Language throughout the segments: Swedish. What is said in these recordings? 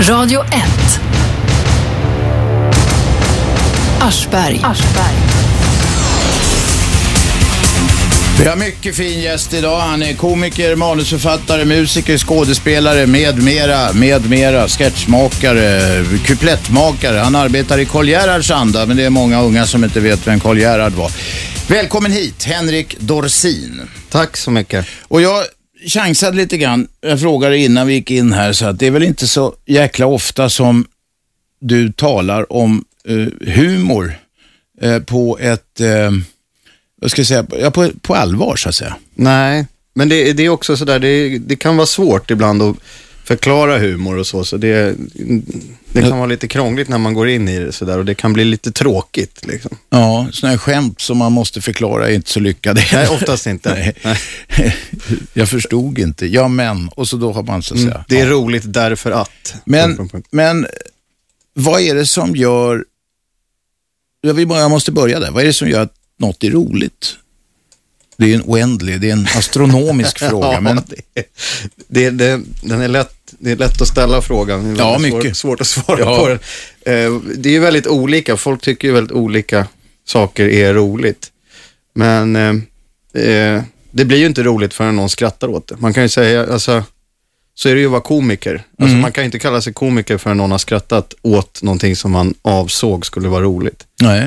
Radio 1. Aschberg. Vi har mycket fin gäst idag. Han är komiker, manusförfattare, musiker, skådespelare med mera, sketchmakare, kuplettmakare. Han arbetar i Karl Gerhards anda, men det är många unga som inte vet vem Karl Gerhard var. Välkommen hit, Henrik Dorsin. Tack så mycket. Och jag chansade lite grann, jag frågade innan vi gick in här, så att det är väl inte så jäkla ofta som du talar om humor på ett... vad ska jag säga, på allvar så att säga. Nej, men det är också sådär, det kan vara svårt ibland att förklara humor och så det kan vara lite krångligt när man går in i det sådär, och det kan bli lite tråkigt liksom. Ja, sådana här skämt som man måste förklara är inte så lyckade. Nej, oftast inte. Nej. Jag förstod inte. Ja, men, och så då har man så att säga. Det är roligt därför att. Men vad är det som gör, jag måste börja där, vad är det som gör att något är roligt? Det är en astronomisk fråga. Ja, men den är lätt, det är lätt att ställa frågan. Ja, mycket. Svårt att svara på den. Det är ju väldigt olika. Folk tycker ju väldigt olika saker är roligt. Men det blir ju inte roligt förrän någon skrattar åt det. Man kan ju säga, alltså, så är det ju att vara komiker. Alltså, man kan ju inte kalla sig komiker förrän någon har skrattat åt någonting som man avsåg skulle vara roligt. Nej.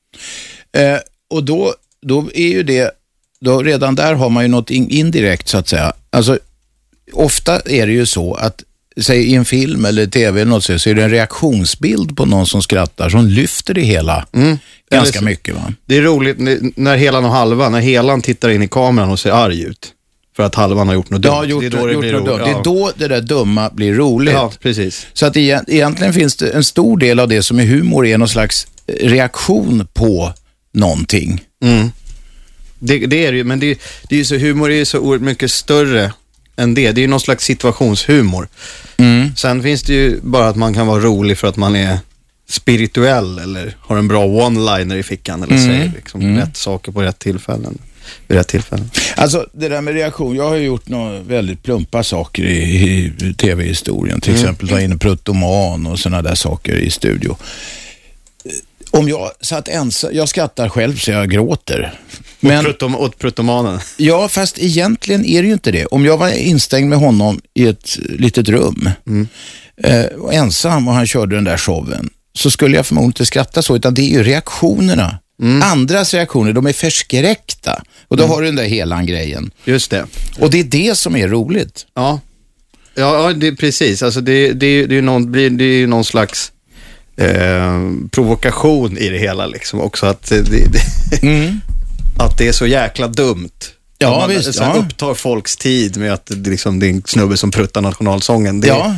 Och då är ju det, då redan där har man ju något indirekt så att säga. Alltså ofta är det ju så att, säg i en film eller tv eller något så är det en reaktionsbild på någon som skrattar som lyfter det hela ganska mycket, va? Det är roligt när helan och halvan, när helan tittar in i kameran och ser arg ut för att halvan har gjort något dumt. Ja, det är då det där dumma blir roligt. Ja, precis. Så att egentligen finns det en stor del av det som är humor är någon slags reaktion på någonting. Det är ju, men det är ju så, humor är ju så oerhört mycket större än det. Det är ju någon slags situationshumor. Sen finns det ju bara att man kan vara rolig för att man är spirituell eller har en bra one-liner i fickan eller säger liksom rätt saker på rätt tillfällen. Vid rätt tillfällen. Alltså det där med reaktion, jag har ju gjort några väldigt plumpa saker i tv-historien. Till exempel ta in en pruttoman och sådana där saker i studio. Om jag satt ensam, jag skrattar själv så jag gråter. Men, åt pruttomanen. Ja, fast egentligen är det ju inte det. Om jag var instängd med honom i ett litet rum och ensam och han körde den där showen, så skulle jag förmodligen inte skratta så, utan det är ju reaktionerna. Andras reaktioner, de är förskräckta. Och då har du den där hela grejen. Just det. Och det är det som är roligt. Ja, det är precis. Alltså det är ju någon slags provokation i det hela liksom också, att att det är så jäkla dumt. Ja, visst. Så upptar folks tid med att det är en snubbe som pruttar nationalsången.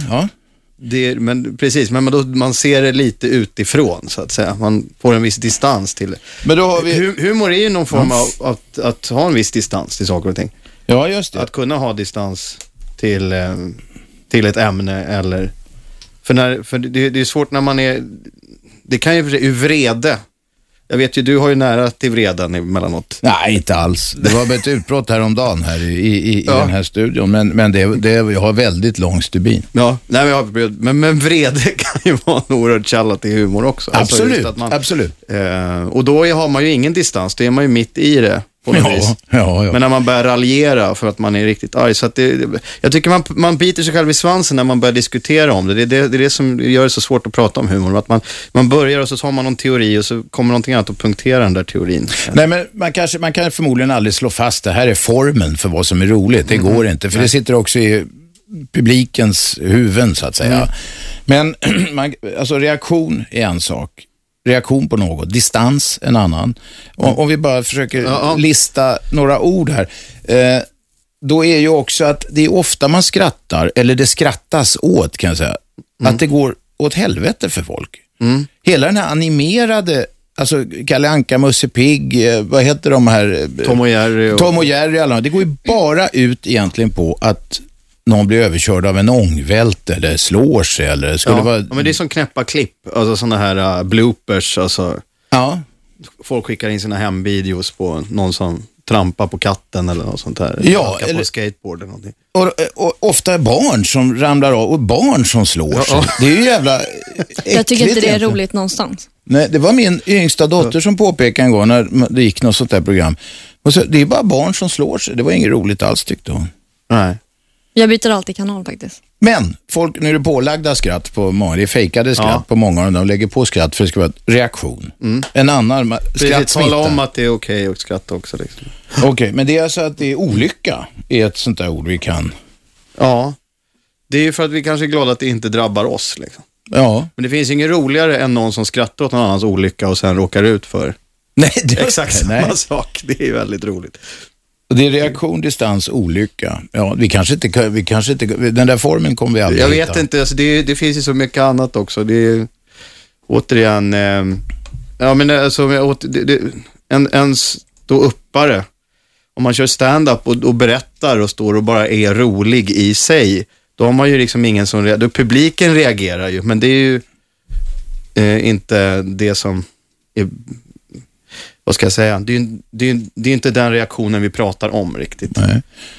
Men precis, men man ser det lite utifrån så att säga. Man får en viss distans till det. Men då har vi... Humor är ju någon form av att ha en viss distans till saker och ting. Ja, just det. Att kunna ha distans till ett ämne eller... För det är svårt när man är... Det kan ju vrede. Jag vet ju, du har ju nära till vreden emellanåt. Nej, inte alls. Det var ett utbrott häromdagen här i den här studion. Men jag har väldigt lång stubin. Ja, men vrede kan ju vara en oerhört källa till humor också. Absolut, alltså absolut. Och då har man ju ingen distans. Då är man ju mitt i det. Ja. Men när man börjar raljera för att man är riktigt arg, så att jag tycker man biter sig själv i svansen när man börjar diskutera om det. Det är det som gör det så svårt att prata om humor, att man börjar och så har man någon teori och så kommer någonting annat att punktera den där teorin. Nej, men man kan förmodligen aldrig slå fast det här är formen för vad som är roligt. Det går inte, för det sitter också i publikens huvuden så att säga. Men alltså reaktion är en sak. Reaktion på något, distans en annan. Om vi bara försöker lista några ord här, då är ju också att det är ofta man skrattar, eller det skrattas åt kan jag säga, att det går åt helvete för folk. Hela den här animerade, alltså Kalle Anka, Musse Pigg, vad heter de här? Tom och Jerry alla. Det går ju bara ut egentligen på att någon blir överkörd av en ångvält eller slår sig eller skulle vara... Ja, men det är som knäppa klipp, alltså sådana här bloopers, alltså. Ja. Folk skickar in sina hemvideos på någon som trampa på katten eller något sånt där. Ja, eller på skateboard eller någonting. Och ofta är barn som ramlar av och barn som slår sig. Det är ju jävla Jag tycker inte det är egentligen. roligt någonstans. Nej, det var min yngsta dotter som påpekade en gång när det gick något sånt där program. Och så, det är bara barn som slår sig. Det var inget roligt alls, tyckte hon. Nej. Jag byter alltid kanal faktiskt. Men folk, nu är det pålagda skratt på många. Det är fejkade skratt på många och de lägger på skratt för det ska vara reaktion. En annan skratt smittar. Tala om att det är okej att skratta också. Liksom. Okej, men det är alltså att det är olycka är ett sånt där ord vi kan. Ja, det är ju för att vi kanske är glada att det inte drabbar oss. Liksom. Ja. Men det finns inget roligare än någon som skrattar åt någon annans olycka och sen råkar ut för Nej, det är exakt samma sak. Det är ju väldigt roligt. Det är reaktion, distans, olycka. Ja, vi kanske inte, den där formen kommer vi aldrig Jag hitta. vet inte, alltså det finns ju så mycket annat också. Det är återigen, ja men alltså, en ståuppare, om man kör stand-up och berättar och står och bara är rolig i sig, då har man ju liksom ingen som reagerar. Publiken reagerar ju, men det är ju inte det som är, vad ska jag säga, det är inte den reaktionen vi pratar om riktigt. Nej.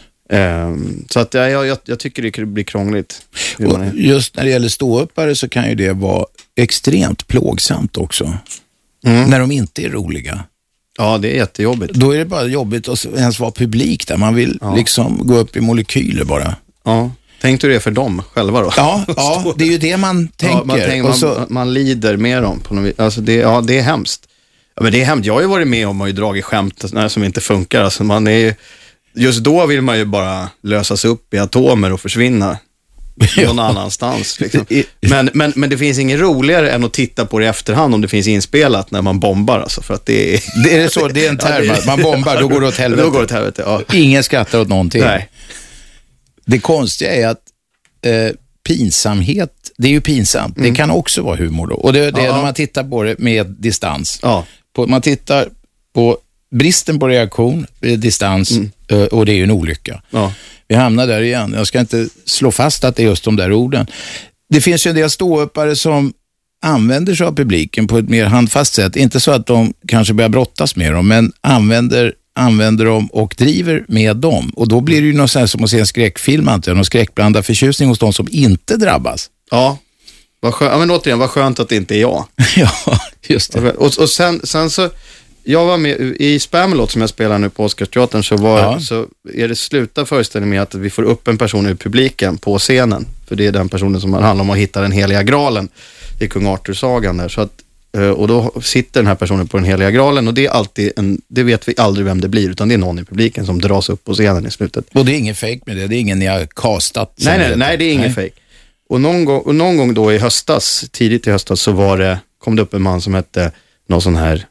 Så att jag tycker det blir krångligt. Och just när det gäller ståuppare så kan ju det vara extremt plågsamt också. När de inte är roliga. Ja, det är jättejobbigt. Då är det bara jobbigt att ens vara publik där. Man vill liksom gå upp i molekyler bara. Ja. Tänkte du det för dem själva då? Ja, det är ju det man tänker. Ja, man lider med dem på något vis. Alltså det är hemskt. Ja, men det är hemskt. Jag har ju varit med om att dragit skämt som inte funkar. Alltså man är ju, just då vill man ju bara lösas upp i atomer och försvinna någon annanstans. Liksom. Men det finns inget roligare än att titta på det i efterhand om det finns inspelat när man bombar. Alltså, för att det är så, det är en term. Man bombar, då går det åt helvete. Då går det åt helvete, ja. Ingen skrattar åt någonting. Nej. Det konstiga är att pinsamhet, det är ju pinsamt. Det kan också vara humor då. Och det är när man tittar på det med distans. Ja. Man tittar på bristen på reaktion, distans, och det är ju en olycka. Ja. Vi hamnar där igen. Jag ska inte slå fast att det är just de där orden. Det finns ju en del ståuppare som använder sig av publiken på ett mer handfast sätt. Inte så att de kanske börjar brottas med dem, men använder dem och driver med dem. Och då blir det ju något sånt som att se en skräckfilm, någon skräckblandad förtjusning hos de som inte drabbas. Ja, men återigen, vad skönt att det inte är jag. Ja, just det. Och sen så, jag var med i Spamalot som jag spelar nu på Oscarsteatern, så är det sluta föreställning med att vi får upp en person ur publiken på scenen. För det är den personen som handlar om att hitta den heliga graalen i Kung Arthur-sagan där. Så att, och då sitter den här personen på den heliga graalen och det är alltid det vet vi aldrig vem det blir, utan det är någon i publiken som dras upp på scenen i slutet. Och det är ingen fake med det? Det är ingen ni har castat? Nej, det är ingen fake. Och någon gång då i höstas, tidigt i höstas, så kom det upp en man som hette någon sån här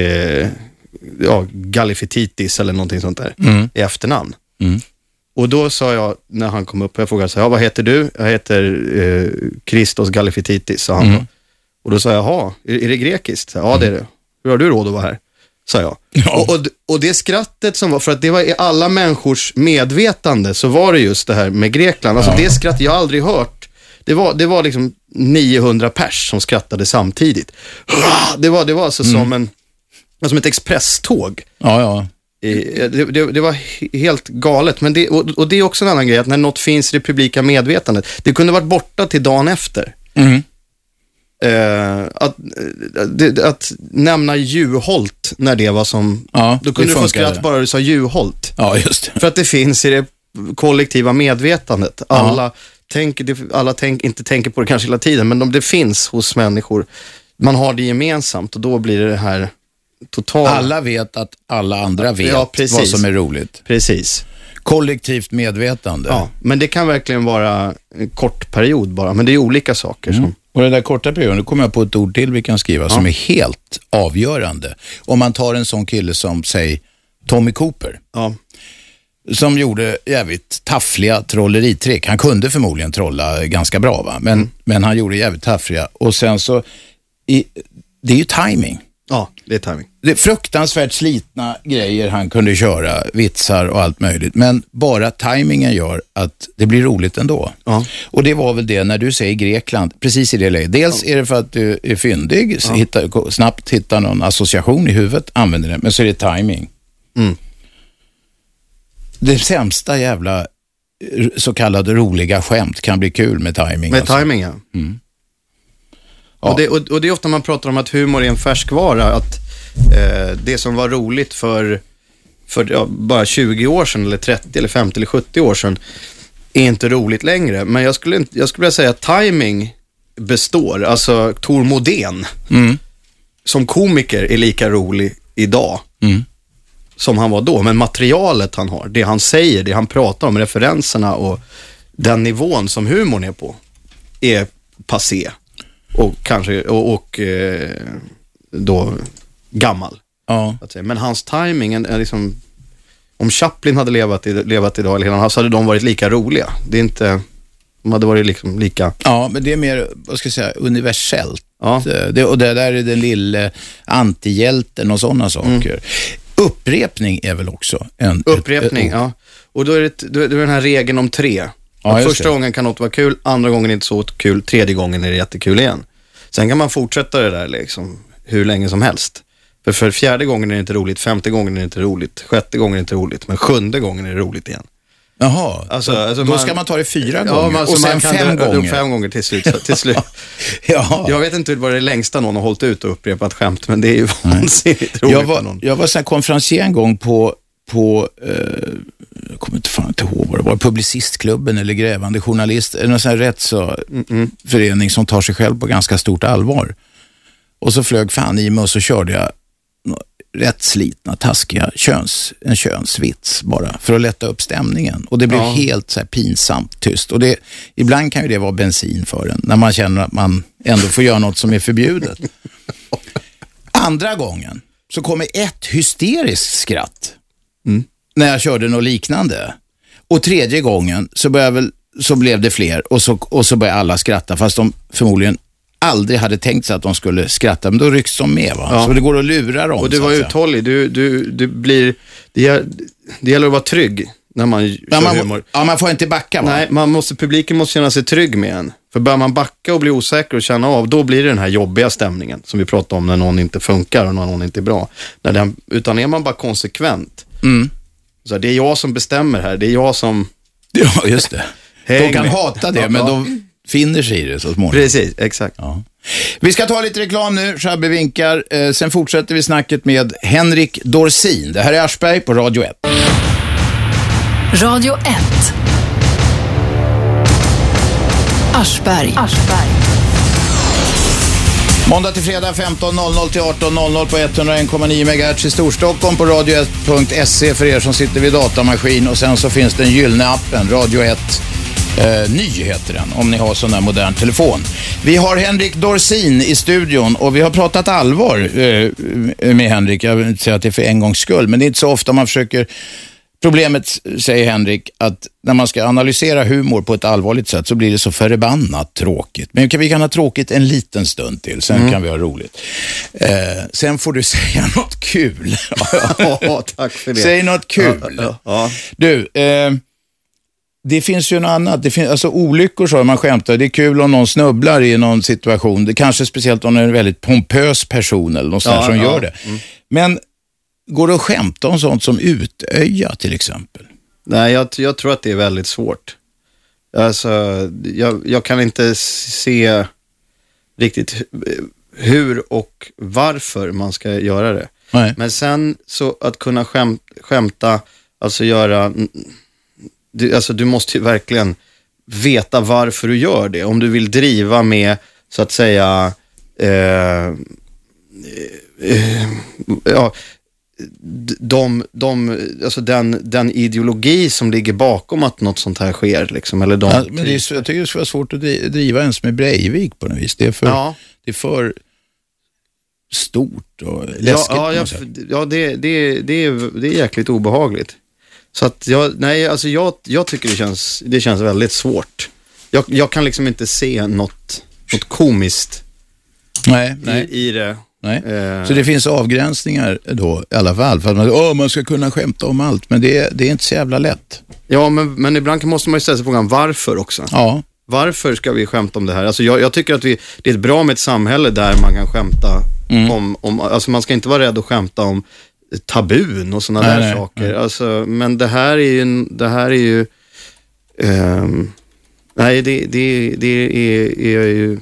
Galifetitis eller någonting sånt där i efternamn. Och då sa jag, när han kom upp, jag frågade så här, vad heter du? Jag heter Christos Galifetitis, sa han. Och då sa jag, är det grekiskt? Ja, det är det. Hur har du råd att vara här? Sa jag. Ja. Och det skrattet som var, för att det var i alla människors medvetande, så var det just det här med Grekland. Alltså det skrattet jag aldrig hört. Det var liksom 900 pers som skrattade samtidigt. Det var alltså som ett expresståg. Ja. Det var helt galet. Men det är också en annan grej, att när något finns i det publika medvetandet, det kunde varit borta till dagen efter. Att nämna Juholt när det var som... då kunde du få skratt bara du sa Juholt. Ja, just det. För att det finns i det kollektiva medvetandet. Alla inte tänker på det kanske hela tiden, men det finns hos människor. Man har det gemensamt och då blir det här totalt... Alla vet att alla andra vet vad som är roligt. Precis. Kollektivt medvetande. Ja, men det kan verkligen vara en kort period bara, men det är olika saker som... Och den där korta perioden, nu kommer jag på ett ord till vi kan skriva som är helt avgörande. Om man tar en sån kille som, säg, Tommy Cooper. Ja. Som gjorde jävligt taffliga trolleritrick. Han kunde förmodligen trolla ganska bra, va? Men han gjorde jävligt taffliga. Och sen så, det är ju timing. Ja, det är timing. Det är fruktansvärt slitna grejer han kunde köra, vitsar och allt möjligt. Men bara timingen gör att det blir roligt ändå. Ja. Och det var väl det när du säger Grekland, precis i det läget. Dels är det för att du är fyndig, snabbt hitta någon association i huvudet, använder det. Men så är det timing. det sämsta jävla så kallade roliga skämt kan bli kul med timing. Med timing, ja. Ja. Och det är ofta man pratar om att humor är en färskvara, att det som var roligt för bara 20 år sedan eller 30 eller 50 eller 70 år sedan är inte roligt längre. Men jag skulle vilja säga att timing består. Alltså Tor Modén som komiker är lika rolig idag som han var då. Men materialet han har, det han säger, det han pratar om, referenserna och den nivån som humorn är på är passé och kanske då gammal. Ja. Men hans timing är liksom, om Chaplin hade levat idag eller hela, så hade de varit lika roliga. Det är inte, de hade varit liksom lika. Ja, men det är mer, vad ska jag säga, universellt. Ja. Och det där är den lilla antihjälten och sådana saker. Upprepning är väl också en... Upprepning, ja. Och då är det den här regeln om 3. Ja, första gången kan något vara kul, andra gången är inte så kul, tredje gången är det jättekul igen. Sen kan man fortsätta det där liksom hur länge som helst. För fjärde gången är det inte roligt, femte gången är det inte roligt, sjätte gången är det inte roligt, men sjunde gången är det roligt igen. Jaha, alltså då ska man ta det 4 gånger och sen 5 gånger. 5 gånger till slut. Ja. Jag vet inte vad det längsta någon har hållit ut och upprepat skämt, men det är ju vansinnigt roligt. Jag var sån konferencier en gång på jag kommer inte ihåg vad det var, Publicistklubben eller Grävande journalist, eller någon sån här rättsförening som tar sig själv på ganska stort allvar. Och så flög fan i mig och så körde jag rätt slitna, taskiga en könsvits bara för att lätta upp stämningen. Och det blev helt så här pinsamt tyst. Och ibland kan ju det vara bensin för en, när man känner att man ändå får göra något som är förbjudet. Andra gången så kommer ett hysteriskt skratt när jag körde något liknande. Och tredje gången så blev det fler och så började alla skratta, fast de förmodligen aldrig hade tänkt sig att de skulle skratta, men då rycks de med, va? Ja. Så det går att lura dem. Och du var uthållig, du blir, det gäller att vara trygg när man kör humor. Ja, man får inte backa, va? Nej, publiken måste känna sig trygg med en. För börjar man backa och bli osäker och känna av, då blir det den här jobbiga stämningen som vi pratar om när någon inte funkar och när någon inte är bra. Utan är man bara konsekvent. Så det är jag som bestämmer här, det är jag som... Ja, just det. De kan hata det, men de finner sig i det så småningom. Precis, exakt. Ja. Vi ska ta lite reklam nu, Shabbe vinkar. Sen fortsätter vi snacket med Henrik Dorsin. Det här är Aschberg på Radio 1. Radio 1. Aschberg. Måndag till fredag 15.00 till 18.00 på 101,9 MHz i Storstockholm på radio1.se för er som sitter vid datamaskin. Och sen så finns den gyllene appen, Radio 1 Ny heter den, om ni har sån där modern telefon. Vi har Henrik Dorsin i studion och vi har pratat allvar med Henrik. Jag vill inte säga att det är för en gångs skull, men det är inte så ofta man försöker. Problemet, säger Henrik, att när man ska analysera humor på ett allvarligt sätt så blir det så förbannat tråkigt. Men vi kan ha tråkigt en liten stund till, sen kan vi ha roligt. Sen får du säga något kul. Ja, tack för det. Säg något kul. Ja. Du, det finns ju en annat. Det finns, alltså olyckor så man skämtar. Det är kul om någon snubblar i någon situation. Det kanske speciellt om det är en väldigt pompös person eller någon som gör det. Men går det att skämta om sånt som Utöja till exempel? Nej, jag tror att det är väldigt svårt. Alltså, jag kan inte se riktigt hur och varför man ska göra det. Nej. Men sen så att kunna skämta, alltså göra... du måste ju verkligen veta varför du gör det. Om du vill driva med, så att säga... alltså den ideologi som ligger bakom att något sånt här sker liksom, eller men det är, jag tycker det skulle vara svårt att driva ens med Breivik på något vis. Det är för stort och läskigt. Det är jäkligt obehagligt. Så att jag tycker det känns väldigt svårt. Jag kan liksom inte se något komiskt i det. Nej. Så det finns avgränsningar då i alla fall. För att man ska kunna skämta om allt. Men det är inte så jävla lätt. Ja, men ibland måste man ju ställa sig frågan varför också. Ja. Varför ska vi skämta om det här? Alltså jag tycker att det är ett bra med ett samhälle där man kan skämta om alltså man ska inte vara rädd att skämta om tabun och sådana där saker. Nej. Alltså, men det här är ju nej, det är ju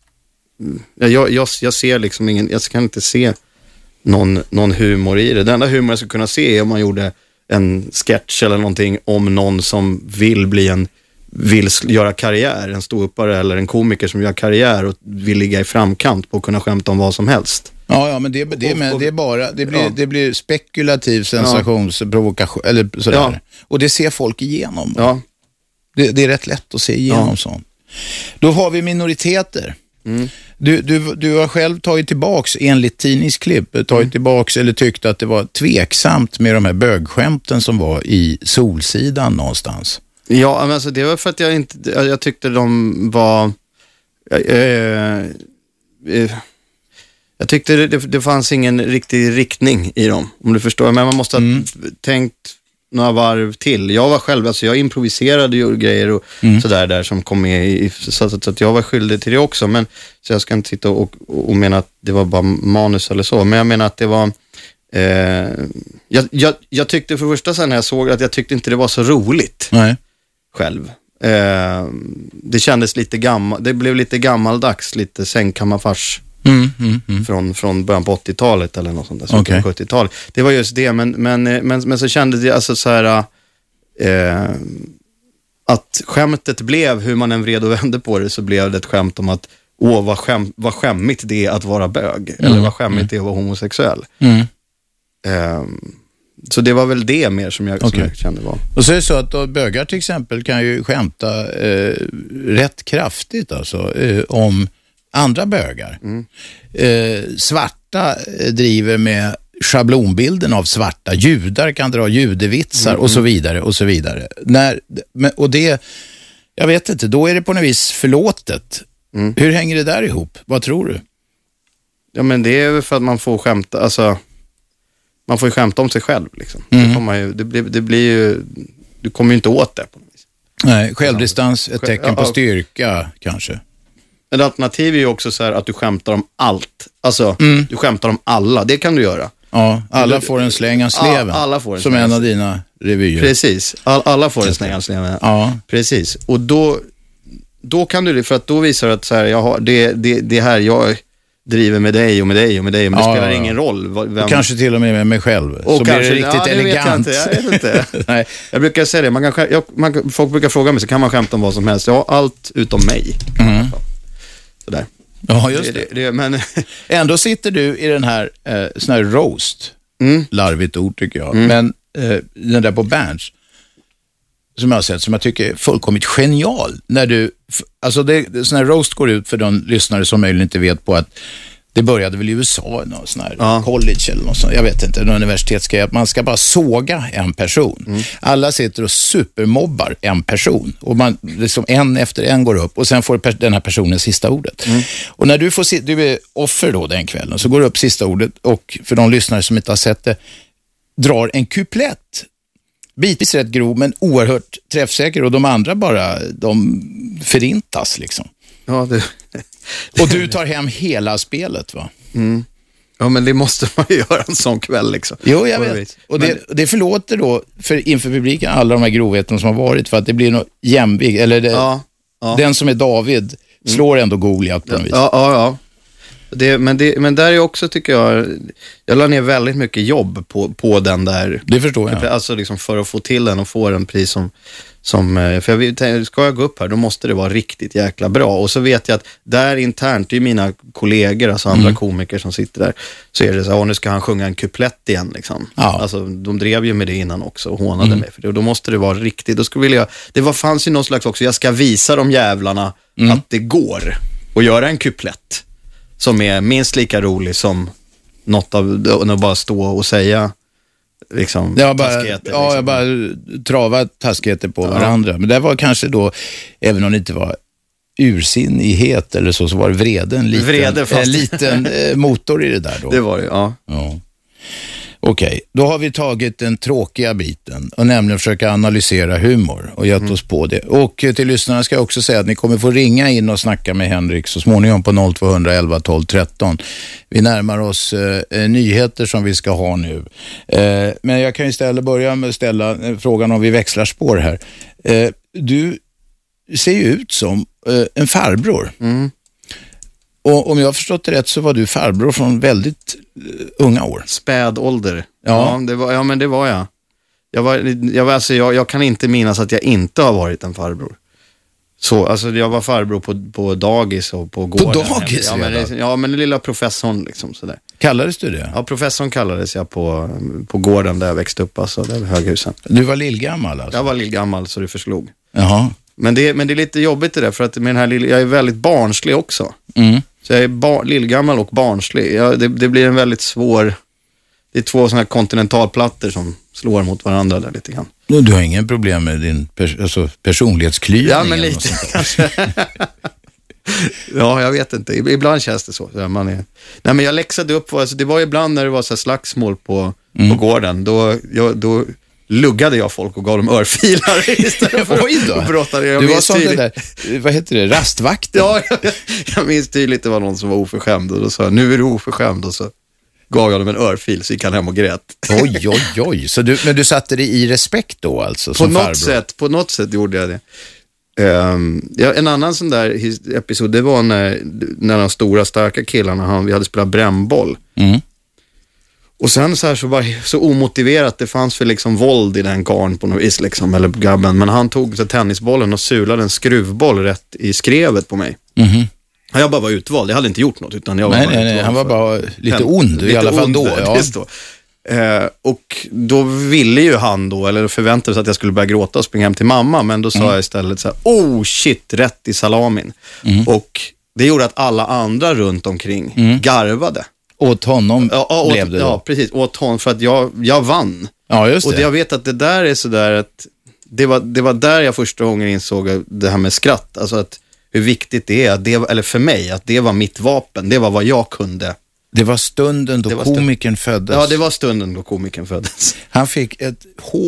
jag ser liksom jag kan inte se någon humor i det. Den enda humor jag skulle kunna se är om man gjorde en sketch eller någonting om någon som vill göra karriär, en ståuppare eller en komiker som gör karriär och vill ligga i framkant på att kunna skämta om vad som helst. Ja, men det är bara det blir spekulativ sensationsprovokation eller sådär. Ja. Och det ser folk igenom. Ja. Det är rätt lätt att se igenom sånt. Då har vi minoriteter. Mm. Du har själv tagit tillbaks, enligt tidningsklipp, tagit tillbaks eller tyckte att det var tveksamt med de här bögskämten som var i Solsidan någonstans. Ja, men alltså det var för att jag tyckte de var jag tyckte det fanns ingen riktig riktning i dem, om du förstår. Men man måste ha tänkt några varv till. Jag var själv, alltså jag improviserade ju grejer och sådär där som kom med så att jag var skyldig till det också. Men så jag ska inte sitta och mena att det var bara manus eller så. Men jag menar att det var jag tyckte för första sen när jag såg att jag tyckte inte det var så roligt. Nej. Själv. Det kändes lite det blev lite gammaldags, lite sängkammarfars från början på 80-talet eller något sånt där, Okay. 70-talet. Det var just det, men så kändes det alltså så här att skämtet blev, hur man än vred och vände på det, så blev det ett skämt om att vad skämmigt det är att vara bög, eller vad skämmigt det är att vara homosexuell. Så det var väl det mer som jag kände var. Och så är det så att då bögar till exempel kan ju skämta rätt kraftigt alltså, om andra bögar. Svarta driver med schablonbilden av svarta. Judar kan dra judevitsar och så vidare och så vidare. Och det, jag vet inte, då är det på något vis förlåtet. Hur hänger det där ihop? Vad tror du? Ja, men det är väl för att man får skämta, alltså man får ju skämta om sig själv liksom. Det blir ju, du kommer ju inte åt det på något vis. Nej, självdistans, ett tecken på styrka kanske. Ett alternativ är ju också så här att du skämtar om allt. Alltså, du skämtar om alla, det kan du göra. Ja, alla får en släng av sleven. Alla får en som släng en av dina revyer. Precis, alla får en släng av sleven. Ja. Precis, och då kan du det, för att då visar det att så här, jag har, det här, jag driver med dig och med dig och med dig, men det spelar ingen roll. Och kanske till och med mig själv. Och så kanske, blir det riktigt elegant. Jag vet inte. Nej. Jag brukar säga det, folk brukar fråga mig, så kan man skämta om vad som helst. Ja, allt utom mig. Sådär. Ja, just det. Men ändå sitter du i den här sån här roast. Larvigt ord tycker jag. Men den där på Berns, som jag har sett, som jag tycker är fullkomligt genial. När du, alltså sån här roast går ut för de lyssnare som möjligen inte vet på att det började väl i USA, någon sån här college eller något sånt, jag vet inte, någon universitetsgrej, att man ska bara såga en person. Alla sitter och supermobbar en person och man liksom en efter en går upp och sen får den här personen sista ordet. Och när du är offer då den kvällen, så går du upp sista ordet och för de lyssnare som inte har sett det, drar en kuplett. Bitvis rätt grov men oerhört träffsäker och de andra bara, de förintas liksom. Ja, och du tar hem hela spelet, va? Ja, men det måste man ju göra en sån kväll liksom. Jo, jag vet. Och det förlåter då inför publiken alla de här grovheterna som har varit, för att det blir något jämvikt, eller den som är David slår ändå Goliat på något vis. Ja. Men där är också, tycker jag la ner väldigt mycket jobb på den där. Det förstår jag. Alltså liksom för att få till den och få en pris som för ska jag gå upp här, då måste det vara riktigt jäkla bra. Och så vet jag att där internt, det är mina kollegor, alltså andra komiker som sitter där, så är det så här, nu ska han sjunga en kuplett igen liksom. Ja. Alltså de drev ju med det innan också och hånade mig för det. Och då måste det vara riktigt. Då skulle fanns ju någon slags också, jag ska visa de jävlarna att det går att göra en kuplett som är minst lika rolig som något av att bara stå och säga liksom taskigheter. Ja, jag bara trava taskigheter på varandra. Men det var kanske då, även om det inte var ursinnighet eller så var det vrede en liten motor i det där då. Det var det, ja. Okej, då har vi tagit den tråkiga biten och nämligen försöka analysera humor och gett oss på det. Och till lyssnarna ska jag också säga att ni kommer få ringa in och snacka med Henrik så småningom på 0211 12 13. Vi närmar oss nyheter som vi ska ha nu. Men jag kan istället börja med att ställa frågan om vi växlar spår här. Du ser ju ut som en farbror. Och om jag har förstått det rätt så var du farbror från väldigt unga år. Späd ålder. Ja, men det var jag. Jag kan inte minnas att jag inte har varit en farbror. Så, alltså jag var farbror på dagis och på gården. På dagis? Ja, men den lilla professorn liksom sådär. Kallades du det? Ja, professorn kallades jag på gården där jag växte upp, alltså där vid Höghusen. Du var lillgammal alltså? Jag var lillgammal så det förslog. Jaha. Men det är lite jobbigt det där, för att med den här jag är väldigt barnslig också. Så jag är lillgammal och barnslig. Det blir en väldigt svår... Det är två sådana här kontinentalplattor som slår mot varandra där lite grann. Du har ingen problem med din personlighetsklyvning? Ja, men lite kanske. Ja, jag vet inte. Ibland känns det så. Nej, men jag läxade upp. Alltså, det var ibland när det var så här slagsmål på gården. Då luggade jag folk och gav dem örfilar istället för att brotta det. Du var sån där, vad heter det, rastvakten? Ja, jag minns tydligt det var någon som var oförskämd och då sa jag, nu är du oförskämd, och så gav jag dem en örfil så gick han hem och grät. Oj. Men du satte det i respekt då alltså? På något sätt gjorde jag det. En annan sån där episod, det var när de stora starka killarna, vi hade spelat brännboll. Och sen så var så omotiverat, det fanns för liksom våld i den karn på något vis liksom, eller grabben, men han tog så tennisbollen och sulade en skruvboll rätt i skrevet på mig. Jag bara var utvald, jag hade inte gjort något, utan jag var nej, han var bara lite ond i alla fall då. Ja. Och då ville ju han då, eller förväntade sig att jag skulle börja gråta och springa hem till mamma, men då sa jag istället så här, oh shit, rätt i salamin. Och det gjorde att alla andra runt omkring garvade. Åt honom blev det då? Ja, precis. Åt honom, för att jag vann. Ja, just det. Och jag vet att det där är sådär att det var där jag första gången insåg det här med skratt. Alltså att hur viktigt det är, eller för mig, att det var mitt vapen. Det var vad jag kunde. Det var stunden då komikern föddes. Ja, det var stunden då komikern föddes. Han fick ett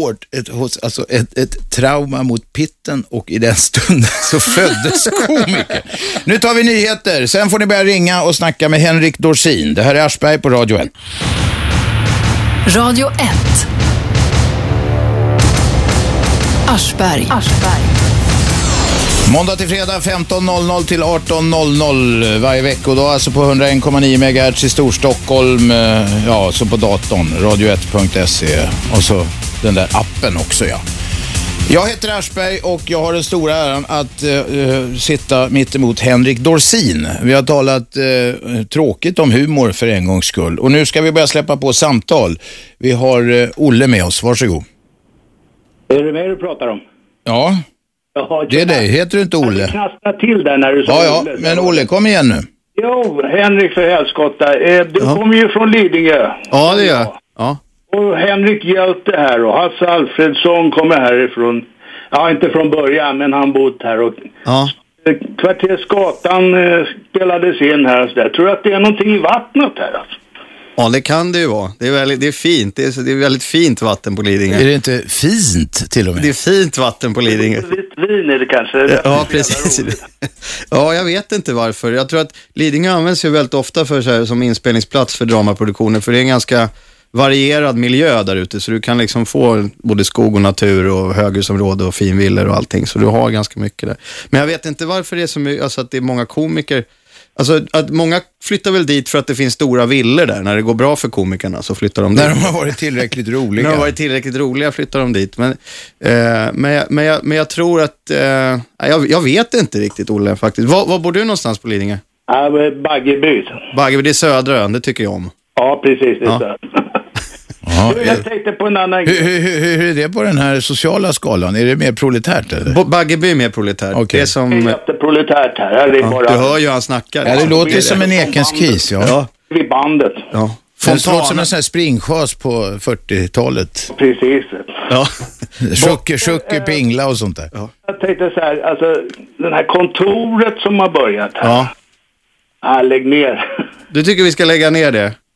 trauma mot pitten, och i den stunden så föddes komikern. Nu tar vi nyheter. Sen får ni börja ringa och snacka med Henrik Dorsin. Det här är Aschberg på Radio 1. Radio 1. Aschberg. Måndag till fredag 15.00 till 18.00 varje veckodag, alltså på 101,9 MHz i Storstockholm, så på datorn, radio1.se, och så den där appen också, ja. Jag heter Aschberg och jag har den stora äran att sitta mitt emot Henrik Dorsin. Vi har talat tråkigt om humor för en gångs skull, och nu ska vi börja släppa på samtal. Vi har Olle med oss, varsågod. Är det mig du pratar om? Ja. Det är dig, heter du inte Olle? Jag knastade till där när du sa Olle. Men Olle, kom igen nu. Jo, Henrik för helskotta. Du kommer ju från Lidingö. Ja, det gör jag. Ja. Och Henrik Hjälte här, och Hasse Alfredsson kommer härifrån. Ja, inte från början, men han bott här. Och Kvartersgatan spelades in här och så där. Tror du att det är någonting i vattnet här alltså? Ja, det kan det ju vara. Det är fint. Det är väldigt fint vatten på Lidingö. Är det inte fint till och med? Det är fint vatten på Lidingö. Vitt vin är det kanske. Ja, precis. Ja, jag vet inte varför. Jag tror att Lidingö används ju väldigt ofta för så här, som inspelningsplats för dramaproduktioner. För det är en ganska varierad miljö där ute. Så du kan liksom få både skog och natur och höghusområde och finvillor och allting. Så du har ganska mycket där. Men jag vet inte varför det är så mycket, alltså att det är många komiker. Alltså att många flyttar väl dit för att det finns stora villor där. När det går bra för komikerna så flyttar de dit. När de har varit tillräckligt roliga. När de har varit tillräckligt roliga flyttar de dit. Men jag tror att... jag vet inte riktigt, Olle, faktiskt. Var bor du någonstans på Lidingö? Baggeby. Baggeby, det är södra ön, det tycker jag om. Ja, precis, det är så. Ja, jag tänkte på en annan... Hur är det på den här sociala skalan? Är det mer proletärt eller? Baggeby är mer proletärt. Okay. Det är som... Det är jätteproletärt här. Det är bara... Du hör ju han snackar. Ja, det låter ju som en Ekens kis, ja. Vid bandet. Ja. Det låter som en sån här springschas på 40-talet. Precis. Ja. Tjucke, pingla och sånt där. Ja. Jag tänkte så här, alltså den här kontoret som har börjat här. Ja. Lägg ner. Du tycker vi ska lägga ner det?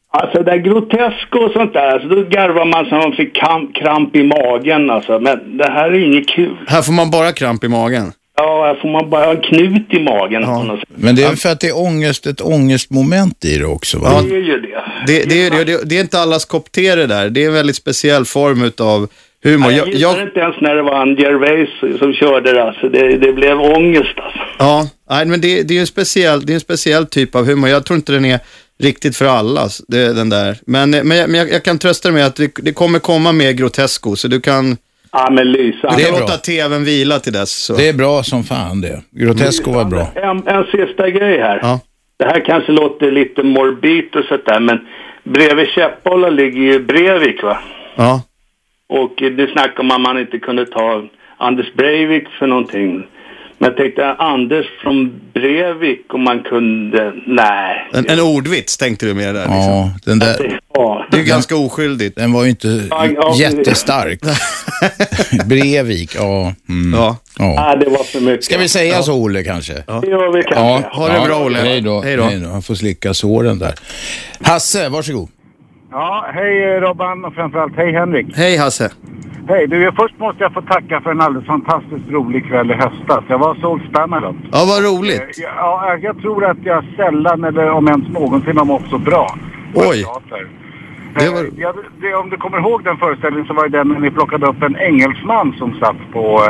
Alltså det är grotesk och sånt där. Alltså, då garvar man så man fick kramp i magen alltså. Men det här är inget kul. Här får man bara kramp i magen. Ja, här får man bara en knut i magen. På något sätt. Men det är för att det är ett ångestmoment i det också, va? Ja, det är ju det. Det är inte allas kopp te det där. Det är en väldigt speciell form utav humor. Jag gillar inte ens när det var en Gervais som körde det. Alltså. Det blev ångest alltså. Ja, nej, men det är en speciell typ av humor. Jag tror inte den är riktigt för alla, den där. Men jag kan trösta dig med att det kommer komma mer Grotesco, så du kan... Ja, men Lysa. Du kan låta tvn vila till dess. Så. Det är bra som fan det. Grotesco var bra. En sista grej här. Ja. Det här kanske låter lite morbid och sånt där, men bredvid Käppala ligger ju Breivik, va? Ja. Och det snackar om att man inte kunde ta Anders Breivik för någonting. Men jag tänkte Anders från Breivik om man kunde... Nej. En ordvits tänkte du med där liksom. Ja, den där... Det är ju ganska oskyldigt. Den var ju inte jättestark. Breivik, ja. Mm. Ja, det var för mycket. Ska vi säga så, Olle, kanske? Ja, det gör vi kanske. Ja, ha det bra, Olle. Hej då. Han får slicka såren där. Hasse, varsågod. Ja, hej Robban och framförallt hej Henrik. Hej Hasse. Hej, först måste jag få tacka för en alldeles fantastiskt rolig kväll i höstas. Jag var och såg Spamalot. Ja, vad roligt. Ja, jag tror att jag sällan eller om ens någonsin har mått så bra. Oj. Om du kommer ihåg den föreställningen så var det den när ni plockade upp en engelsman som satt på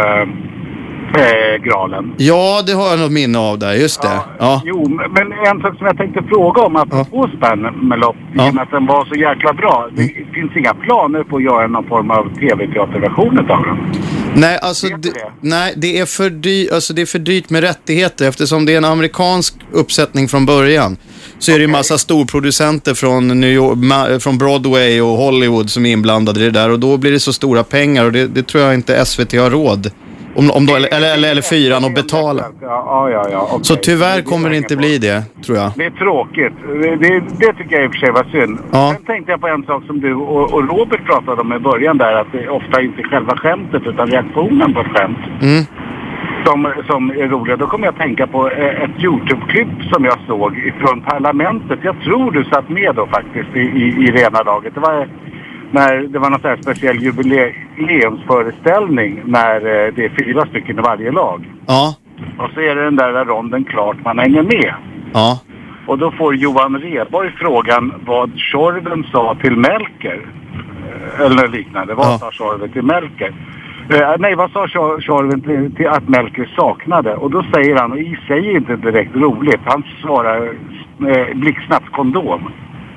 graalen. Ja, det har jag något minne av där, just det. Ja. Jo, men en sak som jag tänkte fråga om apropå Spamalot, i och med att den var så jäkla bra. Det finns inga planer på att göra någon form av tv-teaterversion av den? Nej, alltså det är för dyrt, alltså det är för dyrt med rättigheter eftersom det är en amerikansk uppsättning från början. Så är det ju massa storproducenter från New York, från Broadway och Hollywood som är inblandade i det där, och då blir det så stora pengar, och det tror jag inte SVT har råd om då, eller fyran att betala. Ja. Okay. Så tyvärr kommer det inte bli det, tror jag. Det är tråkigt. Det tycker jag i och för sig var synd. Ja. Sen tänkte jag på en sak som du och Robert pratade om i början där, att det ofta inte är själva skämtet utan reaktionen på ett skämt. Mm. Som är roliga. Då kommer jag att tänka på ett YouTube-klipp som jag såg från parlamentet. Jag tror du satt med då faktiskt i rena laget. Det var när det var någon sån här speciell jubileumsföreställning när det är 4 stycken i varje lag. Ja. Och så är det den där ronden klart man hänger med. Ja. Och då får Johan Rheborg frågan vad Tjorven sa till Melker. Eller liknande. Vad sa Tjorven till Melker? Nej, vad sa Tjorven till att Melker saknade? Och då säger han, och i sig inte direkt roligt, han svarar blixtsnabbt kondom.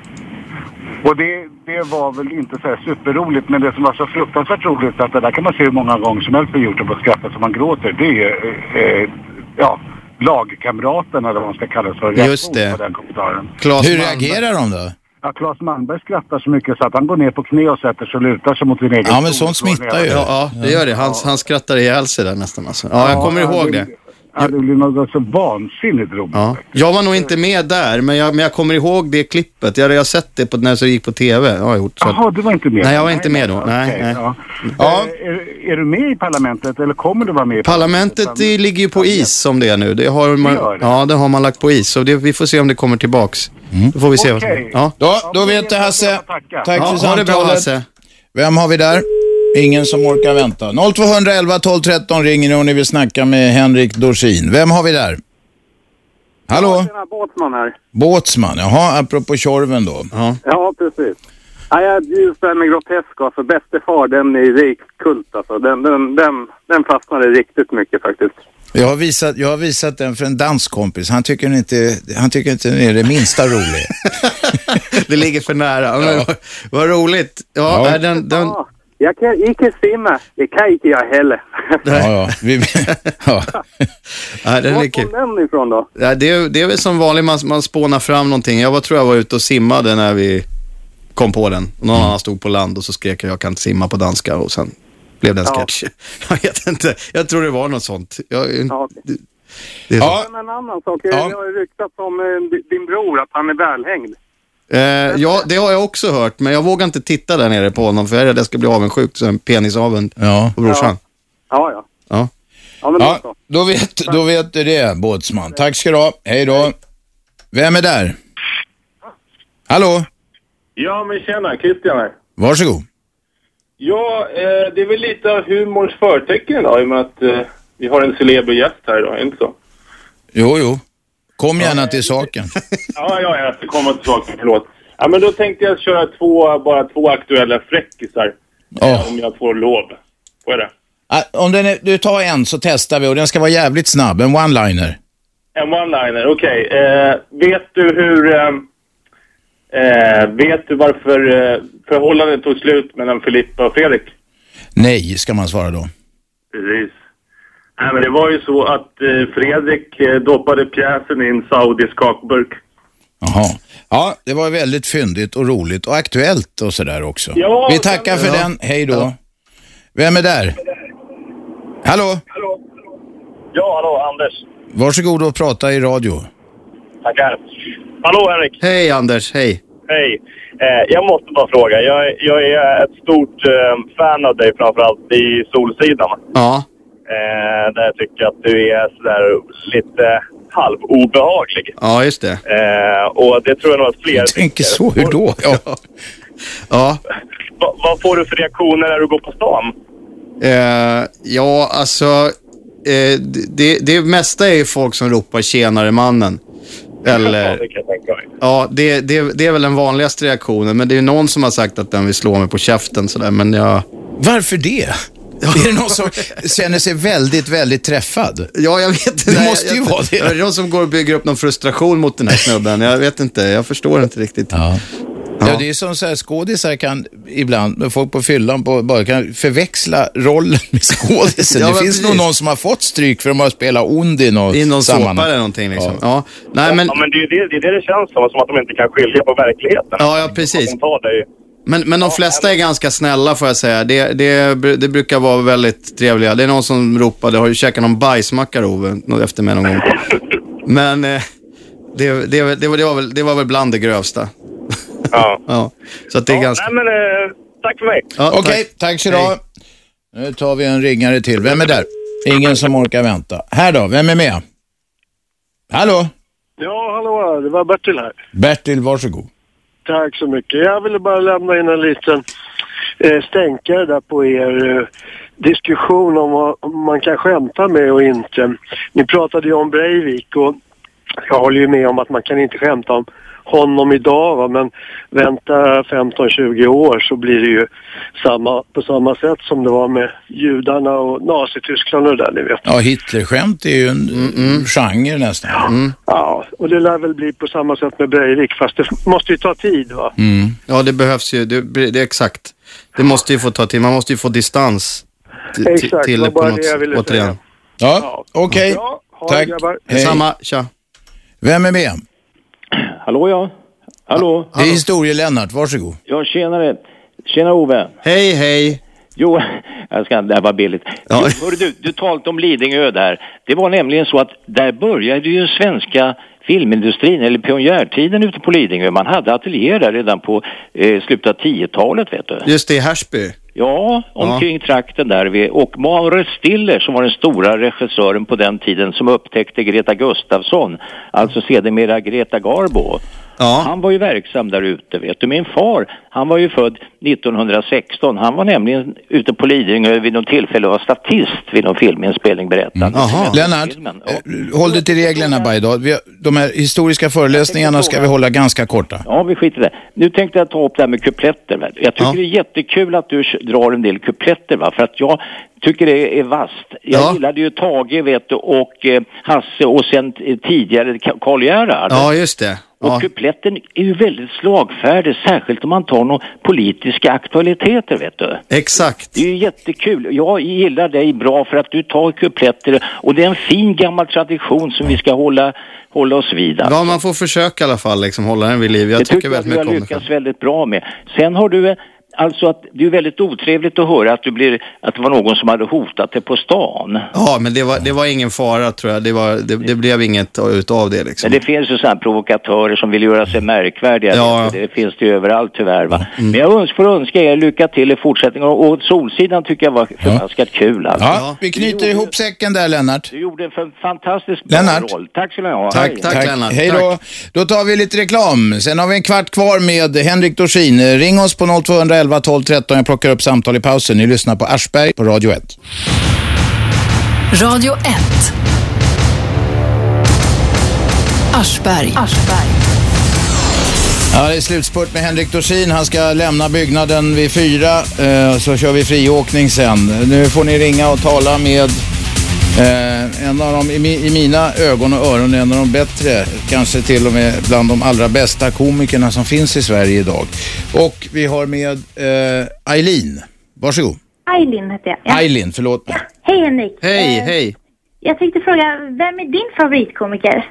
Och det var väl inte så här superroligt, men det som var så fruktansvärt roligt att det där kan man se hur många gånger som helst på YouTube och skratta som man gråter. Det är lagkamraterna eller vad man ska kalla för. Just det. På den kommentaren. Hur reagerar de då? Ja, Claes Malmberg skrattar så mycket så att han går ner på knä och sätter sig och lutar sig mot sin egen. Ja, men sånt smittar ju. Ja, det gör det. Han skrattar ihjäl sig där nästan. Alltså. Ja, jag kommer ihåg det. Ja, det blir något så vansinnigt roligt. Ja. Jag var nog inte med där, men jag kommer ihåg det klippet. Jag har sett det när jag gick på tv. Jaha, du var inte med? Nej, jag var inte med då. Nej. Ja. Är du med i parlamentet eller kommer du vara med i parlamentet? Det ligger ju på is som det är nu. Det har man lagt på is. Så vi får se om det kommer tillbaks. Då får vi se. Okay. Då vet du, Hasse. Tack för ha det bra, Hasse. Vem har vi där? Ingen som orkar vänta. 0211 12 13 ringer ni om ni vill snacka med Henrik Dorsin. Vem har vi där? Hallå? Ja, Båtsman här. Båtsman, jaha, apropå Tjorven då. Ja, precis. Ja, just det här med grotesk, alltså bäste far, den är rikt kult alltså. Den fastnade riktigt mycket faktiskt. Jag har visat den för en danskompis. Han tycker inte den är det minsta rolig. Det ligger för nära. Men, vad roligt. Ja. Jag kan inte simma. Det kan inte jag heller. Ja. Ja, den är kul. Var kom den ifrån då? Ja, det är väl som vanligt man spånar fram någonting. Jag tror jag var ute och simmade när vi kom på den. Någon annan stod på land och så skrek jag kan inte simma på danska och sen blev det en sketch. Jag vet inte. Jag tror det var något sånt. En annan sak. Jag har ryktat om din bror att han är välhängd. Ja, det har jag också hört. Men jag vågar inte titta där nere på honom för jag är rädd att jag ska bli avundsjuk. Så en penisavund på brorsan. Ja. Men då vet du det, Båtsman. Tack ska du ha. Hej då. Vem är där? Hallå? Ja, men tjena, Christian här. Varsågod. Ja, det är väl lite av humorns förtecken idag i och med att vi har en celeber gäst här idag, inte så? Jo. Kom gärna till saken. Ja, jag ska komma till saken, förlåt. Ja, men då tänkte jag köra två aktuella fräckisar. Om jag får lov. Får jag det? Om du tar en så testar vi och den ska vara jävligt snabb. En one-liner. En one-liner, okej. Vet du varför förhållandet tog slut mellan Filippa och Fredrik? Nej, ska man svara då. Precis. Nej, men det var ju så att Fredrik doppade pjäsen i en saudisk kakburk. Jaha. Ja, det var väldigt fyndigt och roligt och aktuellt och sådär också. Ja, vi tackar för den. Hej då. Ja. Vem är där? Hallå? Ja, hallå, Anders. Varsågod och prata i radio. Tackar. Hallå, Henrik. Hej, Anders. Hej. Hej. Jag måste bara fråga. Jag är ett stort fan av dig, framförallt i Solsidan. Ja. Där jag tycker att du är sådär lite halvobehaglig. Ja, just det. Och det tror jag nog att fler... Jag tänker så, hur då? Ja. Vad får du för reaktioner när du går på stan? Ja, alltså... Det mesta är ju folk som ropar tjenare mannen. Eller... Ja, det kan jag tänka mig. Ja, det är väl den vanligaste reaktionen. Men det är ju någon som har sagt att den vill slå mig på käften sådär, men jag... Varför det? Är det någon som känner sig väldigt, väldigt träffad? Ja, jag vet inte. Det måste ju vara det. Är det någon som går och bygger upp någon frustration mot den här snubben? Jag vet inte, jag förstår inte riktigt. Ja, det är som så här, skådisar kan ibland, folk på fyllan bara kan förväxla rollen med skådisen. Det finns nog någon som har fått stryk för att de har spelat ond i någon såpa eller någonting liksom. Ja. Nej, men... Ja, men det är det känns som att de inte kan skilja på verkligheten. Ja, precis. Men de flesta är ganska snälla, får jag säga. Det brukar vara väldigt trevliga. Det är någon som ropade, har ju käkat någon bajsmacka efter mig någon gång. Men det var väl bland det grövsta. Ja. Ja. Så att det är ganska... Nej, men tack för mig. Ja, Okej, tack så då. Nu tar vi en ringare till. Vem är där? Ingen som orkar vänta. Här då, vem är med? Hallå? Ja, hallå, det var Bertil här. Bertil, varsågod. Tack så mycket. Jag ville bara lämna in en liten stänkare där på er diskussion om vad man kan skämta med och inte. Ni pratade ju om Breivik och jag håller ju med om att man kan inte skämta om honom idag, va? Men vänta 15-20 år så blir det ju på samma sätt som det var med judarna och Nazityskland och det där, ni vet. Ja, Hitlerskämt är ju en genre nästan. Ja, och det lär väl bli på samma sätt med Breivik, fast det måste ju ta tid, va? Ja, det behövs ju, det är exakt. Det måste ju få ta tid, man måste ju få distans till det på något sätt, återigen. Ja, okej. Ja, tack. Samma, tja. Vem är med? Hallå, ja. Hallå. Det är historie-Lennart, varsågod. Ja, tjena Ove. Hej. Jo, det var billigt. Ja. Jo, du talade om Lidingö där. Det var nämligen så att där började ju svenska filmindustrin, eller pionjärtiden ute på Lidingö. Man hade ateljéer där redan på slutet av 10-talet, vet du. Just det, i Härsby. Ja, omkring trakten där. Och Maurits Stiller, som var den stora regissören på den tiden, som upptäckte Greta Gustafsson, alltså sedermera Greta Garbo. Ja. Han var ju verksam där ute, vet du. Min far, han var ju född 1916. Han var nämligen ute på Lidingö vid något tillfälle och var statist vid någon filminspelning, berättande. Lennart, håll dig till reglerna bara idag. De här historiska föreläsningarna ska vi hålla ganska korta. Ja, vi skiter det. Nu tänkte jag ta upp det här med kupletter. Va? Jag tycker det är jättekul att du drar en del kupletter, va? För att jag tycker det är vast. Jag gillade ju Tage, vet du, och Hasse och sen tidigare Karl Gerhard. Ja, just det. Och kupletten är ju väldigt slagfärdig, särskilt om man tar några politiska aktualiteter, vet du. Exakt. Det är ju jättekul. Jag gillar dig bra för att du tar kupletter och det är en fin gammal tradition som vi ska hålla oss vid. Ja, man får försöka i alla fall liksom hålla den vid liv. Jag tycker väldigt mycket om det. Det tycker jag du har lyckats väldigt bra med. Sen har du Alltså att det är väldigt otrevligt att höra att det var någon som hade hotat det på stan. Ja, men det var ingen fara tror jag. Det blev inget utav det liksom. Men det finns ju sådana provokatörer som vill göra sig märkvärdiga. Ja. Det finns det ju överallt tyvärr va. Men jag får önska er lycka till i fortsättningen. Och Solsidan tycker jag var förbaskat kul alltså. Ja, vi knyter ihop säcken där Lennart. Du gjorde en fantastisk bra roll. Tack så mycket. Tack Lennart. Hej då. Då tar vi lite reklam. Sen har vi en kvart kvar med Henrik Dorsin. Ring oss på 0211 12 13. Jag plockar upp samtal i pausen. Ni lyssnar på Aschberg på Radio 1. Radio 1. Aschberg. Ja, det är slutspurt med Henrik Dorsin. Han ska lämna byggnaden vid 4. Så kör vi friåkning sen. Nu får ni ringa och tala med en av dem i mina ögon och öron, en av de bättre, kanske till och med bland de allra bästa komikerna som finns i Sverige idag. Och vi har med Eileen. Varsågod. Eileen heter jag. Ja. Eileen, förlåt mig. Ja. Hej Henrik. Hej. Jag tänkte fråga, vem är din favoritkomiker?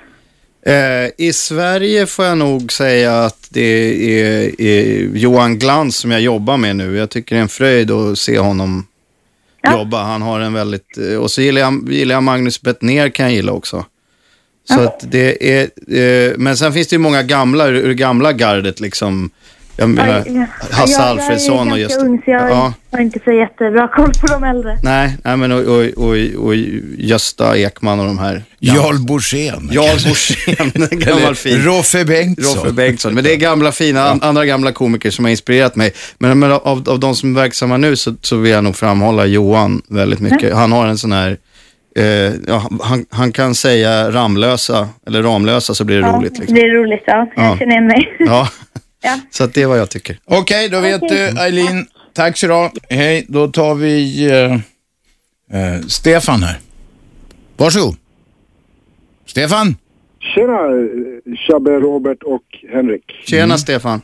I Sverige får jag nog säga att det är Johan Glans som jag jobbar med nu. Jag tycker det är en fröjd att se honom jobba. Han har en väldigt... Och så gillar jag Magnus Bettner kan jag gilla också. Så att det är... men sen finns det ju många gamla, ur gamla gardet liksom. Jag menar, Hasse Alfredsson och just... Jag är ganska ung så jag har inte så jättebra koll på de äldre. Nej men och Gösta Ekman och de här. Jarl Borssén. Gammal fin. Roffe Bengtsson. Men det är gamla fina, andra gamla komiker som har inspirerat mig. Men av de som är verksamma nu så vill jag nog framhålla Johan väldigt mycket. Han har en sån här... han kan säga Ramlösa så blir det roligt. Liksom. Det blir roligt, jag känner mig. Ja. Så att det är vad jag tycker. Okej, då vet du Eileen. Tack så du. Hej, då tar vi Stefan här. Varsågod. Stefan. Tjena, Chabbe, Robert och Henrik. Tjena Stefan.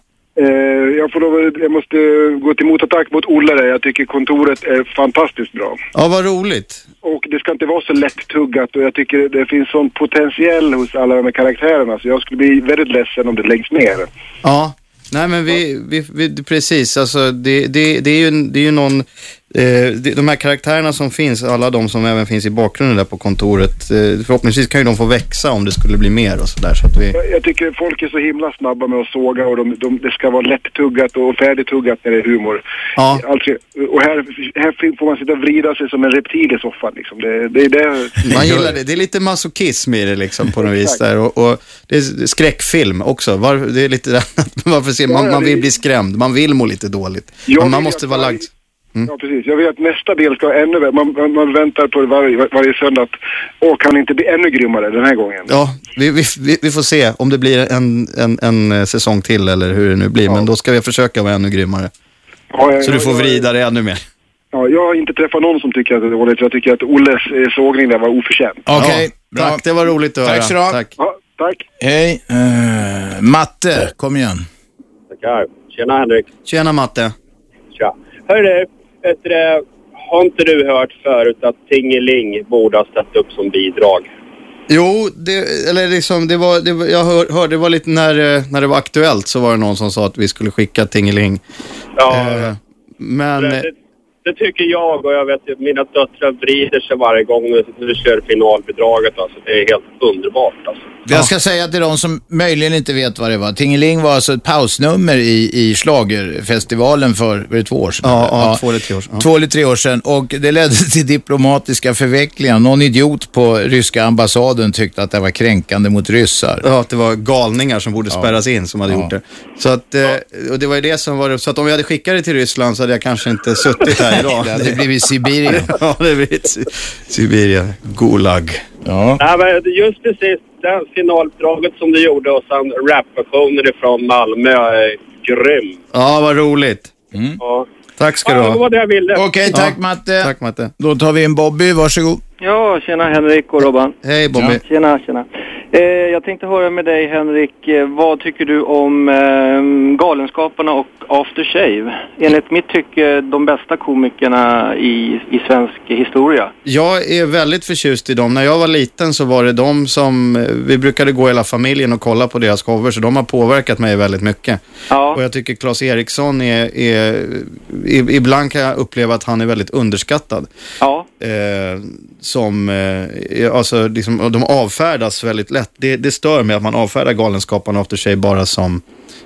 Jag måste gå till motattack mot Olle där. Jag tycker kontoret är fantastiskt bra. Ja, vad roligt. Och det ska inte vara så lätt-tuggat och jag tycker det finns sån potentiell hos alla de här karaktärerna så jag skulle bli väldigt ledsen om det läggs ner. Ja, nej men vi precis, alltså det är ju någon... de här karaktärerna som finns, alla de som även finns i bakgrunden där på kontoret, förhoppningsvis kan ju de få växa om det skulle bli mer och sådär. Så att jag tycker folk är så himla snabba med att såga och det ska vara lätt-tuggat och färdigtuggat när det är humor. Ja. Alltså, och här får man sitta och vrida sig som en reptil i soffan liksom. Det är det. Man gillar det. Det är lite masochism i det liksom på något vis där. Och det är skräckfilm också. Det är lite varför ser man vill bli skrämd. Man vill må lite dåligt. Men man måste vara lagd. Ja, precis. Jag vet att nästa del ska vara ännu värre. Man väntar på varje söndag att kan inte bli ännu grymmare den här gången. Ja, vi får se om det blir en säsong till eller hur det nu blir. Men då ska vi försöka vara ännu grymmare. Ja, så du får vrida det ännu mer. Ja, jag har inte träffat någon som tycker att det är dåligt. Jag tycker att Olles sågning där var oförtjänt. Okej, bra. Tack, det var roligt att höra. Tack så du. Tack. Ja, tack. Hej, Matte, kom igen. Tackar. Tjena Henrik. Tjena Matte. Tja. Hörru, har inte du hört förut att Tingeling borde ha ställt upp som bidrag? Jo, jag hörde det var lite när det var aktuellt så var det någon som sa att vi skulle skicka Tingeling. Ja, men... Det tycker jag och jag vet att mina döttrar vrider sig varje gång när du kör finalbidraget. Alltså, det är helt underbart alltså. Jag ska säga till de som möjligen inte vet vad det var. Tingeling var alltså ett pausnummer i Schlagerfestivalen för 2 år sedan. Ja, 2 eller 3 år sedan. 2 eller 3 år sedan. Och det ledde till diplomatiska förvecklingar. Någon idiot på ryska ambassaden tyckte att det var kränkande mot ryssar. Ja, att det var galningar som borde spärras in som hade gjort det. Så att, och det var ju det som var... Så att om vi hade skickat det till Ryssland så hade jag kanske inte suttit här idag. Det hade blivit Sibirien. Ja, det blivit Sibirien. Gulag. Ja. Nej, men just precis det finaldraget som du gjorde och sen rapversioner ifrån Malmö är grym. Ja, vad roligt. Ja. Tack ska du ha. Det var det jag ville. Okej, tack Matte. Tack Matte. Då tar vi in Bobby, varsågod. Ja, tjena Henrik och Robban. Hej Bobby. Ja. Tjena. Jag tänkte höra med dig, Henrik, vad tycker du om Galenskaparna och After Shave? Enligt mitt tycke de bästa komikerna i svensk historia. Jag är väldigt förtjust i dem. När jag var liten så var det de som, vi brukade gå hela familjen och kolla på deras cover, så de har påverkat mig väldigt mycket. Ja. Och jag tycker Claes Eriksson ibland kan jag uppleva att han är väldigt underskattad. Ja. Alltså liksom, de avfärdas väldigt lätt. Det stör mig att man avfärdar Galenskaparna After Shave bara som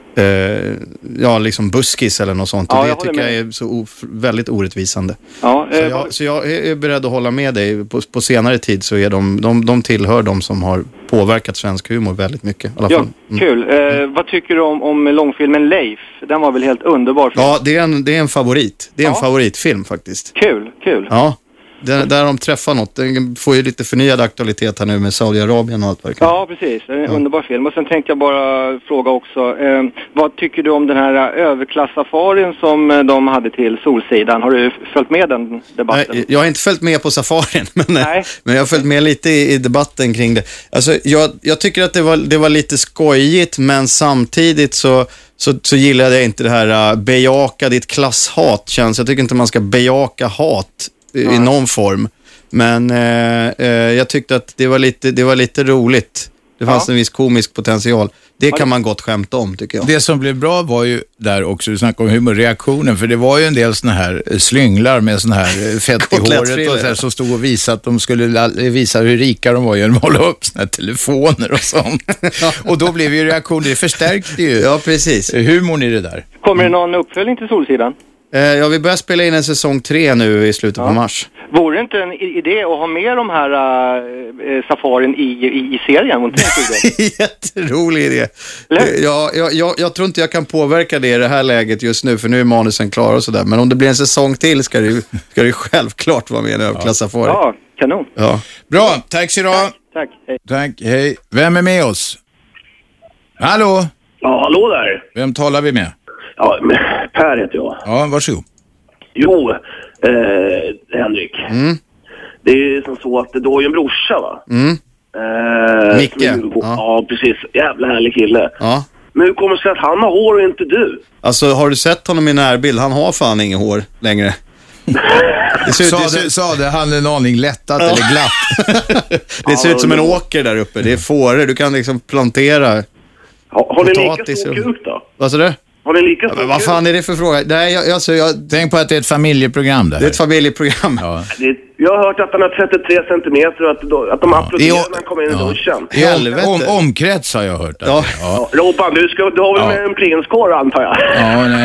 liksom buskis eller något sånt. Ja, det tycker jag är så väldigt orättvisande. Ja, så jag är beredd att hålla med dig. På senare tid så är de tillhör de som har påverkat svensk humor väldigt mycket. I alla fall. Kul. Vad tycker du om långfilmen Leif? Den var väl helt underbar film? Ja, det är en favorit. Det är en favoritfilm faktiskt. Kul. Ja. Där de träffar något. Den får ju lite förnyad aktualitet här nu med Saudiarabien och allt vad det kan. Ja, precis. Det är en underbar film. Och sen tänkte jag bara fråga också. Vad tycker du om den här överklass-safarin som de hade till Solsidan? Har du följt med den debatten? Nej, jag har inte följt med på safarin. Men jag har följt med lite i debatten kring det. Alltså, jag tycker att det var lite skojigt. Men samtidigt så gillade jag inte det här bejaka ditt klasshat. Jag tycker inte man ska bejaka hat i någon form. Men jag tyckte att det var lite roligt. Det fanns en viss komisk potential. Det kan man gott skämta om, tycker jag. Det som blev bra var ju där också, du snackade om humorreaktionen, för det var ju en del såna här slynglar med sån här fett i håret och så här, som stod och visade att de skulle visa hur rika de var genom att hålla upp såna här telefoner och sånt. Och då blev ju reaktionen, det förstärkte ju humorn i det där. Kommer det någon uppföljning till Solsidan? Ja, vi börjar spela in en säsong 3 nu i slutet på mars. Vore det inte en idé att ha med de här safarin i serien? Jätterolig idé. Jag tror inte jag kan påverka det i det här läget just nu, för nu är manusen klar och sådär. Men om det blir en säsong till ska det självklart vara med en överklassafari. Ja, kanon. Ja. Bra, tack så du ha. Tack, hej. Tack, hej. Vem är med oss? Hallå? Ja, hallå där. Vem talar vi med? Ja, Per heter jag. Ja, varsågod. Jo, Henrik. Det är som så att du har ju en brorsa, va? Micke. Ja, precis. Jävla härlig kille. Ja. Men hur kommer det sig att han har hår och inte du? Alltså, har du sett honom i närbild? Han har fan ingen hår längre. Sa det han en aning lättat eller glatt? Det ser ut som en åker där uppe. Det är fåror. Du kan liksom plantera. Har ni lika stor kuk då? Vad sa du? Har ni lika stor vad fan är det för fråga? Nej, tänk på att det är ett familjeprogram där. Det är ett familjeprogram. Ja. Jag har hört att han har 33 centimeter och att de applåderar när han kommer in i duschen. Omkrets har jag hört. Ja. Robban, du har väl med en prinskår, antar jag? Ja, nej,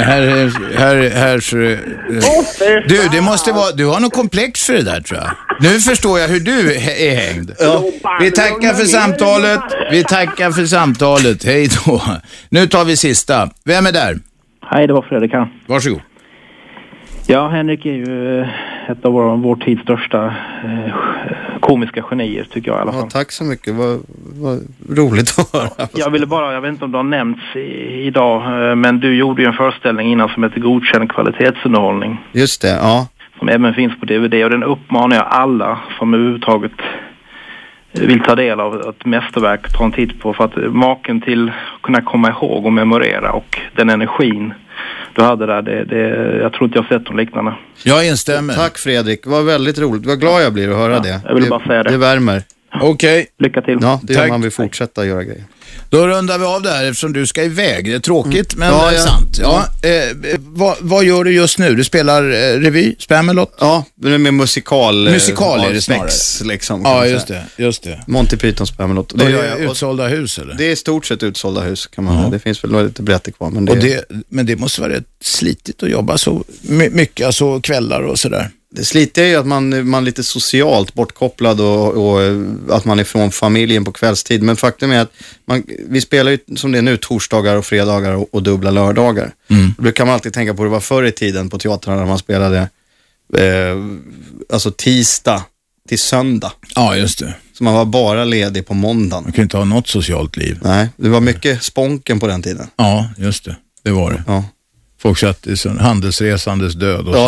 här det måste vara, du har något komplex för det där, tror jag. Nu förstår jag hur du är hängd. Ja. Vi tackar för samtalet. Hej då. Nu tar vi sista. Vem är där? Hej, det var Fredrik här. Varsågod. Ja, Henrik är ju ett av vår tids största komiska genier, tycker jag i alla fall. Ja, tack så mycket. Vad roligt att höra. Jag vet inte om det har nämnts idag, men du gjorde ju en föreställning innan som heter Godkänd kvalitetsunderhållning. Just det, ja. Som även finns på DVD, och den uppmanar jag alla som överhuvudtaget vill ta del av ett mästerverk ta en titt på, för att maken till att kunna komma ihåg och memorera och den energin du hade där, jag tror inte jag har sett någon liknande. Jag instämmer. Tack Fredrik, det var väldigt roligt. Vad glad jag blir att höra det. Jag vill bara säga det. Det värmer. Okej. Lycka till. Ja, det är man vill fortsätta göra grejer. Då rundar vi av det här eftersom du ska iväg. Det är tråkigt, men det är sant. Ja, vad gör du just nu? Du spelar revy, Spamalot? Ja, med musikal är det snarare. Liksom, ja, just det. Monty Python Spamalot. Det är utsålda hus, eller? Det är i stort sett utsålda hus, kan man säga. Det finns väl lite biljetter kvar. Men det måste vara rätt slitigt att jobba så mycket, alltså kvällar och sådär. Det sliter är ju att man är lite socialt bortkopplad och att man är från familjen på kvällstid. Men faktum är att vi spelar ju som det är nu torsdagar och fredagar och dubbla lördagar. Då kan man alltid tänka på det var förr i tiden på teatrarna när man spelade alltså tisdag till söndag. Ja, just det. Så man var bara ledig på måndagen. Man kan inte ha något socialt liv. Nej, det var mycket sponken på den tiden. Ja, just det. Det var det. Ja. Folk satt i sån handelsresandes död. Och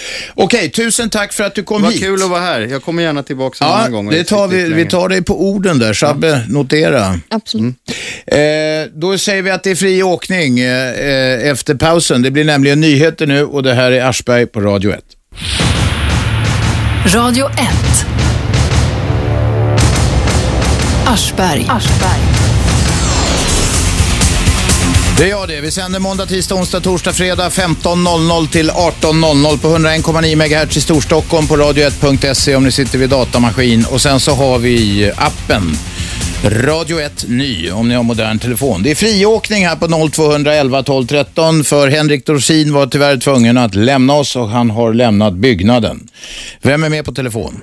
Okej, tusen tack för att du kom hit. Vad kul att vara här. Jag kommer gärna tillbaka en annan gång. Det tar vi tar dig på orden där. Shabbe, notera. Absolut. Då säger vi att det är fri åkning efter pausen. Det blir nämligen nyheter nu och det här är Aschberg på Radio 1. Radio 1. Aschberg. Det är jag det. Vi sänder måndag, tisdag, onsdag, torsdag, fredag 15.00 till 18.00 på 101,9 MHz i Storstockholm på radio1.se om ni sitter vid datamaskin. Och sen så har vi appen Radio 1 Ny om ni har modern telefon. Det är friåkning här på 0211 12 13 för Henrik Dorsin var tyvärr tvungen att lämna oss och han har lämnat byggnaden. Vem är med på telefon?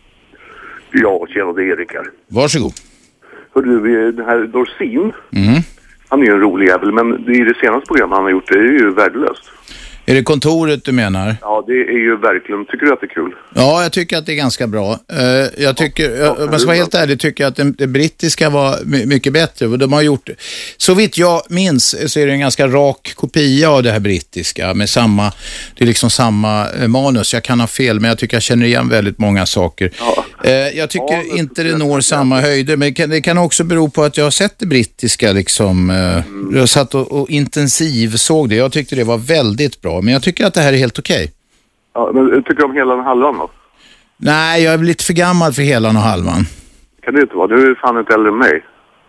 Ja, tjena, det är Erik här. Varsågod. Hör du, den här Dorsin, han är ju en rolig jävel, men det är det senaste programmet han har gjort, det är ju värdelöst. Är det kontoret du menar? Ja, det är ju verkligen. Tycker du att det är kul? Ja, jag tycker att det är ganska bra. Jag tycker, om jag ska vara helt ärlig, tycker jag att det brittiska var mycket bättre. De har gjort, så vitt jag minns så är det en ganska rak kopia av det här brittiska med samma, det är liksom samma manus. Jag kan ha fel, men jag tycker jag känner igen väldigt många saker. Ja. Jag tycker inte det når samma höjder, men det kan också bero på att jag har sett det brittiska liksom. Jag satt och intensiv såg det. Jag tyckte det var väldigt bra. Men jag tycker att det här är helt okej. Ja, men tycker du om Helan och Halvan då? Nej, jag är lite för gammal för Helan och Halvan. Kan det inte vara? Du är fan inte äldre än mig.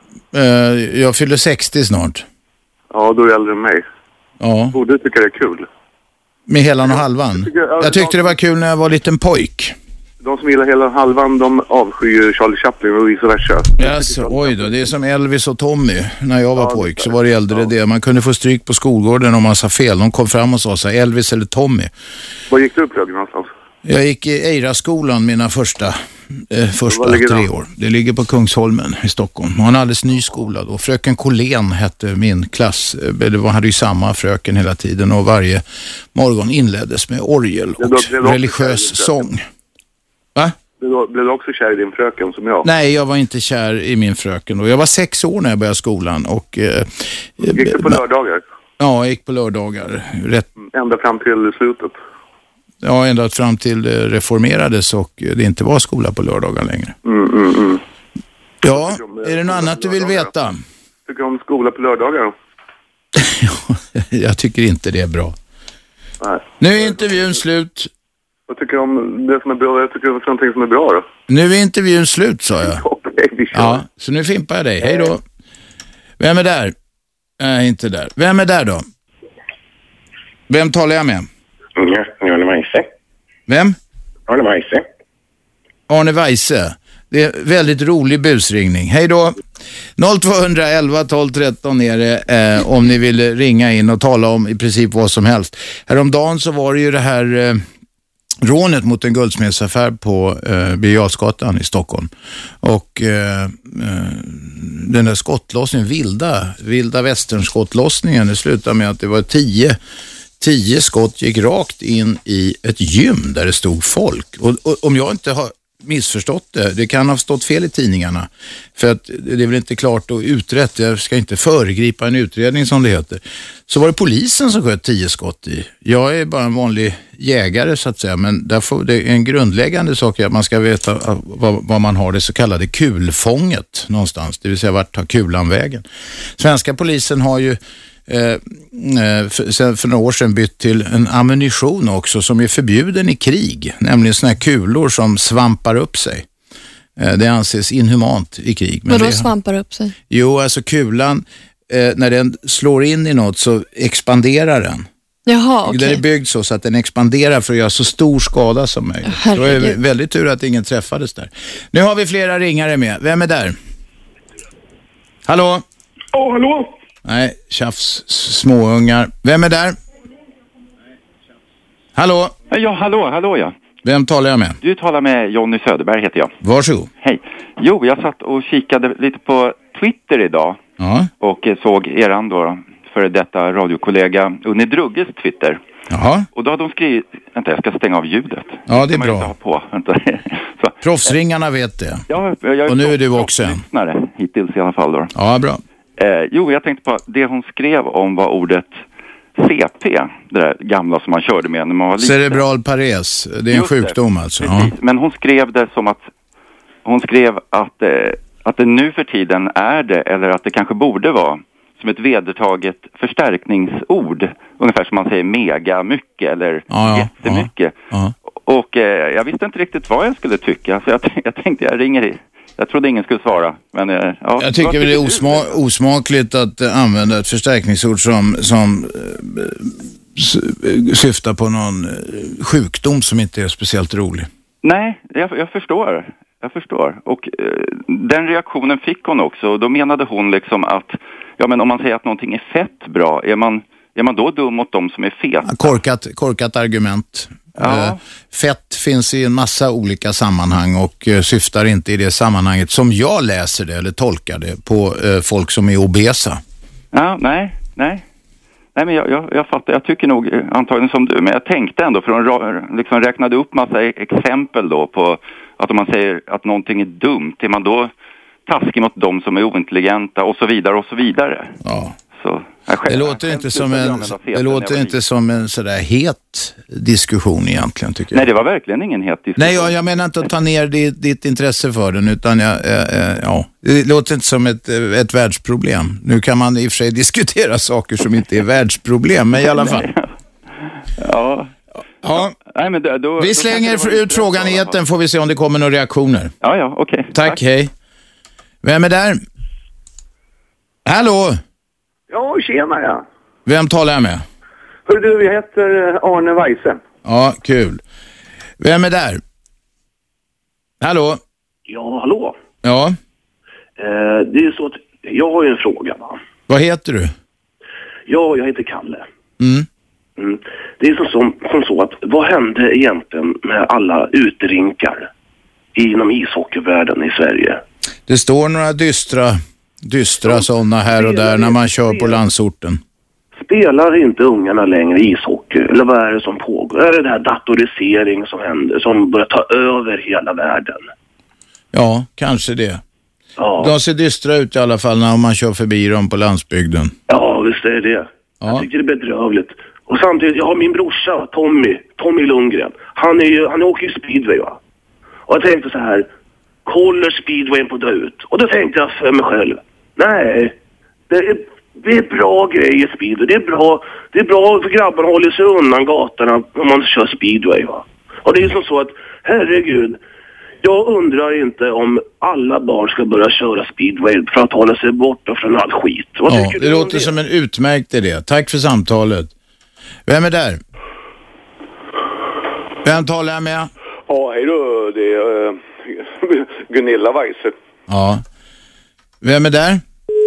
Jag fyller 60 snart. Ja, då är du äldre än mig. Ja. Och du tycker det är kul? Med Helan och Halvan? Jag tyckte det var kul när jag var liten pojk. De som gillar Helan och Halvan, de avskyr Charlie Chaplin och vice versa. Yes, oj då, det är som Elvis och Tommy. När jag var pojk så var det äldre det. Man kunde få stryk på skolgården om man sa fel. De kom fram och sa så här, Elvis eller Tommy. Var gick du upp någonstans? Jag gick i Eira-skolan mina första 3 år. Det ligger på Kungsholmen i Stockholm. Man har en alldeles ny skola då. Fröken Collén hette min klass. Det hade ju samma fröken hela tiden och varje morgon inleddes med orgel och religiös sång. Va? Blev du också kär i din fröken som jag? Nej, jag var inte kär i min fröken. Jag var 6 år när jag började skolan. Och, gick du på lördagar? Ja, jag gick på lördagar. Ända fram till slutet? Ja, ända fram till det reformerades och det inte var skola på lördagar längre. Ja, är det något annat du vill veta? Tycker du om skola på lördagar? Jag tycker inte det är bra. Nej. Nu är intervjun slut. Jag tycker om det som är bra. Jag tycker om någonting som är bra då. Nu är intervjun slut, sa jag. Ja, så nu fimpar jag dig. Hej då. Vem är där? Nej, inte där. Vem är där då? Vem talar jag med? Arne Weise. Vem? Arne Weise. Arne Weise. Det är väldigt rolig busringning. Hej då. 0211 12 13 är det om ni vill ringa in och tala om i princip vad som helst. Häromdagen så var det ju det här rånet mot en guldsmedsaffär på Birger Jarlsgatan i Stockholm. Och den där skottlossningen, vilda västernskottlossningen, det slutade med att det var 10 skott gick rakt in i ett gym där det stod folk. Och om jag inte har missförstått det kan ha stått fel i tidningarna. För att det är väl inte klart och utrett. Jag ska inte föregripa en utredning som det heter. Så var det polisen som sköt 10 skott i. Jag är bara en vanlig jägare så att säga. Men därför, det är en grundläggande sak att man ska veta vad man har det så kallade kulfånget någonstans. Det vill säga vart tar kulan vägen. Svenska polisen har ju för några år sedan bytt till en ammunition också som är förbjuden i krig, nämligen såna här kulor som svampar upp sig. Det anses inhumant i krig. Men vadå svampar upp sig? Jo, alltså kulan, när den slår in i något så expanderar den. Jaha, okej. Den är byggd så att den expanderar för att göra så stor skada som möjligt. Det är väldigt tur att ingen träffades där. Nu har vi flera ringare med. Vem är där? Hallå? Hallå? Nej, tjafs, småungar. Vem är där? Hallå? Ja, hallå ja. Vem talar jag med? Du talar med Jonny Söderberg heter jag. Varsågod. Hej. Jo, jag satt och kikade lite på Twitter idag. Ja. Och såg eran då, för detta radiokollega Unni Drugges Twitter. Jaha. Och då hade de skrivit, vänta jag ska stänga av ljudet. Ja, det är bra. Ha på. Så. Proffsringarna vet det. Ja, och nu är du också en. Hittills i alla fall då. Ja, bra. Jo, jag tänkte på det hon skrev om var ordet CP, det där gamla som man körde med när man var liten. Cerebral pares, det är en sjukdom alltså. Ja. Men hon skrev det som att hon skrev att det nu för tiden är det, eller att det kanske borde vara, som ett vedertaget förstärkningsord. Ungefär som man säger mega mycket eller jättemycket. Ja. Och jag visste inte riktigt vad jag skulle tycka. Så jag tänkte jag ringer i. Jag trodde ingen skulle svara. Men, jag tycker det är osmakligt att använda ett förstärkningsord som syftar på någon sjukdom som inte är speciellt rolig. Nej, jag förstår. Jag förstår. Och den reaktionen fick hon också. Och då menade hon liksom att men om man säger att någonting är fett bra, är man då dum mot dem som är fet? Korkat argument. Ja. Fett finns i en massa olika sammanhang och syftar inte i det sammanhanget som jag läser det eller tolkar det på folk som är obesa. Ja, nej, men jag fattar. Jag tycker nog antagligen som du, men jag tänkte ändå, för hon liksom räknade upp massa exempel då på att om man säger att någonting är dumt, är man då taskig mot dem som är ointelligenta och så vidare och så vidare. Ja. Så, det låter inte som en sådär het diskussion egentligen, tycker jag. Nej, det var verkligen ingen het diskussion. Nej, jag menar inte att ta ner ditt intresse för den, utan det låter inte som ett världsproblem. Nu kan man i och för sig diskutera saker som inte är världsproblem, men i alla fall. Ja. Nej, men vi slänger ut frågan i etern, får vi se om det kommer några reaktioner. Ja, okej. Tack, hej. Vem är där? Hallå? Ja, tjena ja. Vem talar jag med? Hör du, jag heter Arne Weise. Ja, kul. Vem är där? Hallå? Ja, hallå. Ja. Det är ju så att jag har ju en fråga, va? Vad heter du? Ja, jag heter Kalle. Mm. Det är som så att vad hände egentligen med alla uterinkar inom ishockeyvärlden i Sverige? Det står några dystra sådana här och där när man kör på landsorten. Spelar inte ungarna längre ishockey? Eller vad är det som pågår? Är det här datorisering som händer, som börjar ta över hela världen? Ja, kanske det. Ja. De ser dystra ut i alla fall när man kör förbi dem på landsbygden. Ja, visst är det. Ja. Jag tycker det är bedrövligt. Och samtidigt, jag har min brorsa, Tommy Lundgren. Han åker ju speedway, va? Och jag tänkte så här, håller speedwayen på att dö ut? Och då tänkte jag för mig själv, nej, det är bra grejer speedway. Det är bra för grabbarna håller sig undan gatorna om man kör speedway, va? Och det är som så att, herregud, jag undrar inte om alla barn ska börja köra speedway för att hålla sig borta från all skit. Ja, det låter som en utmärkt idé. Tack för samtalet. Vem är där? Vem talar jag med? Ja, hej då. Det är Gunilla Weise. Ja. Vem är där?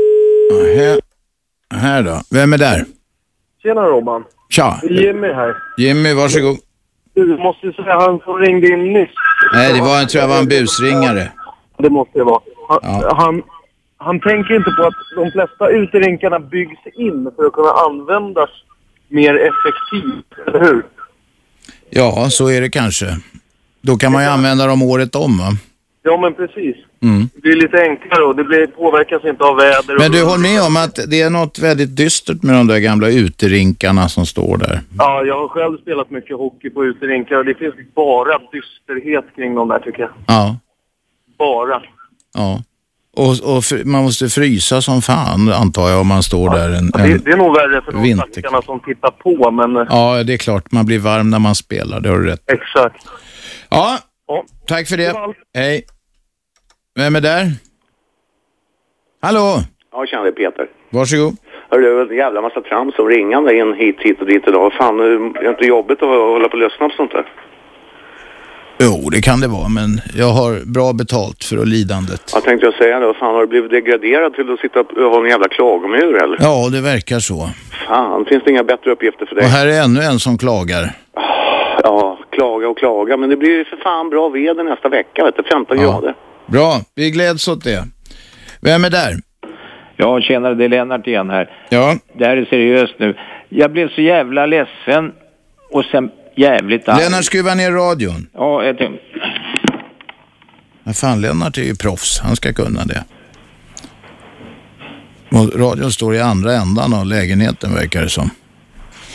Här då. Vem är där? Tjena Robban. Tja. Jimmy här. Jimmy, varsågod. Du måste ju säga han som ringde in nyss. Nej, tror jag var en busringare. Det måste det vara. Han tänker inte på att de flesta uterinkarna byggs in för att kunna användas mer effektivt, eller hur? Ja, så är det kanske. Då kan man ju använda dem året om, va? Ja, men precis. Mm. Det blir lite enklare och det påverkas inte av väder. Men du håller med om att det är något väldigt dystert med de där gamla uterinkarna som står där? Ja, jag har själv spelat mycket hockey på uterinkar och det finns bara dysterhet kring dem där, tycker jag. Ja. Bara. Ja. Och man måste frysa som fan, antar jag, om man står där det är nog värre för de stackarna som tittar på, men... Ja, det är klart. Man blir varm när man spelar, det har du rätt. Exakt. Ja, tack för det. Hej. Vem är där? Hallå? Ja, tjena, det är Peter. Varsågod. Hörru, det är en jävla massa trams som ringande in hit och dit idag. Fan, är det inte jobbigt att hålla på och lyssna på sånt där? Jo, det kan det vara, men jag har bra betalt för lidandet. Jag tänkte säga det, fan, har du blivit degraderad till att sitta och ha en jävla klagomur, eller? Ja, det verkar så. Fan, finns det inga bättre uppgifter för dig? Och här är ännu en som klagar. Ja, klaga, men det blir ju för fan bra väder nästa vecka, vet du, 15 grader. Bra, vi gläds åt det. Vem är där? Ja, tjänare, det är Lennart igen här. Ja. Det här är seriöst nu. Jag blev så jävla ledsen och sen jävligt arg. Lennart, skruva ner radion. Ja, jag tänkte... Men fan, Lennart är ju proffs. Han ska kunna det. Och radion står i andra ändan av lägenheten, verkar det som.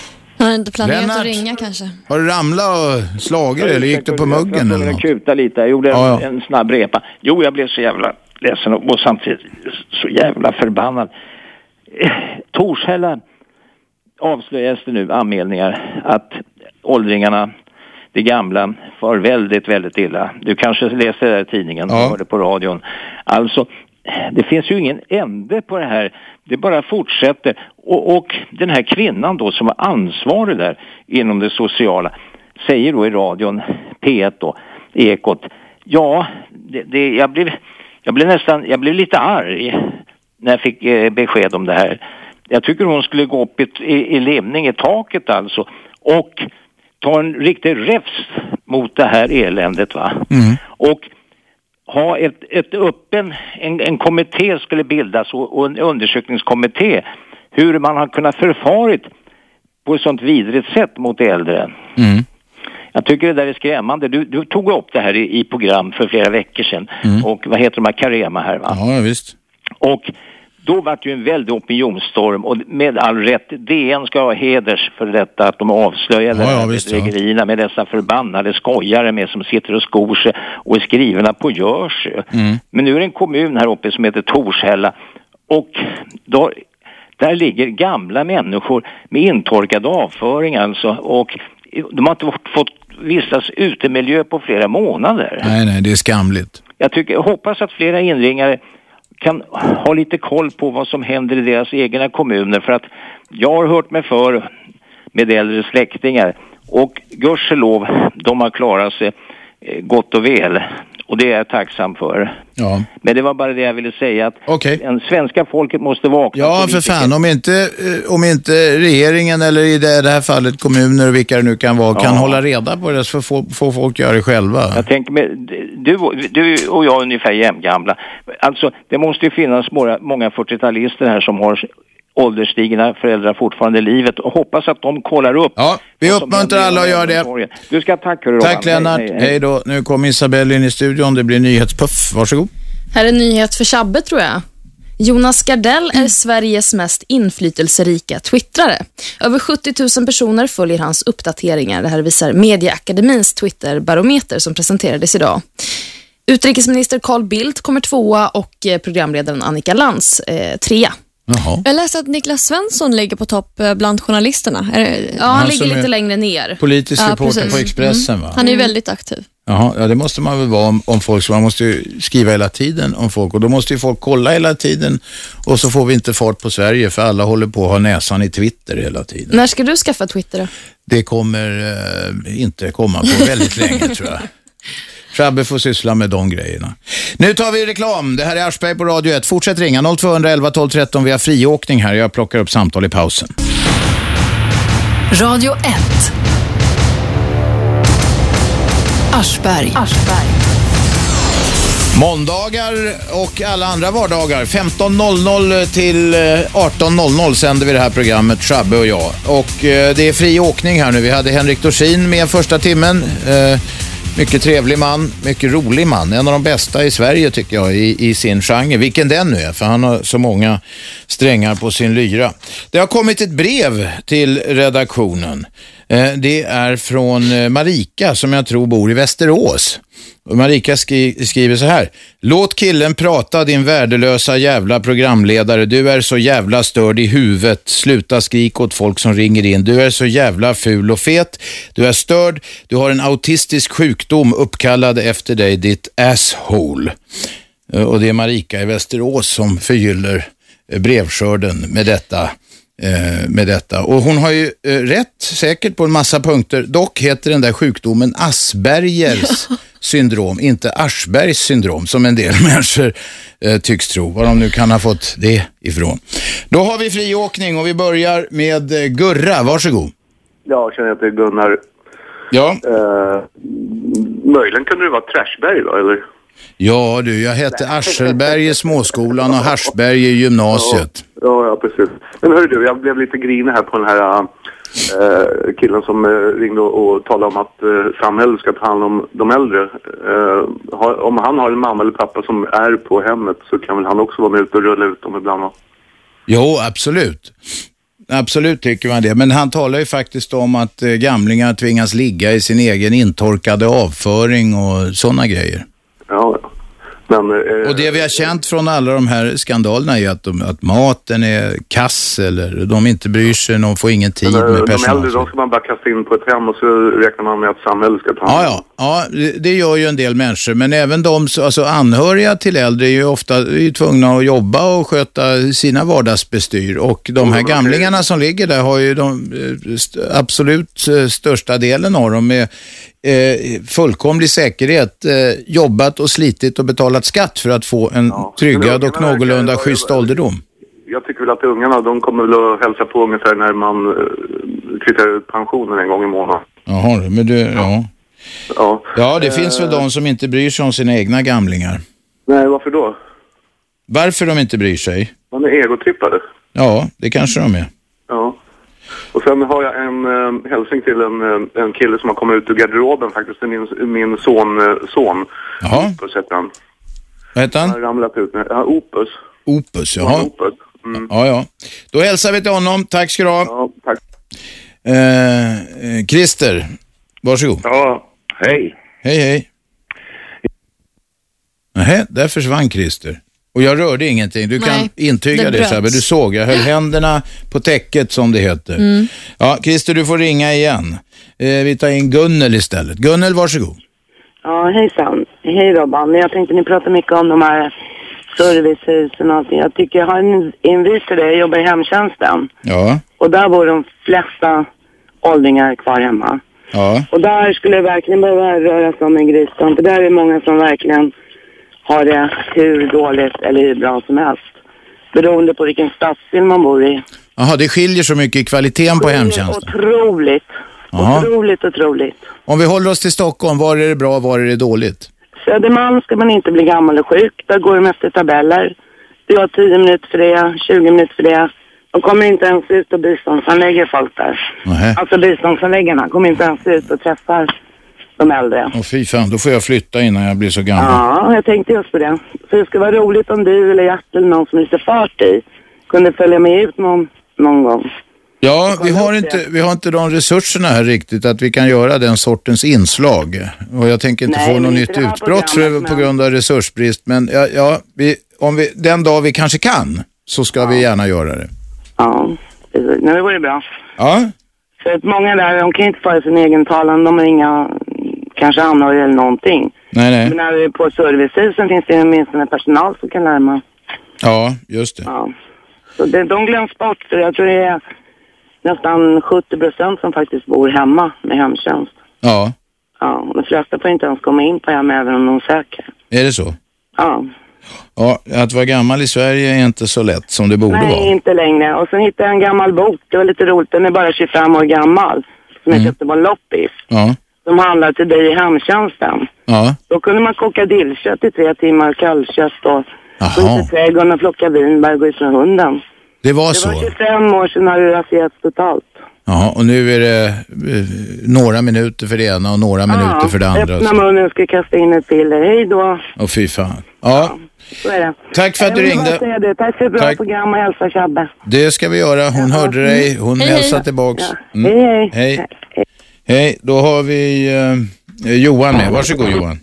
inte planerat Lennart, att ringa kanske. Har du ramlat och slagit eller gick du på muggen eller något? Jag kuta lite, jag gjorde en snabb repa. Jo, jag blev så jävla ledsen och samtidigt så jävla förbannad. Torshälla avslöjas det nu anmälningar att åldringarna, det gamla, far väldigt, väldigt illa. Du kanske läste det där i tidningen och hörde på radion. Alltså, det finns ju ingen ände på det här. Det bara fortsätter. Och den här kvinnan då som var ansvarig där inom det sociala säger då i radion, P1 då, Ekot. Ja, jag blev lite arg när jag fick besked om det här. Jag tycker hon skulle gå upp i lemning i taket alltså och ta en riktig räfs mot det här eländet va. Och ha en kommitté skulle bildas och en undersökningskommitté hur man har kunnat förfarit på ett sånt vidrigt sätt mot äldre. Jag tycker det där är skrämmande. Du tog upp det här i program för flera veckor sedan och vad heter de här Carema här va? Ja, visst. Och då var det ju en väldig opinionsstorm och med all rätt, DN ska ha heders för detta att de avslöjade bedrägerierna med dessa förbannade skojare med som sitter och skor sig och är skrivna på Görsö. Men nu är det en kommun här uppe som heter Torshälla och då, där ligger gamla människor med intorkad avföring alltså och de har inte fått vistas utemiljö på flera månader. Nej, det är skamligt. Jag hoppas att flera inringare kan ha lite koll på vad som händer i deras egna kommuner för att jag har hört mig för med äldre släktingar och gudskelov de har klarat sig gott och väl och det är jag tacksam för. Ja. Men det var bara det jag ville säga att den svenska folket måste vakna. Ja, för fan, om inte regeringen eller i det här fallet kommuner och vilka det nu kan vara kan hålla reda på det så får folk göra det själva. Jag tänker med du och jag är ungefär jämngamla. Alltså det måste ju finnas många 40-talister här som har ålderstigna föräldrar fortfarande i livet och hoppas att de kollar upp. Ja, vi uppmuntrar alla att göra det. Du ska tacka. Tack Lennart. Hej då. Nu kommer Isabelle in i studion. Det blir nyhetspuff. Varsågod. Här är en nyhet för Chabbe tror jag. Jonas Gardell är Sveriges mest inflytelserika twittrare. Över 70 000 personer följer hans uppdateringar. Det här visar Mediaakademins Twitter-barometer som presenterades idag. Utrikesminister Carl Bildt kommer 2:a och programledaren Annika Lantz 3:a. Jaha. Jag läste att Niklas Svensson ligger på topp bland journalisterna. Ja, han ligger lite längre ner. Politisk reporter på Expressen va? Han är ju väldigt aktiv. Jaha, ja det måste man väl vara om folk, så man måste ju skriva hela tiden om folk och då måste ju folk kolla hela tiden och så får vi inte fart på Sverige för alla håller på att ha näsan i Twitter hela tiden. När ska du skaffa Twitter då? Det kommer inte komma på väldigt länge tror jag. Shabbe får syssla med de grejerna. Nu tar vi reklam. Det här är Aschberg på Radio 1. Fortsätt ringa 0211 12 13. Vi har friåkning här. Jag plockar upp samtal i pausen. Radio 1. Aschberg. Måndagar och alla andra vardagar 15.00 till 18.00 sänder vi det här programmet, Shabbe och jag. Och det är fri åkning här nu. Vi hade Henrik Dorsin med första timmen. Mycket trevlig man, mycket rolig man. En av de bästa i Sverige tycker jag i sin genre. Vilken den nu är, för han har så många strängar på sin lyra. Det har kommit ett brev till redaktionen. Det är från Marika som jag tror bor i Västerås. Och Marika skriver så här: låt killen prata, din värdelösa jävla programledare. Du är så jävla störd i huvudet. Sluta skrik åt folk som ringer in. Du är så jävla ful och fet. Du är störd. Du har en autistisk sjukdom uppkallad efter dig, ditt asshole. Och det är Marika i Västerås som förgyller brevskörden med detta. Och hon har ju rätt säkert på en massa punkter. Dock heter den där sjukdomen Aspergers syndrom, inte Aschbergs syndrom som en del människor tycks tro. Vad de nu kan ha fått det ifrån. Då har vi friåkning och vi börjar med Gurra. Varsågod. Ja, jag känner att det är Gunnar. Ja. Möjligen kunde det vara Trashberg då, eller? Ja du, jag hette Aschelberg i småskolan och Haschberg i gymnasiet. Ja, precis. Men hörru du, jag blev lite grinig här på den här killen som ringde och talade om att samhället ska ta hand om de äldre. Om han har en mamma eller pappa som är på hemmet så kan väl han också vara med ut och rulla ut dem ibland? Jo, absolut. absolut tycker man det. Men han talar ju faktiskt om att gamlingar tvingas ligga i sin egen intorkade avföring och sådana grejer. Ja. Men, och det vi har känt från alla de här skandalerna är att maten är kass eller de inte bryr sig, de får ingen tid med personal. De äldre, de ska man bara kasta in på ett hem och så räknar man med att samhället ska ta hand om. Ja, det gör ju en del människor, men även de, alltså anhöriga till äldre är ju ofta tvungna att jobba och sköta sina vardagsbestyr, och de här gamlingarna som ligger där har ju de absolut största delen av dem med fullkomlig säkerhet jobbat och slitit och betalat skatt för att få en tryggad och någorlunda schysst ålderdom. Jag tycker väl att ungarna, de kommer väl att hälsa på ungefär när man kvittar ut pensionen en gång i månaden. Jaha, men du, ja, det finns väl de som inte bryr sig om sina egna gamlingar. Nej, varför då? Varför de inte bryr sig? De är egotrippade. Ja, det kanske de är. Ja. Och sen har jag en hälsning till en kille som har kommit ut ur garderoben faktiskt. Det är min son. Jaha. Opus heter han. Vad heter han? Han har ramlat ut med. Ja, Opus. Opus, jaha. Opus. Ja. Då hälsar vi till honom. Tack ska du ha. Ja, tack. Christer, varsågod. Ja, hej. Hej. Nej, där försvann Christer. Och jag rörde ingenting. Du kan intyga det, Sabbe. Du såg, jag höll händerna på täcket som det heter. Ja, Christer, du får ringa igen. Vi tar in Gunnel istället. Gunnel, varsågod. Ja, hejsan. Hej Robban. Jag tänkte ni pratar mycket om de här servicehusen och allting. Jag tycker jag har en invit till det. Jag jobbar i hemtjänsten. Ja. Och där bor de flesta åldringar kvar hemma. Ja. Och där skulle det verkligen behöva röra sig om en gristomp. För där är många som verkligen har det hur dåligt eller hur bra som helst. Beroende på vilken stadsdel man bor i. Jaha, det skiljer så mycket i kvaliteten på hemtjänsten. Otroligt. Aha. Otroligt. Om vi håller oss till Stockholm, var är det bra, var är det dåligt? Södermalm ska man inte bli gammal och sjuk. Där går de efter tabeller. Du har 10 minuter för det, 20 minuter för det. De kommer inte ens ut och biståndsanlägger folk där. Alltså biståndsanläggarna kommer inte ens ut och träffar de äldre. Fy fan, då får jag flytta innan jag blir så gammal. Ja, jag tänkte just på det. Så det skulle vara roligt om du eller Gert eller någon som är lite fart i kunde följa med ut någon gång. Ja, vi har inte de resurserna här riktigt att vi kan göra den sortens inslag. Och jag tänker inte få något nytt utbrott på grund av resursbrist. Men den dag vi kanske kan så ska vi gärna göra det. Ja, det vore bra. Ja. För att många där, de kan inte föra sin egen talan. De har inga, kanske anhöriga eller någonting. Nej. Men när vi är på servicehusen finns det minst en personal som kan larma. Ja, just det. Ja. Så de glöms bort. Så jag tror det är nästan 70% som faktiskt bor hemma med hemtjänst. Ja. Ja, de flesta får inte ens komma in på hem även om de söker. Är det så? Ja. Ja, att vara gammal i Sverige är inte så lätt som det borde vara. Nej, inte längre. Och sen hittade jag en gammal bok. Det var lite roligt. Den är bara 25 år gammal. Som jag köpte på en loppis. Ja. Som handlar till dig i hemtjänsten. Ja. Då kunde man koka dillkött i 3 timmar, kallkött och gå ut i trädgården och plocka vinbär och gå ut med hunden. Det var så? Det var 25 år sedan har det raserats totalt. Ja, och nu är det några minuter för det ena och några minuter för det andra. Öppna munnen, ska kasta in ett piller. Hej då. Åh fy fan. Ja. Så är det. Tack för att du ringde. Det. Tack för ett bra program och hälsa Chabbe. Det ska vi göra. Hon hörde dig. Hon hälsar tillbaks. Ja. Hej. Hej. Då har vi Johan med. Varsågod Johan.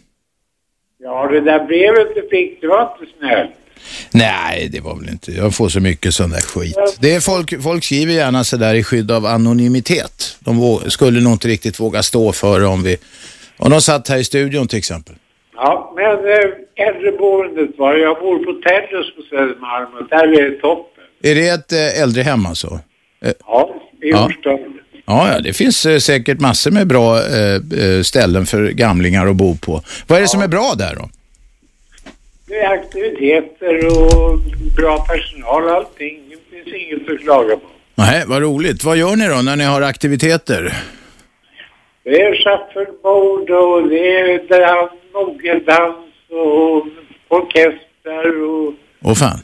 Ja, det där brevet du fick, det var inte snällt. Nej, det var väl inte. Jag får så mycket sån där skit. Det är folk skriver gärna så där i skydd av anonymitet. De skulle nog inte riktigt våga stå för om de satt här i studion till exempel. Ja, men äldreboendet var jag bor på Tellus på Södermalm och där är det toppen. Är det ett äldrehem alltså? Ja, i Årstaden. Ja, det finns säkert massor med bra ställen för gamlingar att bo på. Vad är det som är bra där då? Det är aktiviteter och bra personal och allting. Det finns inget att klaga på. Nej, vad roligt. Vad gör ni då när ni har aktiviteter? Det är shuffleboard och det är mogeldans och orkester och... Åh fan.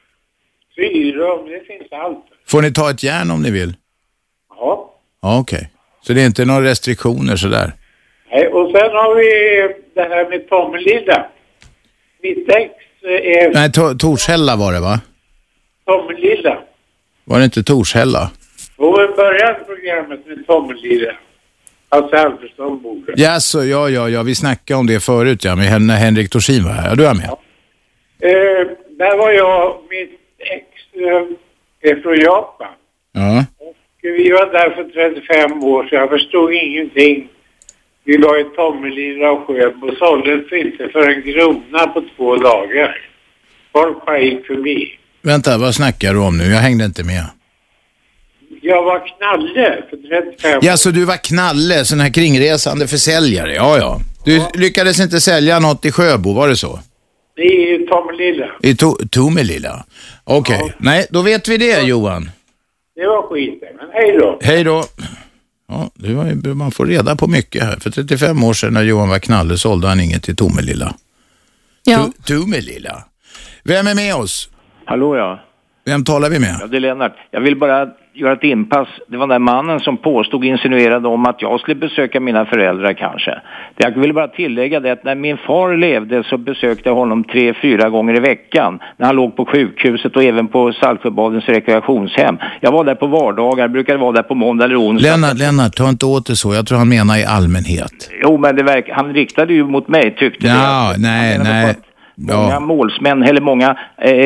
Syrum, det finns allt. Får ni ta ett järn om ni vill? Ja. Ja, okej. Så det är inte några restriktioner sådär? Nej, och sen har vi det här med Tommelilla. Mitt ex är... Nej, Torshälla var det va? Tommelilla. Var det inte Torshälla? Och i början programmet med Tommelida. Alltså Alfredsson borde. Ja, så, ja, vi snackade om det förut, ja, med när Henrik Dorsin var här. Ja, du är med. Ja. Där var jag, mitt ex är från Japan. Ja. Och vi var där för 35 år så jag förstod ingenting. Vi la i Tommelida och sköp och såldes inte för en krona på 2 dagar. Folk bara gick förbi. Vänta, vad snackar du om nu? Jag hängde inte med. Jag var knalle för 35 år. Ja, så du var knalle, sån här kringresande försäljare. Ja. Du lyckades inte sälja något i Sjöbo, var det så? I Tommelilla. I Tommelilla. Okej. Ja. Nej, då vet vi det, Johan. Det var skiten, men hej då. Hej då. Ja, man får reda på mycket här. För 35 år sedan när Johan var knalle sålde han inget till Tommelilla. Ja. Tommelilla. Vem är med oss? Hallå, ja. Vem talar vi med? Ja, det är Lennart. Jag vill bara göra ett inpass. Det var den där mannen som insinuerade om att jag skulle besöka mina föräldrar kanske. Jag vill bara tillägga det att när min far levde så besökte jag honom 3-4 gånger i veckan. När han låg på sjukhuset och även på Saltsjöbadens rekreationshem. Jag var där på vardagar, brukade vara där på måndag eller onsdag. Lennart, ta inte åt det så. Jag tror han menar i allmänhet. Jo, men han riktade ju mot mig, tyckte jag. Ja, nej. Många målsmän eller många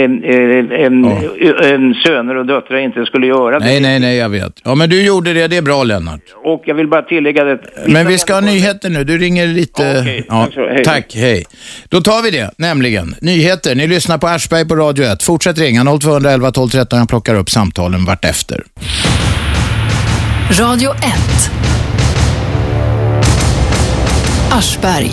söner och döttrar inte skulle göra det. Nej, jag vet. Ja, men du gjorde det är bra, Lennart. Och jag vill bara tillägga det. Men vi ska ha nyheter nu, du ringer lite... Okay. Ja, hej. Tack, hej. Då tar vi det, nämligen. Nyheter, ni lyssnar på Aschberg på Radio 1. Fortsätt ringa 0211 12 13, jag plockar upp samtalen vart efter. Radio 1. Aschberg.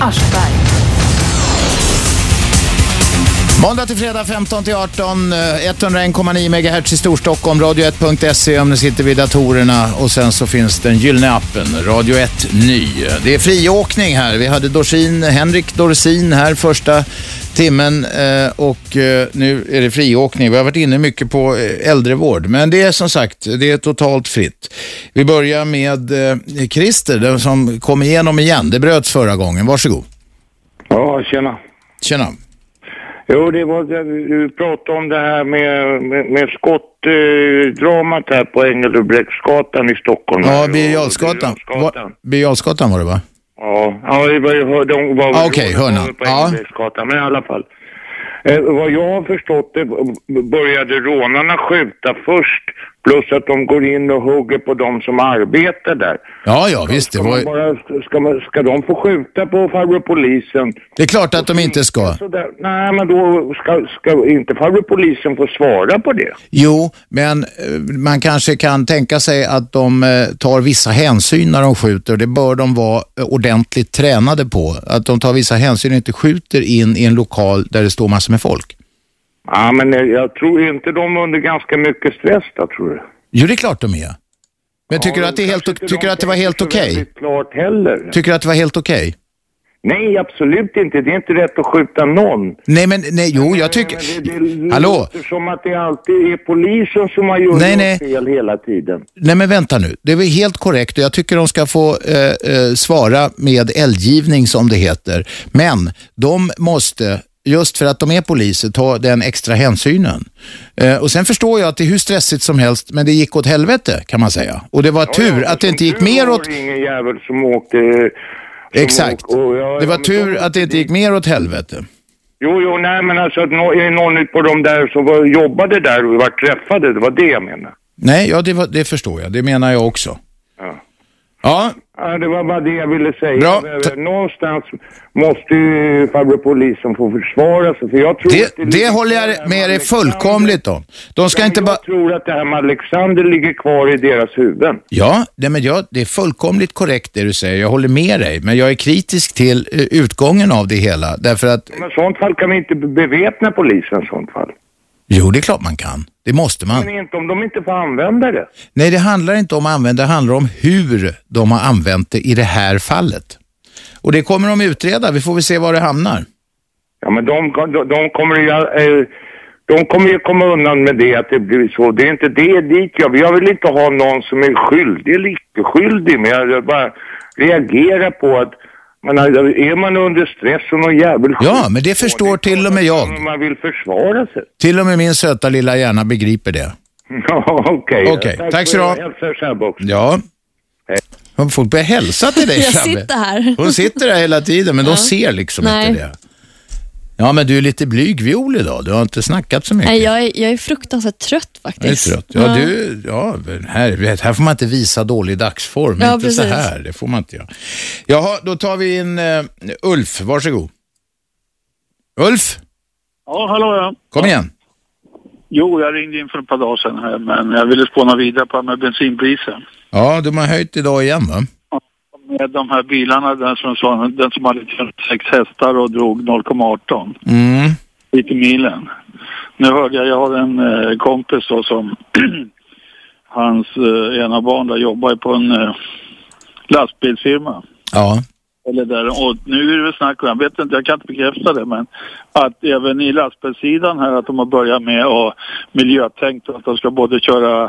Måndag till fredag 15-18, 101,9 MHz i Storstockholm, radio1.se om ni sitter vid datorerna, och sen så finns den gyllene appen, Radio 1 Ny. Det är friåkning här, vi hade Henrik Dorsin här första timmen och nu är det friåkning. Vi har varit inne mycket på äldrevård, men det är som sagt, det är totalt fritt. Vi börjar med Christer, den som kom igenom igen, det bröts förra gången, varsågod. Ja, tjena. Jo, det var du pratade om det här med skottdramat här på Engelbrektsgatan i Stockholm. Ja, Birger Jarlsgatan var det, va? Ja, det var ju okej, hörna. På Engelbrektsgatan, men i alla fall. Vad jag har förstått det började rånarna skjuta först, plus att de går in och hugger på de som arbetar där. Ja, visst. Ska de få skjuta på farbror polisen? Det är klart att de inte ska. Nej, men då ska inte farbror polisen få svara på det. Jo, men man kanske kan tänka sig att de tar vissa hänsyn när de skjuter. Det bör de vara ordentligt tränade på. Att de tar vissa hänsyn och inte skjuter in i en lokal där det står massor med folk. Ja, men jag tror inte de är under ganska mycket stress då, tror du? Jo, det är klart de är. Men tycker du att det var helt okej? Klart heller. Tycker du att det var helt okej? Nej, absolut inte. Det är inte rätt att skjuta någon. Jag tycker... Hallå? Det låter som att det alltid är polisen som har gjort fel hela tiden. Nej, men vänta nu. Det är väl helt korrekt och jag tycker de ska få svara med eldgivning som det heter. Men de måste... Just för att de är poliser, ta den extra hänsynen. Och sen förstår jag att det är hur stressigt som helst, men det gick åt helvete kan man säga. Och det var tur att det inte gick mer åt... Det var ingen jävel som åkte... Exakt. Det var tur att det inte gick mer åt helvete. Jo, nej, men alltså är det någon på de där som jobbade där och var träffade, det var det jag menar. Nej, ja, det förstår jag. Det menar jag också. Ja. Ja, det var bara det jag ville säga. Bra. Någonstans måste ju farbror polisen få försvara sig. För jag tror det håller jag med dig fullkomligt om. De ska inte bara... Jag tror att det här med Alexander ligger kvar i deras huvuden. Ja, det är fullkomligt korrekt det du säger. Jag håller med dig. Men jag är kritisk till utgången av det hela. Därför att... Men i sånt fall kan vi inte beväpna polisen i sånt fall. Jo, det är klart man kan. Det måste man. Men inte om de inte får använda det. Nej, det handlar inte om att använda. Det handlar om hur de har använt det i det här fallet. Och det kommer de utreda. Vi får väl se var det hamnar. Ja, men de kommer ju komma undan med det att det blir så. Det är inte det dit jag vill inte ha någon som är skyldig. Men jag bara reagerar på att är man under stress och någon jävel... Ja, men det förstår till och med jag. Man vill försvara sig. Till och med min söta lilla hjärna begriper det. Ja, okej. Tack så du ha. Ja. Hon får börja hälsa till dig, jag sitter här. Hon sitter där hela tiden, men de ser liksom inte det. Ja, men du är lite blyg viol idag. Du har inte snackat så mycket. Nej, jag är fruktansvärt trött faktiskt. Jag är trött. Här får man inte visa dålig dagsform. Ja, inte precis. så här, det får man inte göra. Jaha, då tar vi in Ulf. Varsågod. Ulf? Ja, hallå ja. Kom igen. Jo, jag ringde in för ett par dagar sedan här, men jag ville spåna vidare på med bensinpriser. Ja, de har höjt idag igen, va? Med de här bilarna, den som hade 6 hästar och drog 0,18 lite milen. Nu hörde jag har en kompis då som hans ena barn där jobbar på en lastbilsfirma. Ja. Eller där, och nu är det snack, jag vet inte, jag kan inte bekräfta det, men att även i lastbilssidan här att de har börjat med och miljötänkt att de ska både köra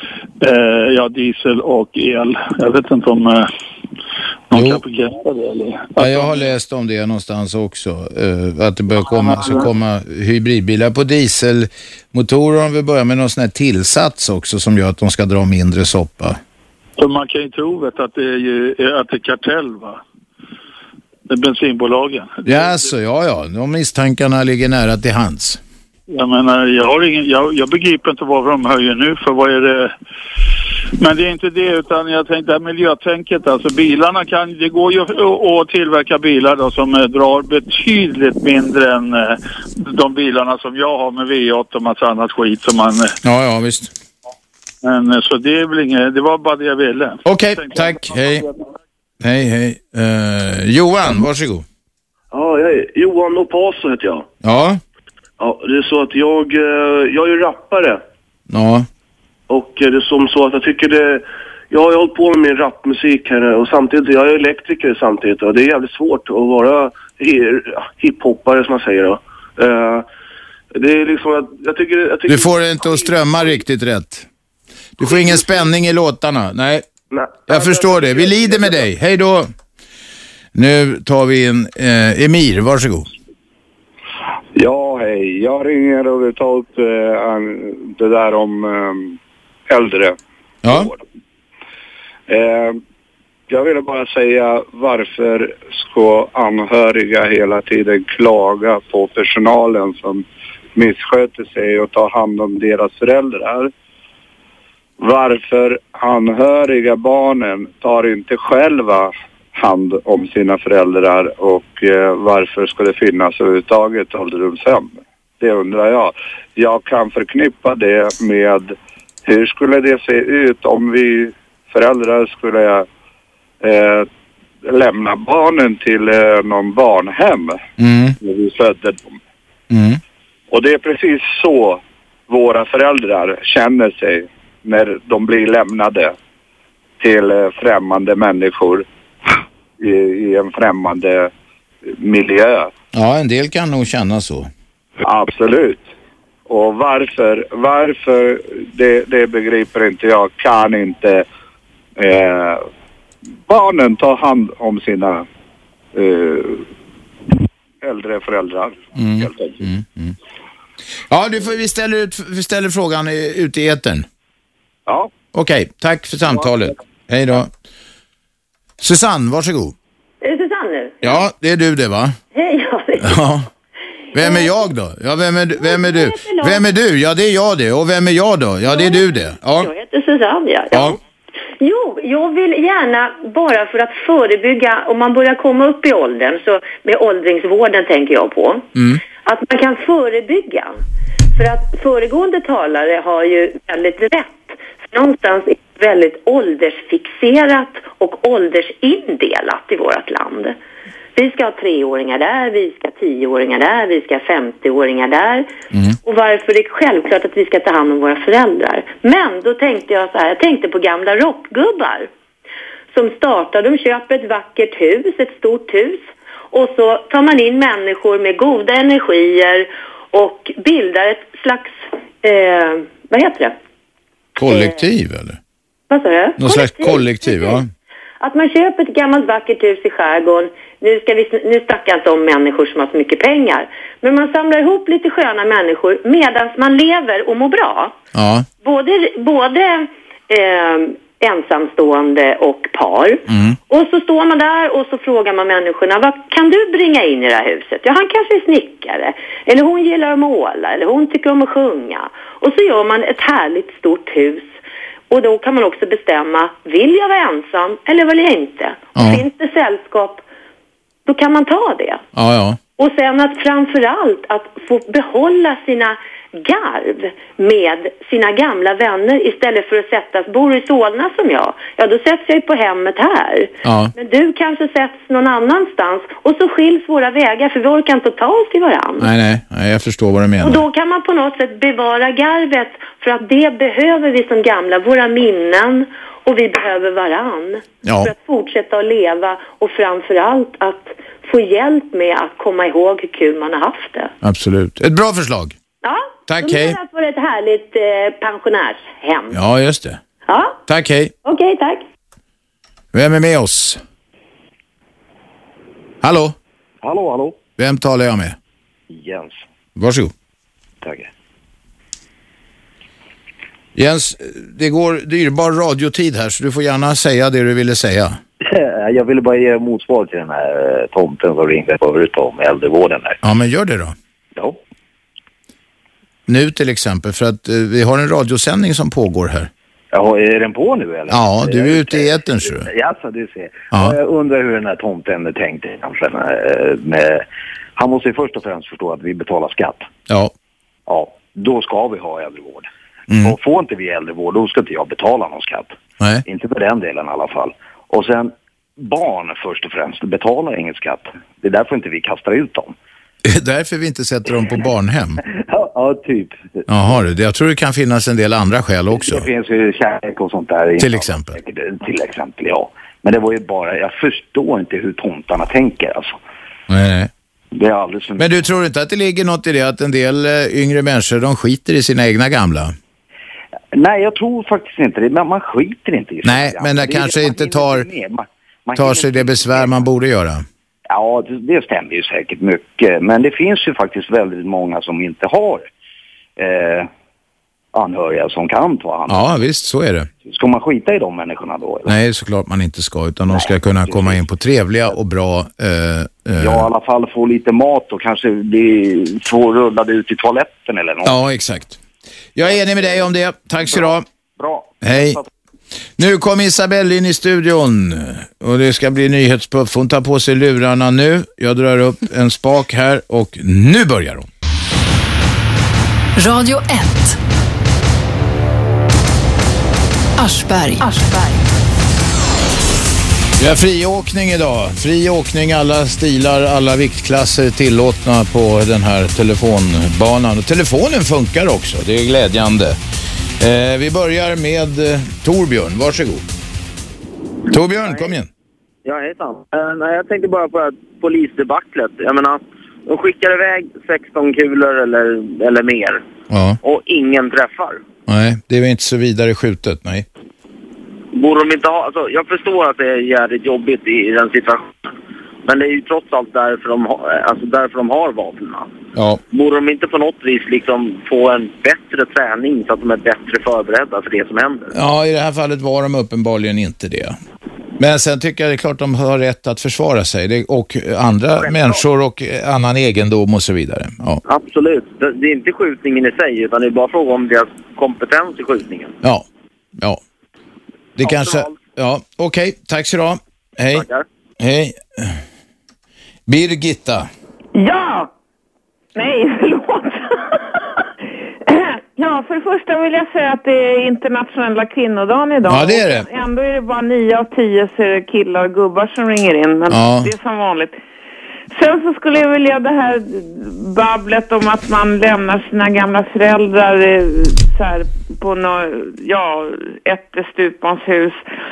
diesel och el. Jag vet inte om någon kan bekräfta det eller? Ja, jag har läst om det någonstans också, att det börjar komma hybridbilar på dieselmotorer. Om vi börjar med någon sån här tillsats också som gör att de ska dra mindre soppa. För man kan ju tro att det är kartell, va? Det är bensinbolagen. Ja. De misstankarna ligger nära till hands. Jag menar, jag begriper inte varför de höjer nu, för vad är det? Men det är inte det, utan jag tänkte här miljötänket, alltså bilarna det går ju att tillverka bilar då som drar betydligt mindre än de bilarna som jag har med V8 och massa annat skit som man... Ja, visst. Men så det är väl inget, det var bara det jag ville. Okej, tack, hej. Hej. Johan, varsågod. Ja, Johan Opaso heter jag. Ja. Ja, det är så att jag är ju rappare. Ja. Och det är som så att jag tycker jag har hållit på med min rapmusik här och samtidigt, jag är elektriker samtidigt och det är jävligt svårt att vara hiphoppare som man säger då. Det är liksom att jag tycker... Du får inte att strömma riktigt rätt. Du får ingen spänning i låtarna. Nej. Jag förstår det. Vi lider med dig. Hej då. Nu tar vi in Emir. Varsågod. Ja, hej. Jag ringer och vill ta upp det där om äldre. Ja. Jag ville bara säga, varför ska anhöriga hela tiden klaga på personalen som missköter sig och tar hand om deras föräldrar? Varför anhöriga barnen tar inte själva hand om sina föräldrar och varför ska det finnas överhuvudtaget ålderdomshem? Det undrar jag. Jag kan förknippa det med hur skulle det se ut om vi föräldrar skulle lämna barnen till någon barnhem när vi födde dem. Och det är precis så våra föräldrar känner sig när de blir lämnade till främmande människor i en främmande miljö. Ja, en del kan nog känna så. Absolut. Och varför det begriper inte jag. Kan inte barnen ta hand om sina äldre föräldrar? Helt enkelt. Ja, vi ställer frågan ut i etern. Ja. Okej, tack för samtalet. Hej då. Susanne, varsågod. Är det Susanne nu? Ja, det är du det, va? Hej, ja. Vem är jag då? Ja, vem är du? Vem är du? Ja, det är jag det. Och vem är jag då? Ja, det är du det. Ja. Jag heter Susanne, ja. Jo, jag vill gärna, bara för att förebygga, om man börjar komma upp i åldern, så med åldringsvården tänker jag på, att man kan förebygga. För att föregående talare har ju väldigt rätt. För någonstans är det väldigt åldersfixerat och åldersindelat i vårt land. Vi ska ha 3-åringar där, vi ska ha 10-åringar där, vi ska ha 50-åringar där. Och varför det är självklart att vi ska ta hand om våra föräldrar. Men då tänkte jag så här, jag tänkte på gamla rockgubbar som startar, de köper ett vackert hus, ett stort hus. Och så tar man in människor med goda energier och bildar ett slags, vad heter det? Kollektiv eller? Vad sa du? Någon slags kollektiv, ja. Att man köper ett gammalt vackert hus i skärgården. Nu snackar jag inte om människor som har så mycket pengar. Men man samlar ihop lite sköna människor medan man lever och mår bra. Ja. både ensamstående och par. Och så står man där och så frågar man människorna, vad kan du bringa in i det här huset? Ja, han kanske är snickare. Eller hon gillar att måla. Eller hon tycker om att sjunga. Och så gör man ett härligt stort hus. Och då kan man också bestämma, vill jag vara ensam eller vill jag inte? Och finns det sällskap, då kan man ta det. Ja. Och sen att framförallt att få behålla sina garv med sina gamla vänner istället för att sättas, bor du i Solna som jag? Ja, då sätts jag ju på hemmet här. Ja. Men du kanske sätts någon annanstans och så skiljs våra vägar för vi orkar inte ta oss till varandra. Nej, jag förstår vad du menar. Och då kan man på något sätt bevara garvet för att det behöver vi som gamla, våra minnen, och vi behöver varann för att fortsätta att leva och framförallt att få hjälp med att komma ihåg hur kul man har haft det. Absolut. Ett bra förslag. Ja, tack, hej. För ett härligt pensionärshem. Ja, just det. Ja. Tack, hej. Okej, tack. Vem är med oss? Hallå? Hallå. Vem talar jag med? Jens. Varsågod. Tack. Jens, det går dyrbar radiotid här så du får gärna säga det du ville säga. Jag ville bara ge motsvar till den här tomten som ringde förut om äldrevården här. Ja, men gör det då. Ja. Nu till exempel, för att vi har en radiosändning som pågår här. Ja, är den på nu eller? Ja, du är ute i etern, så. Ja, så du ser. Ja. Jag undrar hur den här tomten tänkte kanske. Han måste ju först och främst förstå att vi betalar skatt. Ja. Ja, då ska vi ha äldrevård. Mm. Och får inte vi äldrevård, då ska inte jag betala någon skatt. Nej. Inte för den delen i alla fall. Och sen, barn först och främst betalar ingen skatt. Det är därför inte vi kastar ut dem. Det är därför vi inte sätter dem på barnhem. Ja, typ. Jaha, jag tror det kan finnas en del andra skäl också. Det finns ju kärlek och sånt där. Till exempel. Till exempel, ja. Men det var ju bara, jag förstår inte hur tomtarna tänker alltså. Nej. Det är alldeles för... Men du tror inte att det ligger något i det att en del yngre människor, de skiter i sina egna gamla? Nej, jag tror faktiskt inte det. Men man skiter inte i sina Nej, gamla. men det kanske inte tar sig det besvär man borde göra. Ja, det stämmer ju säkert mycket. Men det finns ju faktiskt väldigt många som inte har anhöriga som kan ta hand. Ja, visst, så är det. Ska man skita i de människorna då? Eller? Nej, såklart man inte ska. Utan de ska kunna komma in på trevliga och bra... Ja, i alla fall få lite mat och kanske få rullade ut i toaletten eller något. Ja, exakt. Jag är enig med dig om det. Tack så du ha. Bra. Hej. Nu kom Isabelle in i studion och det ska bli nyhetspuff. Hon tar på sig lurarna nu. Jag drar upp en spak här och nu börjar hon. Radio 1. Aschberg. Vi har friåkning idag. Friåkning, alla stilar, alla viktklasser tillåtna på den här telefonbanan. Och telefonen funkar också, det är glädjande. Vi börjar med Torbjörn, varsågod. Torbjörn, kom igen. Ja, hejsan. Nej, jag tänkte bara på det här polisdebaclet. Jag menar, de skickar iväg 16 kulor eller mer. Ja. Och ingen träffar. Nej, det är väl inte så vidare skjutet, nej. Borde de inte ha... Alltså, jag förstår att det är jävligt jobbigt i den situationen. Men det är ju trots allt därför de har vapnen. Ja. Borde de inte på något vis liksom få en bättre träning så att de är bättre förberedda för det som händer? Ja, i det här fallet var de uppenbarligen inte det. Men sen tycker jag det är klart de har rätt att försvara sig. Och andra människor och annan egendom och så vidare. Ja. Absolut. Det är inte skjutningen i sig utan det är bara fråga om deras kompetens i skjutningen. Ja. Det kanske... Ja, okej. Tack så du ha. Hej. Tackar. Hej. Birgitta. Ja! Nej, förlåt. Ja, för det första vill jag säga att det är internationella kvinnodagen idag. Ja, det är det. Ändå är det bara 9 av 10 så är det killar och gubbar som ringer in. Men det är som vanligt. Sen så skulle jag vilja det här babblet om att man lämnar sina gamla föräldrar så här på ett stupmanshus.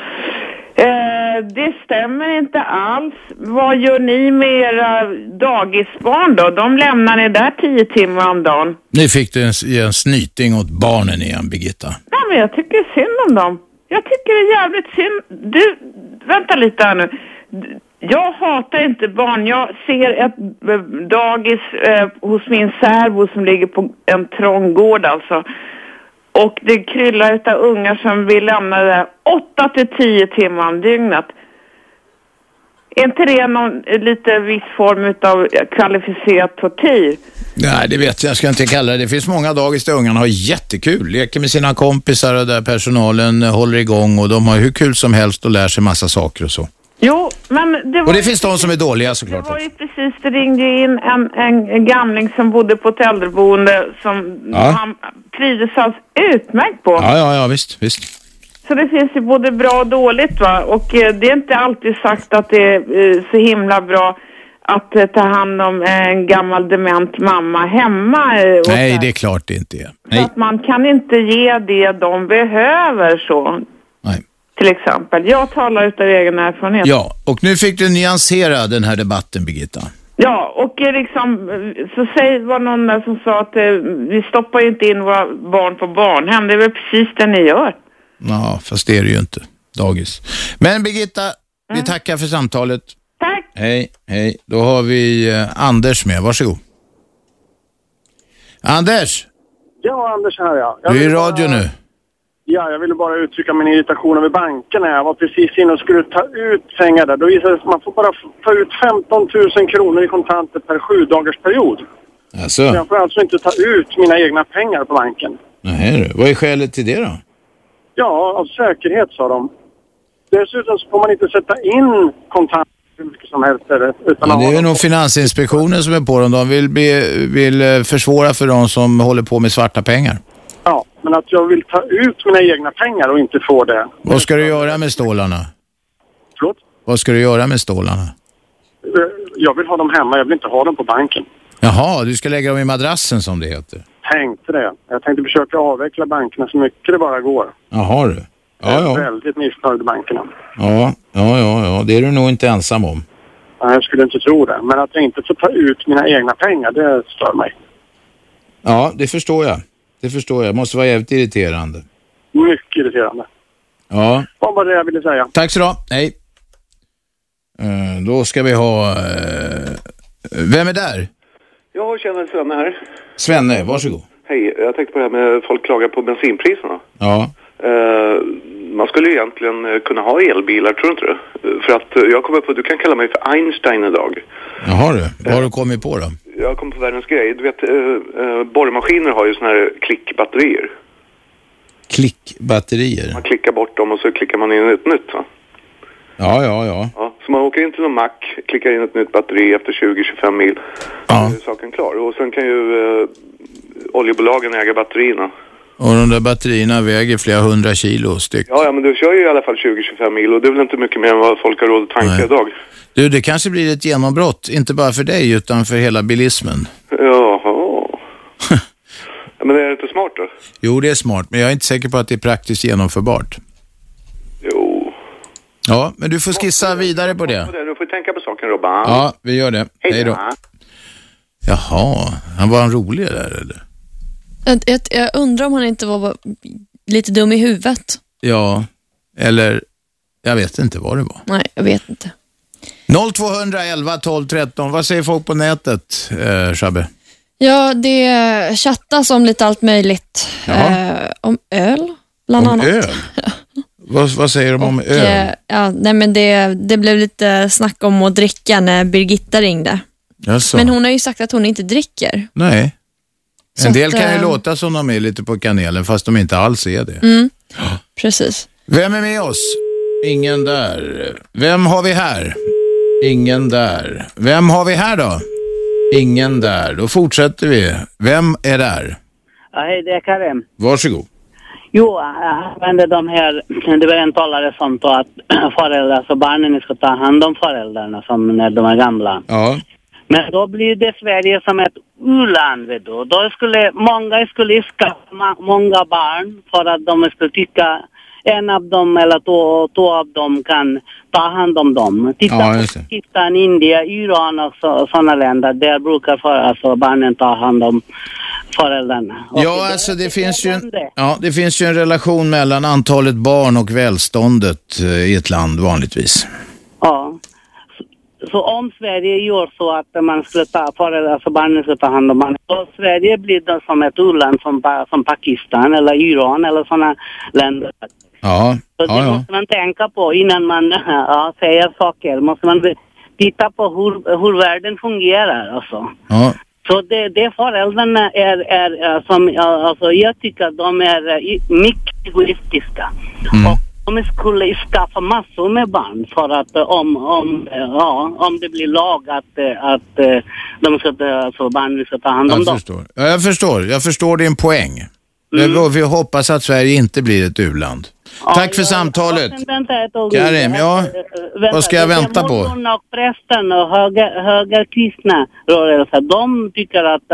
Det stämmer inte alls. Vad gör ni med era dagisbarn då? De lämnar ni där 10 timmar om dagen. Ni fick en snyting åt barnen igen, Birgitta. Nej, men jag tycker synd om dem. Jag tycker det är jävligt synd. Du, vänta lite här nu. Jag hatar inte barn. Jag ser ett dagis hos min särbo som ligger på en trång gård alltså. Och det kryllar utav ungar som vill lämna det där 8-10 timmar om dygnet. Är inte det någon lite viss form av kvalificerad tortyr? Nej, det vet jag ska inte kalla det. Det finns många dagis där ungarna har jättekul. Leker med sina kompisar och där personalen håller igång och de har hur kul som helst och lär sig massa saker och så. Jo, men det var... Och det finns de som är dåliga såklart. Det var ju precis, det ringde in en gamling som bodde på ett äldreboende som han trivdes alltså utmärkt på. Ja, visst. Så det finns ju både bra och dåligt, va? Och det är inte alltid sagt att det är så himla bra att ta hand om en gammal dement mamma hemma. Nej, det är klart det inte är. Nej. Så att man kan inte ge det de behöver så. Nej. Till exempel. Jag talar utav egen erfarenhet. Ja, och nu fick du nyansera den här debatten, Birgitta. Ja, och liksom, så var någon där som sa att vi stoppar ju inte in våra barn på barnhem. Det är väl precis det ni gör. Ja, fast det är det ju inte. Dagis. Men Birgitta, vi tackar för samtalet. Tack. Hej. Då har vi Anders med. Varsågod. Anders! Ja, Anders här, ja. Du är i radio nu. Ja, jag ville bara uttrycka min irritation över bankerna. Jag var precis inne och skulle ta ut pengar där. Då visade det sig att man får bara ta ut 15 000 kronor i kontanter per 7-dagarsperiod. Alltså. Så jag får alltså inte ta ut mina egna pengar på banken. Nej, vad är skälet till det då? Ja, av säkerhet, sa de. Dessutom så får man inte sätta in kontanter hur mycket som helst. Utan det är ju nog Finansinspektionen som är på dem. De vill försvåra för de som håller på med svarta pengar. Ja, men att jag vill ta ut mina egna pengar och inte få det. Vad ska du göra med stålarna? Förlåt? Vad ska du göra med stålarna? Jag vill ha dem hemma, jag vill inte ha dem på banken. Jaha, du ska lägga dem i madrassen som det heter. Tänkte det. Jag tänkte försöka avveckla bankerna så mycket det bara går. Jaha du. Jag är väldigt missnöjd med bankerna. Ja. Det är du nog inte ensam om. Nej, jag skulle inte tro det. Men att jag inte får ta ut mina egna pengar, det stör mig. Ja, det förstår jag. Det måste vara jävligt irriterande. Mycket irriterande. Ja. Vad var det jag ville säga? Tack så då. Hej. Då ska vi ha... Vem är där? Jag känner Svenne här. Svenne, varsågod. Hej, jag tänkte på det här med folk klagar på bensinpriserna. Ja. Man skulle ju egentligen kunna ha elbilar, tror du inte det? För att jag kommer på, du kan kalla mig för Einstein idag. Jaha du, vad har du kommit på då? Jag kom på världens grej. Du vet, borrmaskiner har ju såna här klickbatterier. Klickbatterier? Man klickar bort dem och så klickar man in ett nytt, va? Ja. Så man åker in till någon mack, klickar in ett nytt batteri efter 20-25 mil. Ja. Så är saken klar. Och sen kan ju oljebolagen äga batterierna. Och de där batterierna väger flera 100 kilo styck. Ja, men du kör ju i alla fall 20-25 mil och det är väl inte mycket mer än vad folk har råd att tanka idag. Du, det kanske blir ett genombrott, inte bara för dig utan för hela bilismen. Jaha. Ja, men är det inte smart då? Jo, det är smart, men jag är inte säker på att det är praktiskt genomförbart. Jo. Ja, men du får skissa vidare på det. Du får tänka på saken, Robban. Ja, vi gör det. Hej då. Jaha, han var en rolig där, eller? Jag undrar om han inte var lite dum i huvudet. Ja, eller jag vet inte vad det var. Nej, jag vet inte. 0211 12 13. Vad säger folk på nätet, Shabbe? Ja, det chattas om lite allt möjligt. Om öl, bland annat. Öl? Vad säger de om öl? Nej, men det blev lite snack om att dricka när Birgitta ringde. Jaså. Men hon har ju sagt att hon inte dricker. Nej. Så en del kan ju låta som de är lite på kanelen fast de inte alls är det. Precis. Vem är med oss? Ingen där. Vem har vi här? Ingen där. Vem har vi här då? Ingen där. Då fortsätter vi. Vem är där? Ja, hej, det är Karim. Varsågod. Jo, jag använder de här, det var en talare som sa att föräldrar, så barnen ska ta hand om föräldrarna som när de är gamla. Ja. Men då blir det Sverige som ett u-land, vet du. Då skulle många skaffa många barn för att de skulle tycka en av dem eller två av dem kan ta hand om dem. Titta på Pakistan, Indien, Iran och sådana länder. Där brukar barnen ta hand om föräldrarna. Ja, alltså det finns ju en relation mellan antalet barn och välståndet i ett land vanligtvis. Ja. Så om Sverige gör så att man skulle alltså barnen skulle ta hand om barnen, så Sverige blir det som ett u-land som Pakistan eller Iran eller sådana länder. Ja. Så det måste man tänka på innan man säger saker. Måste man titta på hur världen fungerar alltså. Ja. Så det föräldrarna är som, alltså jag tycker att de är mycket egoistiska. Och de skulle skaffa massor med barn för att om det blir lag att de ska, alltså barnen ska ta hand om dem. Jag förstår din poäng. Vi hoppas att Sverige inte blir ett u-land. Tack för samtalet. Karim, vad ska jag vänta på? Och prästen och höga kristna rörelser, de tycker att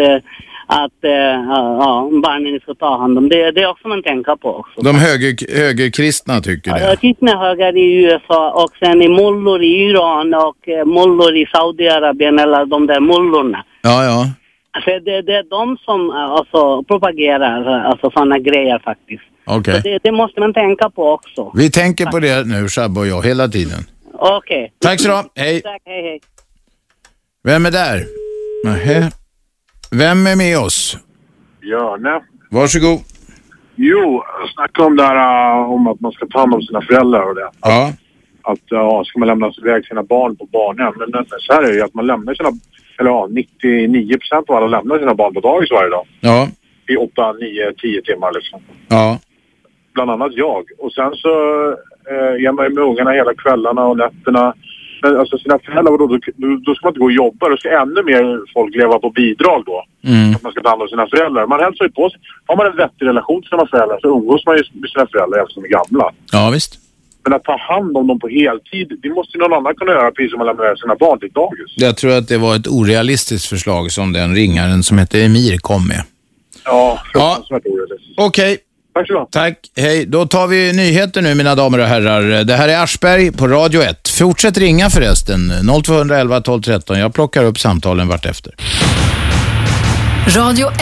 barnen ska ta hand om. Det är också man tänker på också. De högerkristna tycker det. Kristna höger i USA och sen i mullor i Iran och mullor i Saudiarabien eller de där mullorna. Ja. Alltså det är de som alltså propagerar alltså sådana grejer faktiskt. Okay. Så det måste man tänka på också. Vi tänker på det nu, Shabbe och jag, hela tiden. Okej. Tack så då. Hej. Tack, hej. Vem är där? Nähä. Vem är med oss? Björne. Varsågod. Jo, snacka om det här om att man ska ta hand om sina föräldrar och det. Ja. Att ska man lämna iväg sina barn på barnhem. Men så här är det ju att man lämnar sina, eller 99% av alla lämnar sina barn på dagis varje dag. Ja. I 8, 9, 10 timmar liksom. Ja. Bland annat jag. Och sen så är man med ungarna hela kvällarna och nätterna. Men alltså sina föräldrar, då ska man inte gå och jobba. Då ska ännu mer folk leva på bidrag då. Att man ska ta hand om sina föräldrar. Man hälsar ju på sig. Har man en vettig relation till sina föräldrar så umgås man ju med sina föräldrar eftersom de är gamla. Ja, visst. Men att ta hand om dem på heltid, det måste ju någon annan kunna göra precis som man lämnar sina barn till dagis. Jag tror att det var ett orealistiskt förslag som den ringaren som heter Emir kom med. Ja, orealistiskt. Okej. Tack så mycket. Tack, hej. Då tar vi nyheter nu, mina damer och herrar. Det här är Aschberg på Radio 1. Fortsätt ringa förresten. 0211 12 13. Jag plockar upp samtalen vart efter. Radio 1.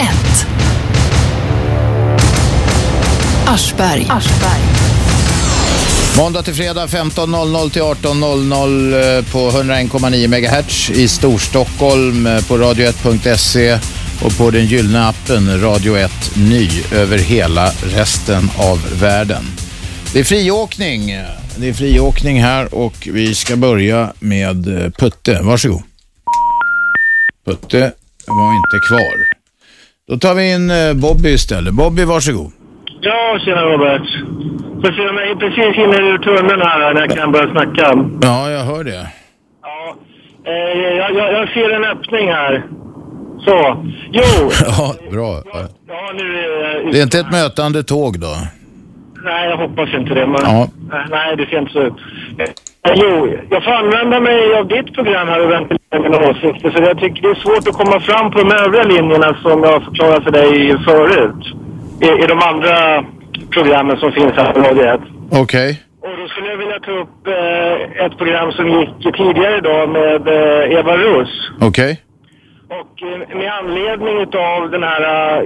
Aschberg. Måndag till fredag 15.00 till 18.00 på 101,9 MHz i Storstockholm på radio1.se och på den gyllene appen Radio 1 Ny över hela resten av världen. Det är friåkning här och vi ska börja med Putte. Varsågod. Putte var inte kvar. Då tar vi in Bobby istället. Bobby, varsågod. Ja, tjena Robert. Får se mig precis hinner ur tunneln här när jag kan börja snacka. Ja, jag hör det. Ja, jag ser en öppning här. Så, jo. Ja, bra. Ja, nu det är inte ett mötande tåg då? Nej, jag hoppas inte det. Men, ja. Nej, det ser inte så ut. Jo, jag får använda mig av ditt program här och ventilera mina åsikter. Så jag tycker det är svårt att komma fram på de övriga linjerna som jag förklarade för dig förut. I de andra programmen som finns här på Radio 1. Okej. Och då skulle jag vilja ta upp ett program som gick tidigare idag med Eva Russ. Okej. Och med anledning av den här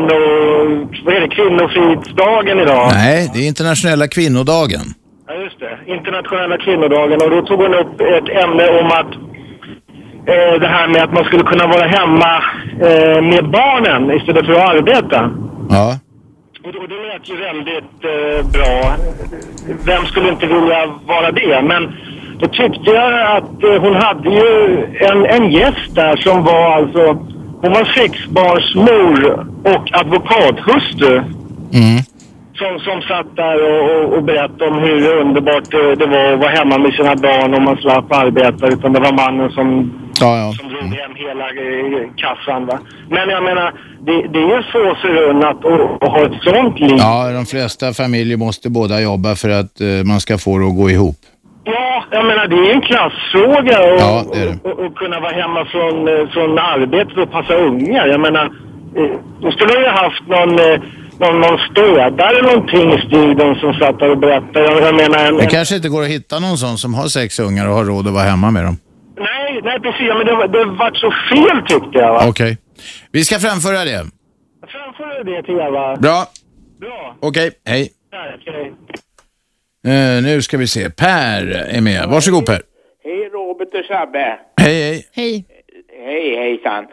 kvinnofridsdagen idag. Nej, det är internationella kvinnodagen. Ja, just det. Internationella kvinnodagen. Och då tog hon upp ett ämne om att det här med att man skulle kunna vara hemma med barnen istället för att arbeta. Ja. Och det lät ju väldigt bra. Vem skulle inte vilja vara det? Men då tyckte jag att hon hade ju en gäst där som var alltså... Hon var 6-barnsmor och advokathustru. Som satt där och berättade om hur underbart det var att vara hemma med sina barn och man slapp arbeta, utan det var mannen som drog hem hela kassan, va. Men jag menar, det är så förunnat att ha ett sånt liv. Ja, de flesta familjer måste båda jobba för att man ska få det att gå ihop. Ja, jag menar det är en klassfråga och kunna vara hemma från arbetet och passa ungar. Jag menar, då skulle jag ha haft någon städare eller någonting i studion som satt där och berättade. Jag menar, det kanske inte går att hitta någon sån som har 6 ungar och har råd att vara hemma med dem. Nej precis. Men det var så fel tyckte jag, va? Okej. Vi ska framföra det. Framföra det till er, va? Bra. Bra. Okej, hej. Okej. Nu ska vi se. Per är med. Varsågod Per. Hej Robert, Peter Sabbe. Hej, hej. Hej. Hej, hejsan.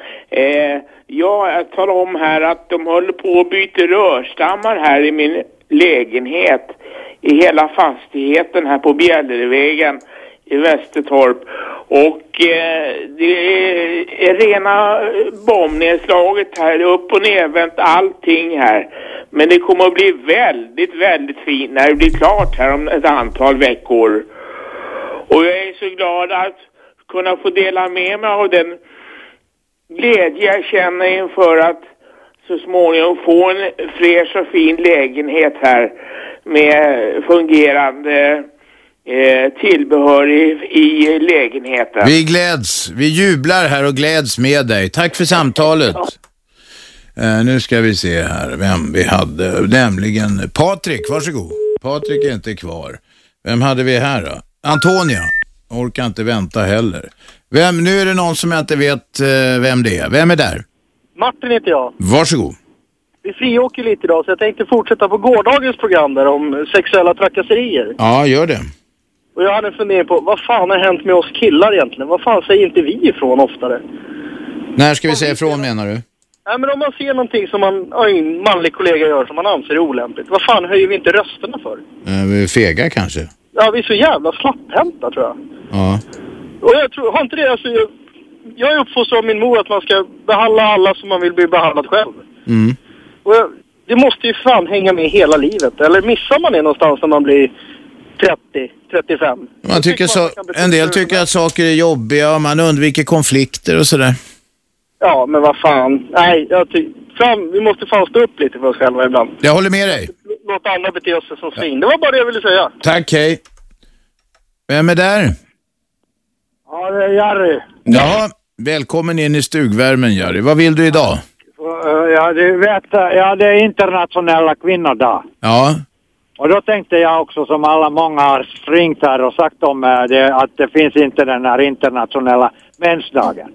Jag talar om här att de håller på att byta rörstammar här i min lägenhet. I hela fastigheten här på Bjällerevägen i Västertorp. Och det är rena bombnedslaget här, upp och nervänt allting här. Men det kommer att bli väldigt, väldigt fint när det blir klart här om ett antal veckor. Och jag är så glad att kunna få dela med mig av den glädje jag känner inför att så småningom få en fräsch och fin lägenhet här med fungerande tillbehör i lägenheten. Vi jublar här och gläds med dig. Tack för samtalet. Nu ska vi se här vem vi hade. Nämligen Patrik, varsågod. Patrik är inte kvar. Vem hade vi här då? Antonia. Orkar inte vänta heller. Nu är det någon som jag inte vet vem det är. Vem är där? Martin heter jag. Varsågod. Vi friåker lite idag så jag tänkte fortsätta på gårdagens program där om sexuella trakasserier. Ja, gör det. Och jag hade en fundering på, vad fan har hänt med oss killar egentligen? Vad fan säger inte vi ifrån oftare? När ska vi säga ifrån menar du? Nej, men om man ser någonting som en manlig kollega gör som man anser är olämpligt, vad fan höjer vi inte rösterna för? Vi är fega kanske. Ja, vi är så jävla slapphänta tror jag. Ja. Och jag tror, har inte det, alltså, jag är uppfostrad av min mor att man ska behandla alla som man vill bli behandlad själv. Mm. Och det måste ju fan hänga med hela livet. Eller missar man det någonstans när man blir 30, 35? Man tycker en del tycker att saker är jobbiga och man undviker konflikter och sådär. Ja, men vad fan. Nej, vi måste fan stå upp lite för oss själva ibland. Jag håller med dig. Låt andra bete sig som svin. Det var bara det jag ville säga. Tack, hej. Vem är där? Ja, det är Jari. Ja, välkommen in i stugvärmen, Jari. Vad vill du idag? Ja, du vet, ja, det är internationella kvinnodag. Ja. Och då tänkte jag också, som många har ringt här och sagt om det, att det finns inte den här internationella mensdagen.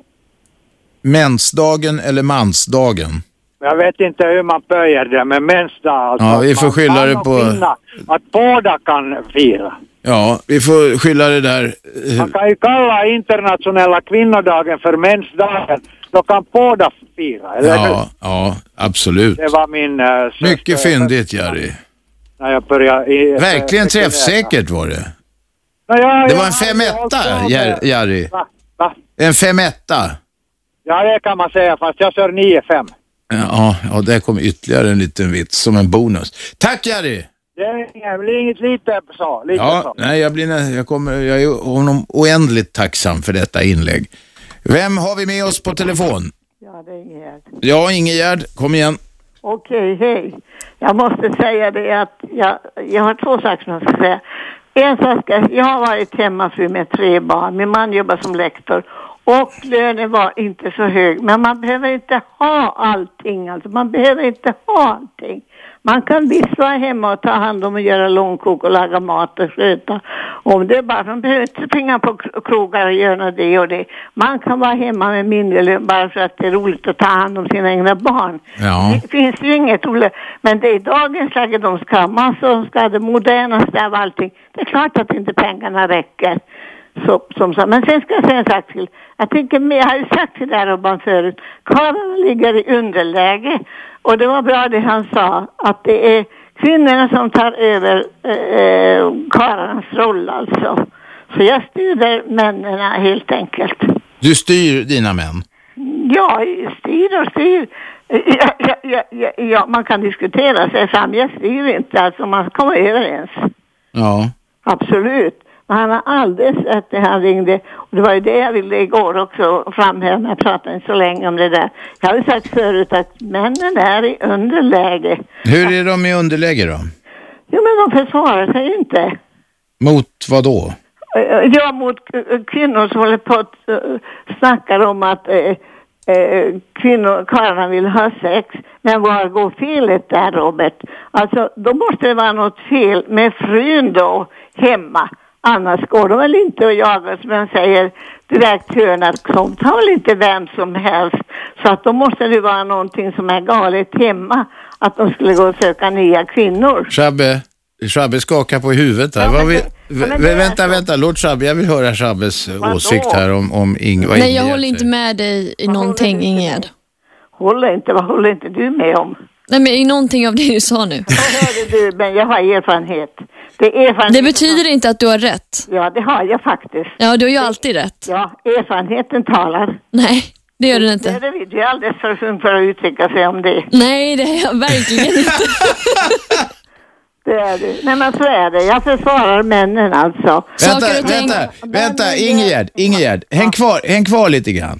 Mensdagen eller mansdagen? Jag vet inte hur man böjer det, men mensdag. Alltså, ja, vi får skylla det på... Att båda kan fira. Ja, vi får skylla det där. Man kan ju kalla internationella kvinnodagen för mensdagen. Då kan båda fira, eller? Ja, absolut. Det var min... mycket fyndigt, Jari. När jag började... Verkligen träffsäkert var det. Det var en 5-1, Jari. Va? En 5-1. Ja, det kan man säga, fast jag kör 9-5. Ja, där kom ytterligare en liten vits som en bonus. Tack, Jari! Det blir inget lite så. Nej, jag är honom oändligt tacksam för detta inlägg. Vem har vi med oss på telefon? Ja, det är Ingegärd. Ja, Ingegärd, kom igen. Okej, hej. Jag måste säga det att jag har 2 saker som jag ska säga. En sak är, jag har varit hemmafru med 3 barn. Min man jobbar som lektor. Och lönen var inte så hög. Men man behöver inte ha allting. Alltså man behöver inte ha allting. Man kan visst vara hemma och ta hand om och göra långkok och laga mat och sköta. Om det är bara, man behöver inte springa på krogar och göra det och det. Man kan vara hemma med mindre lön bara för att det är roligt att ta hand om sina egna barn. Ja. Det finns ju inget roligt. Men det är dagens läge de ska. Man ska ha det modernaste av allting. Det är klart att inte pengarna räcker. Men sen ska jag säga en sak till. Jag har ju sagt till där Robban förut. Karlarna ligger i underläge. Och det var bra det han sa. Att det är kvinnorna som tar över karlarnas roll alltså. Så jag styr männen helt enkelt. Du styr dina män? Ja, styr. Ja, man kan diskutera sig fram. Jag styr inte. Alltså man kommer överens. Ja. Absolut. Men han har aldrig sett det han ringde. Och det var ju det jag ville igår också framhäva när jag pratade inte så länge om det där. Jag har ju sagt förut att männen är i underläge. Hur är de i underläge då? Jo, men de försvarar sig inte. Mot vad då? Ja, mot kvinnor som håller på att snacka om att karlarna vill ha sex. Men var går felet där, Robert? Alltså, då måste det vara något fel med frun då hemma. Annars går de väl inte att jaga, som man säger, direktören, som tar väl inte vem som helst. Så att då måste det vara någonting som är galet hemma. Att de skulle gå och söka nya kvinnor. Shabbe skakar på huvudet här. Vänta, låt Shabbe, jag vill höra Shabbes åsikt här om Ingvar. Nej, jag håller inte med dig i någonting, Ingegärd. Vad håller inte du med om? Nej, men i någonting av det du sa nu. Vad hörde du? Men jag har erfarenhet. Det betyder inte att du har rätt. Ja, det har jag faktiskt. Ja, du har ju alltid rätt. Ja, erfarenheten talar. Nej, det gör den inte. Du är alldeles för ung för att uttrycka sig om det. Nej, det är jag verkligen inte. Det är du. Nej, men så är det. Jag försvarar männen alltså. Vänta, Ingegärd. Häng kvar lite grann.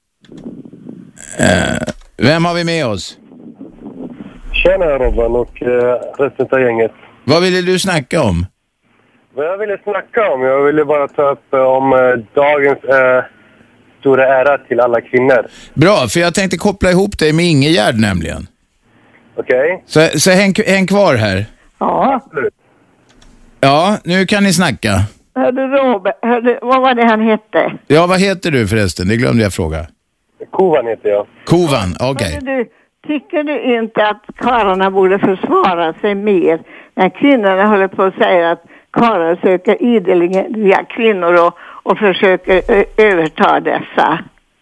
Vem har vi med oss? Tjena Robban och resten av gänget. Vad ville du snacka om? Vad jag ville snacka om? Jag ville bara ta upp om dagens stora ära till alla kvinnor. Bra, för jag tänkte koppla ihop dig med Ingegärd nämligen. Okej. Så häng kvar här. Ja. Ja, nu kan ni snacka. Hörde Robert, vad var det han hette? Ja, vad heter du förresten? Det glömde jag fråga. Kovan heter jag. Kovan, okej. Tycker du inte att karlarna borde försvara sig mer när kvinnorna håller på att säga att karlar söker ideligen via kvinnor och försöker överta dessa?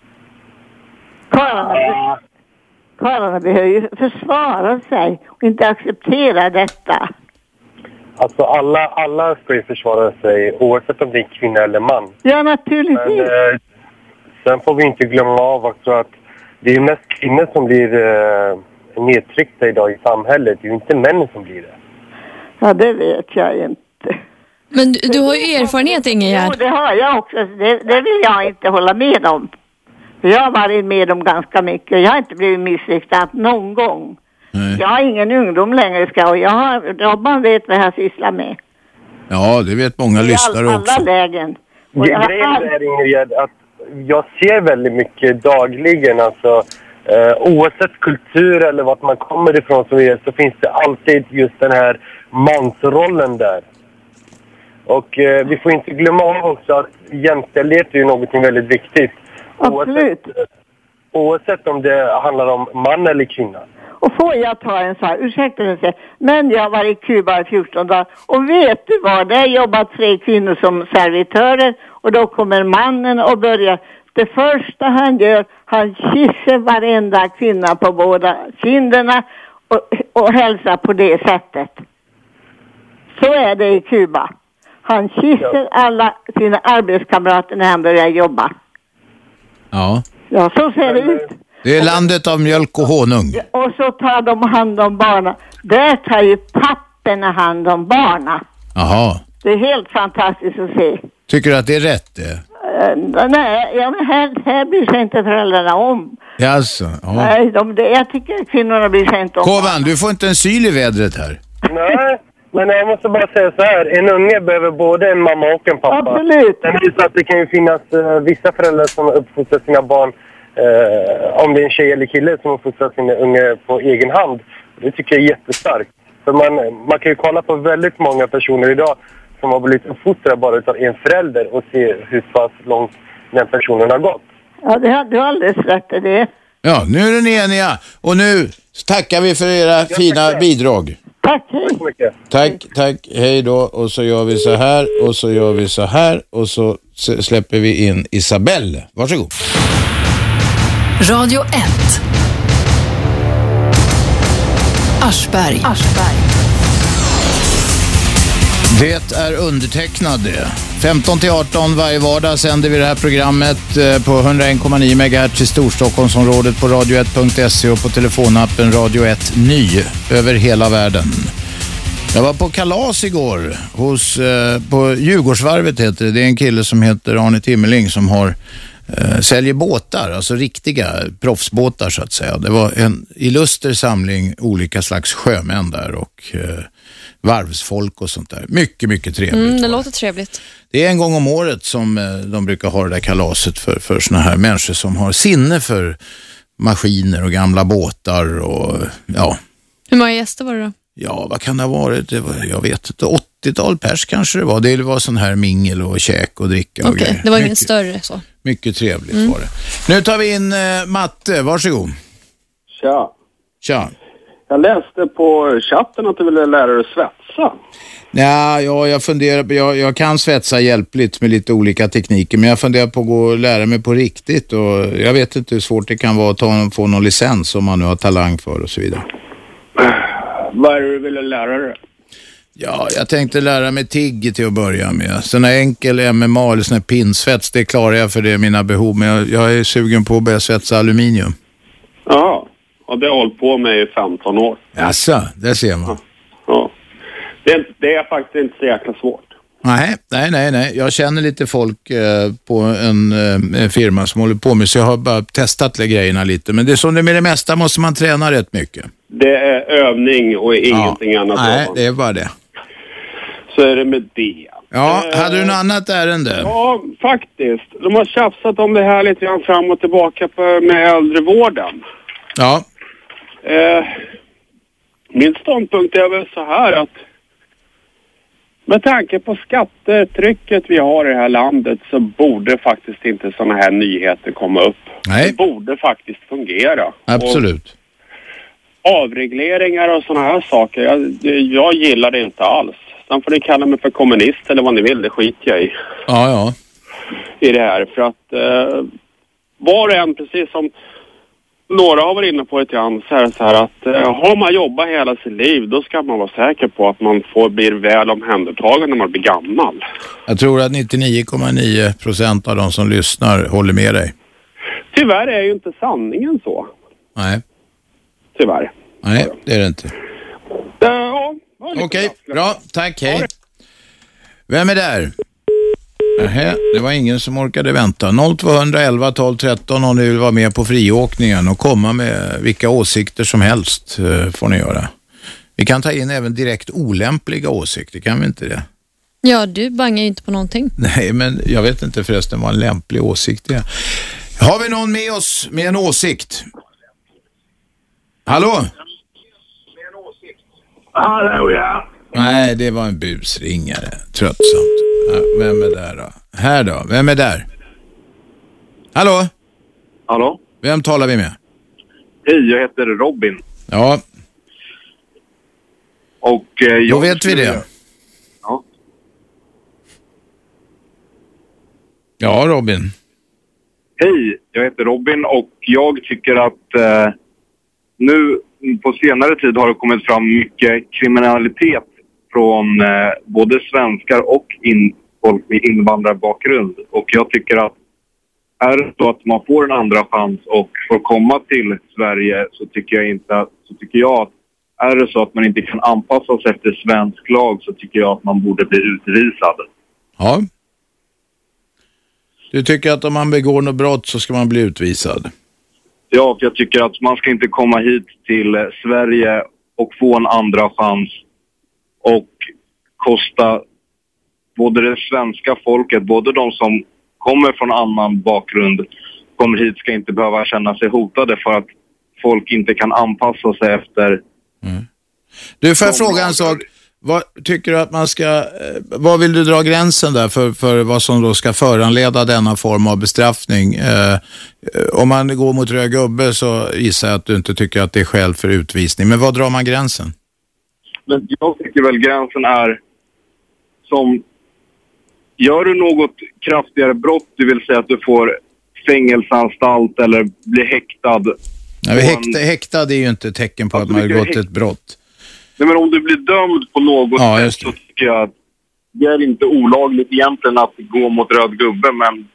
Karlarna behöver ju försvara sig och inte acceptera detta. Alltså alla ska ju försvara sig oavsett om det är kvinna eller man. Ja, naturligtvis. Men sen får vi inte glömma av också att det är mest kvinnor som blir nedtryckta idag i samhället. Det är ju inte män som blir det. Ja, det vet jag inte. Men du har ju erfarenhet, Ingegärd. Jo, det har jag också. Det vill jag inte hålla med om. Jag har varit med om ganska mycket. Jag har inte blivit missriktad någon gång. Nej. Jag har ingen ungdom längre. Robban vet vad jag sysslar med. Ja, det vet många lyssnare också. I alla lägen. Grejen är, Ingrid, att jag ser väldigt mycket dagligen, alltså oavsett kultur eller vart man kommer ifrån så finns det alltid just den här mansrollen där. Och vi får inte glömma av också att jämställdhet är ju någonting väldigt viktigt. Absolut. Oavsett om det handlar om man eller kvinna. Och får jag ta en så här, ursäkta mig, men jag var i Kuba i 14 dagar och vet du vad, där jobbar 3 kvinnor som servitörer och då kommer mannen och börjar. Det första han gör, han kysser varenda kvinna på båda kinderna och hälsar på det sättet. Så är det i Kuba. Han kysser alla sina arbetskamrater när han börjar jobba. Ja. Ja, så ser det ut. Det är landet av mjölk och honung. Och så tar de hand om barnen. Där tar ju papporna hand om barnen. Jaha. Det är helt fantastiskt att se. Tycker du att det är rätt det? Nej, ja, men här bryr sig inte föräldrarna om. Jaså, ja. Nej, jag tycker att kvinnorna bryr sig inte om. Kovan, du får inte en syl i vädret här. Nej, men jag måste bara säga så här. En unge behöver både en mamma och en pappa. Absolut. Sen är det så att det kan ju finnas vissa föräldrar som uppfostrar sina barn, om det är en tjej eller kille som uppfostrar sina unge på egen hand. Det tycker jag är jättestarkt. För man kan ju kolla på väldigt många personer idag som har blivit uppfostrade bara utav en förälder och se hur pass långt den personen har gått. Ja, du har alldeles rätt i det. Ja, nu är ni eniga. Och nu tackar vi för era fina bidrag. Tack, hej. Tack så mycket. Tack, hej då. Och så gör vi så här, och så gör vi så här, och så släpper vi in Isabelle. Varsågod. Radio 1. Aschberg. Det är undertecknad det. 15-18 varje vardag sänder vi det här programmet på 101,9 MHz i Storstockholmsområdet på radio1.se och på telefonappen Radio 1 Ny över hela världen. Jag var på kalas igår på Djurgårdsvarvet heter det. Det är en kille som heter Arne Timmerling som säljer båtar, alltså riktiga proffsbåtar så att säga. Det var en illuster samling olika slags sjömän där och varvsfolk och sånt där. Mycket, mycket trevligt. Det låter trevligt. Det är en gång om året som de brukar ha det där kalaset för såna här människor som har sinne för maskiner och gamla båtar och ja. Hur många gäster var det då? Ja, vad kan det ha varit? Jag vet inte, 80-tal pers kanske det var. Det var sån här mingel och käk och dricka och grejer. Det var ingen större så. Mycket trevligt var det. Nu tar vi in Matte, varsågod. Tja. Tja. Jag läste på chatten att du ville lära dig svetsa. Ja, jag funderar, jag kan svetsa hjälpligt med lite olika tekniker, men jag funderar på att gå och lära mig på riktigt, och jag vet inte hur svårt det kan vara att få någon licens om man nu har talang för och så vidare. Vad är det du ville lära dig? Ja, jag tänkte lära mig tigg till att börja med. Sån här enkel MMA eller sån här pinsvets, det klarar jag för det, mina behov, men jag är sugen på att börja svetsa aluminium. Ja, och det har jag hållit på med i 15 år. Jaså, det ser man. Ja. Det är faktiskt inte så jäkla svårt. Nej. Jag känner lite folk på en firma som håller på med, så jag har bara testat grejerna lite. Men det är som det med det mesta, måste man träna rätt mycket. Det är övning och ingenting annat. Nej, det är bara det. Så är det med det. Ja, hade du något annat ärende? Ja, faktiskt. De har tjafsat om det här lite grann fram och tillbaka med äldrevården. Ja. Min ståndpunkt är väl så här att med tanke på skattetrycket vi har i det här landet så borde faktiskt inte sådana här nyheter komma upp. Nej. Det borde faktiskt fungera. Absolut. Och avregleringar och sådana här saker, jag gillar det inte alls. Sen får ni kalla mig för kommunist eller vad ni vill, det skiter jag i. Ja. I det här, för att var och en, precis som några har varit inne på ett grann, så här att har man jobbat hela sitt liv, då ska man vara säker på att man blir väl omhändertagen när man blir gammal. Jag tror att 99,9% av de som lyssnar håller med dig. Tyvärr är ju inte sanningen så. Nej. Tyvärr. Nej, det är det inte. Ja. Okej, bra. Tack, hej. Vem är där? Det var ingen som orkade vänta. 0211 12 13 om ni vill vara med på friåkningen och komma med vilka åsikter som helst får ni göra. Vi kan ta in även direkt olämpliga åsikter, kan vi inte det? Ja, du bangar ju inte på någonting. Nej, men jag vet inte förresten vad en lämplig åsikt är. Har vi någon med oss med en åsikt? Hallå? Hallå, ja. Nej, det var en busringare. Tröttsamt. Ja, vem är där då? Här då? Vem är där? Hallå? Hallå? Vem talar vi med? Hej, jag heter Robin. Ja. Och då vet vi det. Ja. Ja, Robin. Hej, jag heter Robin och jag tycker att nu på senare tid har det kommit fram mycket kriminalitet från både svenskar och folk med invandrarbakgrund. Och jag tycker att är det så att man får en andra chans och får komma till Sverige, så tycker jag att är det så att man inte kan anpassa sig efter svensk lag, så tycker jag att man borde bli utvisad. Ja. Du tycker att om man begår något brott så ska man bli utvisad? Ja, för jag tycker att man ska inte komma hit till Sverige och få en andra chans och kosta både det svenska folket, både de som kommer från annan bakgrund, kommer hit, ska inte behöva känna sig hotade för att folk inte kan anpassa sig efter. Du, får jag fråga en sak? Vad tycker du att man ska, vad vill du dra gränsen där för vad som då ska föranleda denna form av bestraffning? Om man går mot röd gubbe så gissar jag att du inte tycker att det är skäl för utvisning. Men vad drar man gränsen? Men jag tycker väl gränsen är som, gör du något kraftigare brott, det vill säga att du får fängelseanstalt eller blir häktad. Häktad är ju inte tecken på att man har gått ett brott. Nej, men om du blir dömd på något sätt så tycker jag att det är inte olagligt egentligen att gå mot röd gubbe, men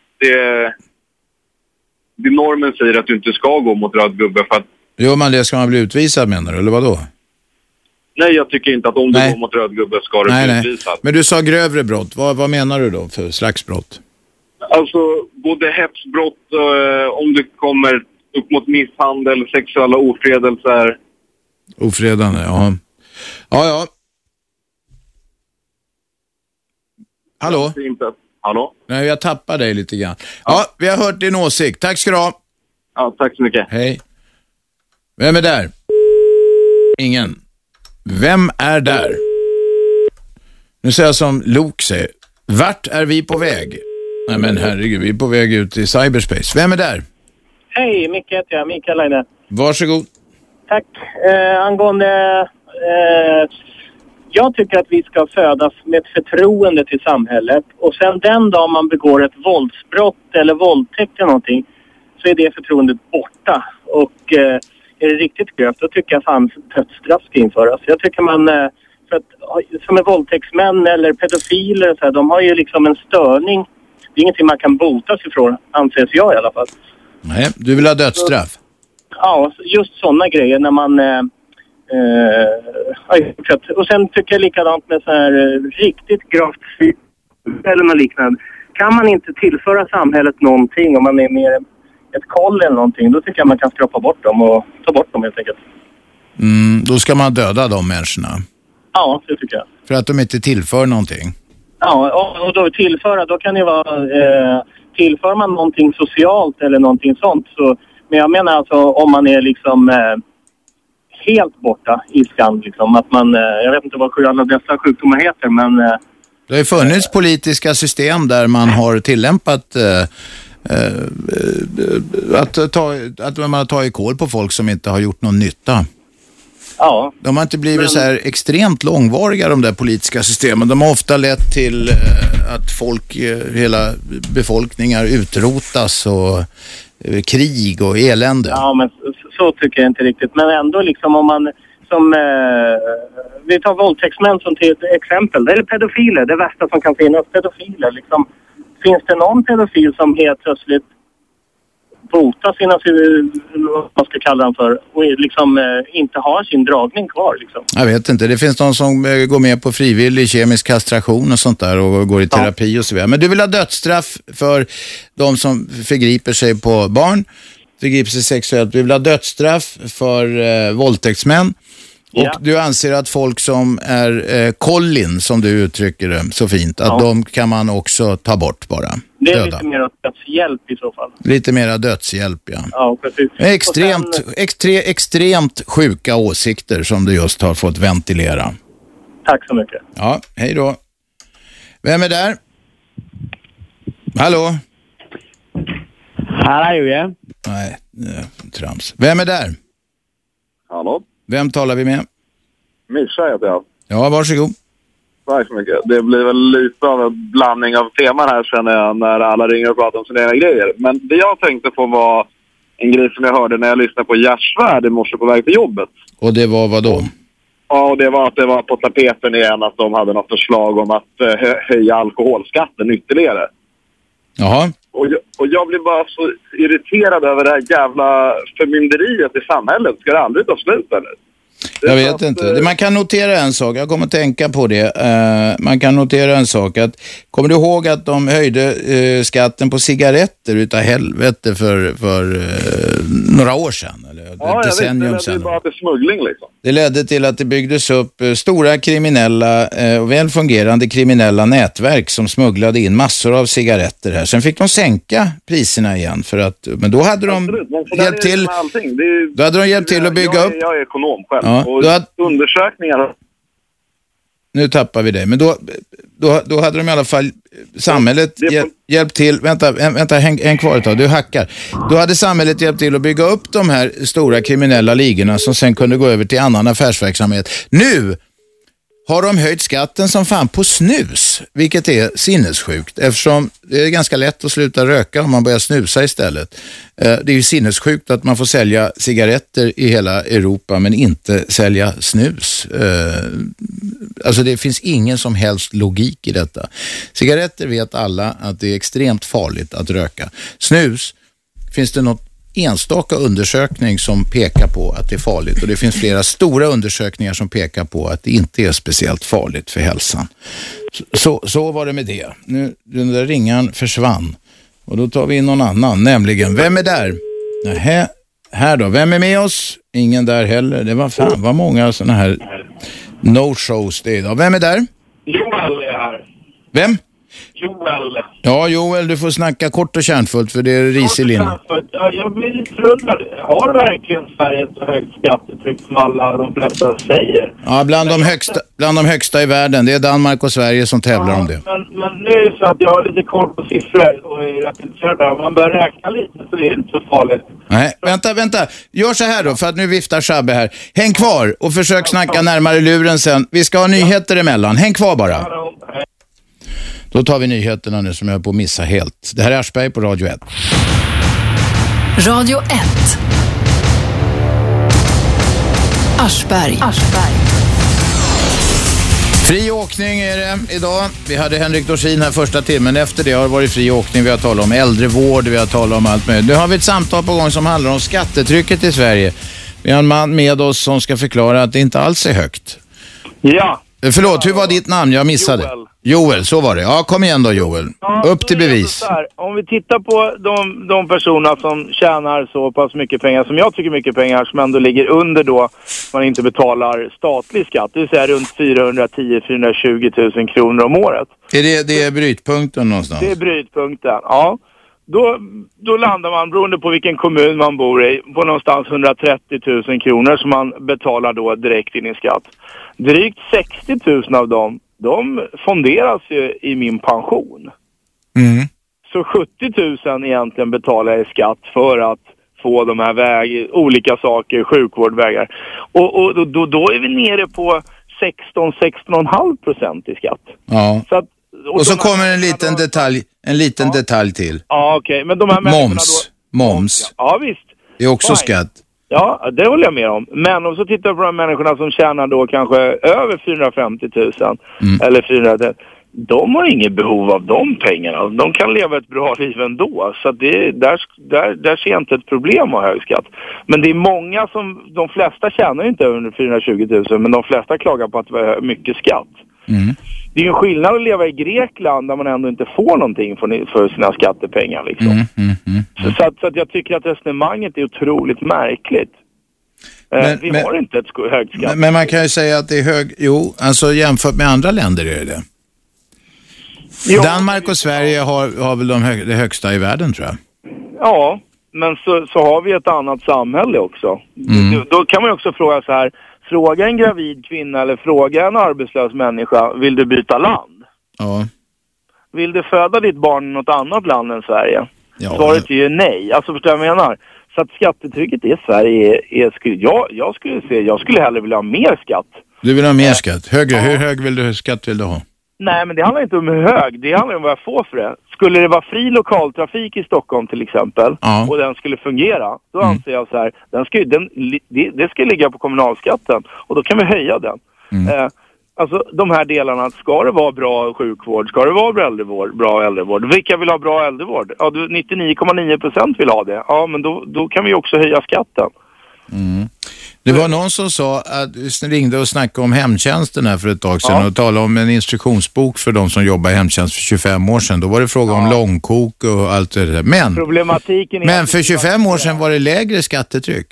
det normen säger att du inte ska gå mot röd gubbe för att... Gör man det ska man bli utvisad, menar du, eller vad då? Nej, jag tycker inte att om du går mot röd gubbe ska du bli utvisad. Men du sa grövre brott. Vad menar du då för slags brott? Alltså, både hetsbrott, om du kommer upp mot misshandel, sexuella ofredelser. Ofredande, ja. Ja. Hallå? Hallå? Nej, jag tappar dig lite grann. Ja, vi har hört din åsikt. Tack ska du ha. Ja, tack så mycket. Hej. Vem är där? Ingen. Vem är där? Nu säger jag som Luke säger. Vart är vi på väg? Nej men herregud, vi är på väg ut i cyberspace. Vem är där? Hej, Micke heter jag. Mikael Leine. Varsågod. Tack. Angående... jag tycker att vi ska födas med ett förtroende till samhället. Och sen den dag man begår ett våldsbrott eller våldtäkt eller någonting, så är det förtroendet borta. Och är det riktigt grövt, då tycker jag fan dödsstraff ska införas. Jag tycker man... för att, som är våldtäktsmän eller pedofiler, så här, de har ju liksom en störning. Det är ingenting man kan botas ifrån, anses jag i alla fall. Nej, du vill ha dödsstraff? Ja, just sådana grejer när man... och sen tycker jag likadant med så här riktigt gravt eller något liknande. Kan man inte tillföra samhället någonting om man är mer ett koll eller någonting, då tycker jag man kan skrapa bort dem och ta bort dem helt enkelt. Då ska man döda de människorna? Ja, det tycker jag. För att de inte tillför någonting? Ja, och då tillföra, då kan det vara... tillför man någonting socialt eller någonting sånt, så... Men jag menar alltså om man är liksom... helt borta i skan liksom, att man, jag vet inte vad alla dessa sjukdomar heter, men... Det har ju funnits politiska system där man har tillämpat att man har tagit kål på folk som inte har gjort någon nytta. Ja. De har inte blivit så här extremt långvariga, de där politiska systemen. De har ofta lett till att folk, hela befolkningar utrotas och krig och elände. Ja, men så tycker jag inte riktigt. Men ändå liksom om man som vi tar våldtäktsmän som till exempel, eller pedofiler, det värsta som kan finnas, pedofiler liksom. Finns det någon pedofil som helt plötsligt botar sina, vad man ska kalla den för, och liksom inte har sin dragning kvar liksom? Jag vet inte, det finns någon som går med på frivillig kemisk kastration och sånt där och går i terapi och så vidare. Men du vill ha dödsstraff för de som förgriper sig på barn, förgriper sig sexuellt. Du vill ha dödsstraff för våldtäktsmän. Och du anser att folk som är kollin, som du uttrycker det så fint, att de kan man också ta bort bara. Det är lite mer dödshjälp i så fall. Lite mer dödshjälp, ja. Ja, precis. Extremt sjuka åsikter som du just har fått ventilera. Tack så mycket. Ja, hej då. Vem är där? Hallå? Hallå, ja. Nej, trams. Vem är där? Hallå? Vem talar vi med? Mischa heter jag. Ja, varsågod. Tack så mycket. Det blir väl lite av en blandning av teman här, känner jag, när alla ringer och pratar om sina egna grejer. Men det jag tänkte på var en grej som jag hörde när jag lyssnade på Gärsvärd i morse på väg till jobbet. Och det var vad då? Ja, det var att det var på tapeten igen att de hade något förslag om att höja alkoholskatten ytterligare. Jaha. Och jag blir bara så irriterad över det här jävla förmynderiet i samhället. Ska det aldrig ta slut eller? Jag vet inte. Man kan notera en sak. Jag kommer att tänka på det. Man kan notera en sak. Kommer du ihåg att de höjde skatten på cigaretter utav helvete för några år sedan? Eller ja, decennium sedan. Det är bara till smuggling liksom. Det ledde till att det byggdes upp stora kriminella och väl fungerande kriminella nätverk som smugglade in massor av cigaretter här. Sen fick de sänka priserna igen för att, men då hade de hjälpt till. Då hade de hjälpt till att bygga upp. Jag är ekonom själv. Ja, och undersökningar. Nu tappar vi det. Men då hade de i alla fall samhället hjälpt till. Vänta, häng kvar ett tag. Du hackar. Då hade samhället hjälpt till att bygga upp de här stora kriminella ligorna som sen kunde gå över till annan affärsverksamhet. Nu har de höjt skatten som fan på snus, vilket är sinnessjukt eftersom det är ganska lätt att sluta röka om man börjar snusa istället. Det är ju sinnessjukt att man får sälja cigaretter i hela Europa men inte sälja snus. Alltså det finns ingen som helst logik i detta. Cigaretter vet alla att det är extremt farligt att röka. Snus, finns det något enstaka undersökning som pekar på att det är farligt och det finns flera stora undersökningar som pekar på att det inte är speciellt farligt för hälsan. Så var det med det. Nu den där ringan försvann och då tar vi in någon annan, nämligen vem är där? Nähä, här då, vem är med oss? Ingen där heller. Det var vad många sådana här no-shows det idag. Vem är där? Joel är här. Vem? Joel. Ja, Joel, du får snacka kort och kärnfullt för det är ris i linjen. Ja, jag blir lite förundrad. Har verkligen Sverige så högt skattetryck som alla de flesta säger? Ja, bland de högsta i världen. Det är Danmark och Sverige som tävlar om det. Men nu är det så att jag har lite koll på siffror och är rätt intresserad av. Man bör räkna lite så det är inte så farligt. Nej, vänta. Gör så här då, för att nu viftar Shabbe här. Häng kvar och försök snacka närmare luren sen. Vi ska ha nyheter emellan. Häng kvar bara. Då tar vi nyheterna nu som jag är på att missa helt. Det här är Aschberg på Radio 1. Radio 1. Aschberg. Fri åkning är det idag. Vi hade Henrik Dorsin här första timmen. Efter det har det varit fri åkning. Vi har talat om äldrevård, vi har talat om allt möjligt. Nu har vi ett samtal på gång som handlar om skattetrycket i Sverige. Vi har en man med oss som ska förklara att det inte alls är högt. Ja. Förlåt, hur var ditt namn? Jag missade. Joel, så var det. Ja, kom igen då Joel. Ja, upp till bevis. Här, om vi tittar på de personer som tjänar så pass mycket pengar, som jag tycker mycket pengar, som ändå ligger under då man inte betalar statlig skatt. Det vill säga runt 410-420 000 kronor om året. Är det brytpunkten någonstans? Det är brytpunkten, ja. Då landar man, beroende på vilken kommun man bor i, på någonstans 130 000 kronor som man betalar då direkt in i skatt. Drygt 60 000 av dem, de fonderas ju i min pension. Mm. Så 70 000 egentligen betalar jag i skatt för att få de här olika saker, sjukvårdvägar. Och då är vi nere på 16,5% i skatt. Ja. Så att, och så kommer en liten detalj till. Ja, okej. Men de här Moms. Ja, visst. Det är också skatt. Ja, det håller jag med om. Men om så tittar på de människorna som tjänar då kanske över 450 000 eller 400 000. De har inget behov av de pengarna. De kan leva ett bra liv ändå. Så där ser jag inte ett problem att ha hög skatt. Men det är många de flesta tjänar inte över 420 000, men de flesta klagar på att det var mycket skatt. Mm. Det är ju en skillnad att leva i Grekland där man ändå inte får någonting för sina skattepengar liksom. Så att jag tycker att resonemanget är otroligt märkligt. Vi har inte ett högt skatt. Men man kan ju säga att det är alltså jämfört med andra länder är det. Jo, Danmark och Sverige har väl det högsta i världen, tror jag. Ja, men så har vi ett annat samhälle också. Då kan man ju också fråga så här. Fråga en gravid kvinna eller fråga en arbetslös människa, vill du byta land? Ja. Vill du föda ditt barn i något annat land än Sverige? Ja. Svaret är ju nej. Alltså förstår jag vad jag menar? Så att skattetrycket i Sverige jag skulle hellre vilja ha mer skatt. Du vill ha mer skatt? Högre? Ja. Hur hög skatt vill du ha? Nej, men det handlar inte om hur hög. Det handlar om vad jag får för det. Skulle det vara fri lokaltrafik i Stockholm till exempel, och den skulle fungera, då anser jag så här, det ska ligga på kommunalskatten och då kan vi höja den. Alltså de här delarna, ska det vara bra sjukvård, ska det vara bra äldrevård? Vilka vill ha bra äldrevård? Ja, 99,9% vill ha det. Ja, men då kan vi också höja skatten. Det var någon som sa att ringde och snackade om hemtjänsten här för ett tag sedan och talade om en instruktionsbok för de som jobbar i hemtjänst för 25 år sedan. Då var det fråga om långkok och allt det där. Men för 25 år sedan var det lägre skattetryck.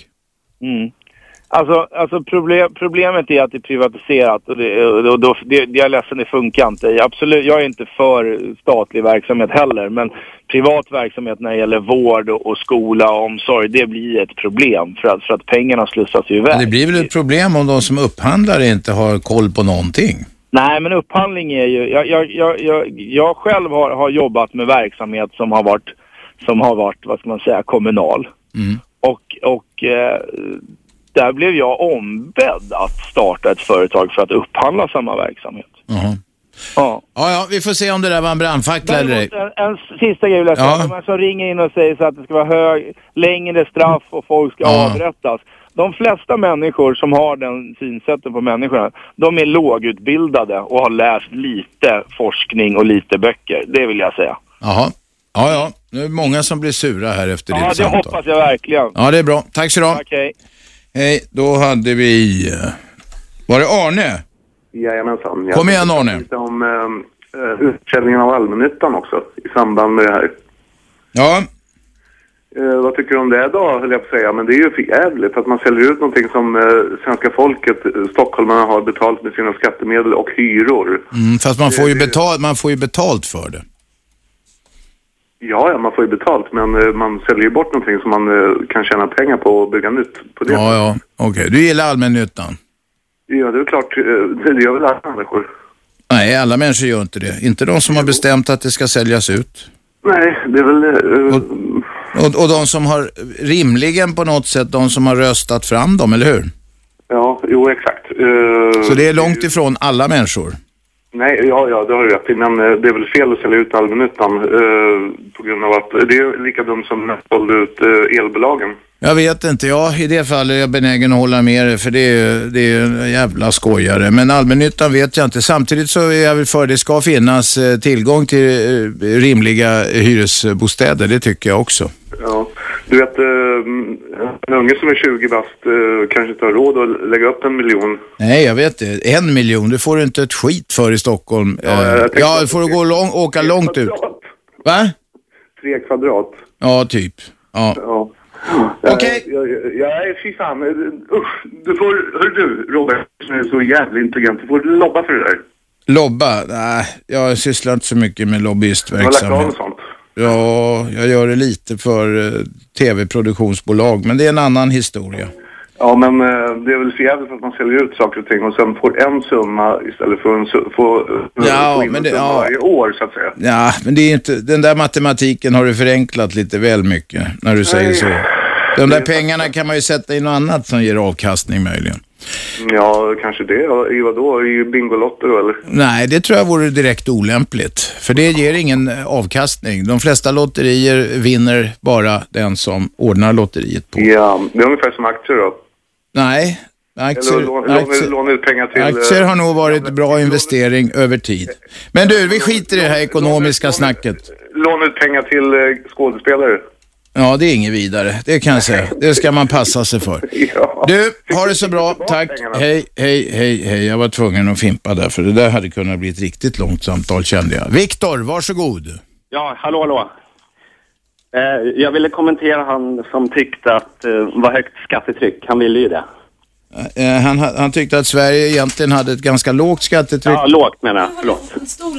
Alltså problemet är att det är privatiserat och det är ledsen, det funkar inte. Absolut, jag är inte för statlig verksamhet heller, men privat verksamhet när det gäller vård och skola och omsorg, det blir ett problem för att pengarna slussas ju iväg. Det blir väl ett problem om de som upphandlar inte har koll på någonting? Nej, men upphandling är ju... Jag själv har jobbat med verksamhet som har varit vad ska man säga, kommunal. Och där blev jag ombedd att starta ett företag för att upphandla samma verksamhet. Ja, vi får se om det där var en brandfackla eller ej. En sista grej vill jag säga. De här som ringer in och säger så att det ska vara längre straff och folk ska avrättas. De flesta människor som har den synsätten på människorna, de är lågutbildade och har läst lite forskning och lite böcker. Det vill jag säga. Jaha. Ja. Nu är det många som blir sura här efter ditt samtal. Ja, det hoppas jag verkligen. Ja, det är bra. Tack så du ha. Tack, hej. Hej, då hade vi... Var det Arne? Jajamensan. Kom igen, Arne. Lite om utförsäljningen av allmännyttan också i samband med det här. Ja. Vad tycker du om det då, höll jag på att säga. Men det är ju för jävligt att man säljer ut någonting som svenska folket, stockholmarna, har betalt med sina skattemedel och hyror. Fast man får ju betalt för det. Ja, man får ju betalt, men man säljer ju bort någonting som man kan tjäna pengar på och bygga nytt på det. Ja, okej. Du gillar allmännyttan? Ja, det är klart. Det gör väl alla människor. Nej, alla människor gör inte det. Inte de som har bestämt att det ska säljas ut. Nej, det är väl... Och de som har rimligen på något sätt, de som har röstat fram dem, eller hur? Ja, jo, exakt. Så det är långt ifrån alla människor? Nej, ja, det har du rätt i. Men det är väl fel att sälja ut allmännyttan på grund av att det är lika dumt som att sålde ut elbolagen. Jag vet inte, i det fallet är jag benägen att hålla med det, för det är en jävla skojare. Men allmännyttan vet jag inte. Samtidigt så är jag väl för det ska finnas tillgång till rimliga hyresbostäder, det tycker jag också. Ja, du vet, en unge som är 20 bast kanske inte har råd att lägga upp 1 miljon. Nej, jag vet det. 1 miljon, det får du inte ett skit för i Stockholm. Ja, du får åka långt ut. Va? 3 kvadrat. Ja, typ. Ja. Okej. Fy fan. Usch, hör du, Robert, som är så jävla intelligent, du får lobba för det där. Lobba? Nej, jag sysslar inte så mycket med lobbyistverksamhet. Du har lagt av sånt? Ja, jag gör det lite för tv-produktionsbolag, men det är en annan historia. Ja, men det är väl så jävligt att man säljer ut saker och ting och sen får en summa istället för att få in en summa varje år, så att säga. Ja, men det är inte, den där matematiken har du förenklat lite väl mycket när du säger så. De där pengarna kan man ju sätta i något annat som ger avkastning möjligen. Ja, kanske det. I vad då? I bingolotter eller? Nej, det tror jag vore direkt olämpligt. För det ger ingen avkastning. De flesta lotterier vinner bara den som ordnar lotteriet på. Ja, det är ungefär som aktier då. Nej, aktier har nog varit bra investering över tid. Men du, vi skiter i det här ekonomiska snacket. Låna ut pengar till skådespelare. Ja, det är inget vidare. Det kan jag säga. Det ska man passa sig för. Ja. Du, ha det så bra. Tack. Hej. Jag var tvungen att fimpa där, för det där hade kunnat bli ett riktigt långt samtal, kände jag. Viktor, varsågod. Ja, hallå. Jag ville kommentera han som tyckte att var högt skattetryck. Han ville ju det. Han tyckte att Sverige egentligen hade ett ganska lågt skattetryck. Ja, lågt menar jag. Förlåt.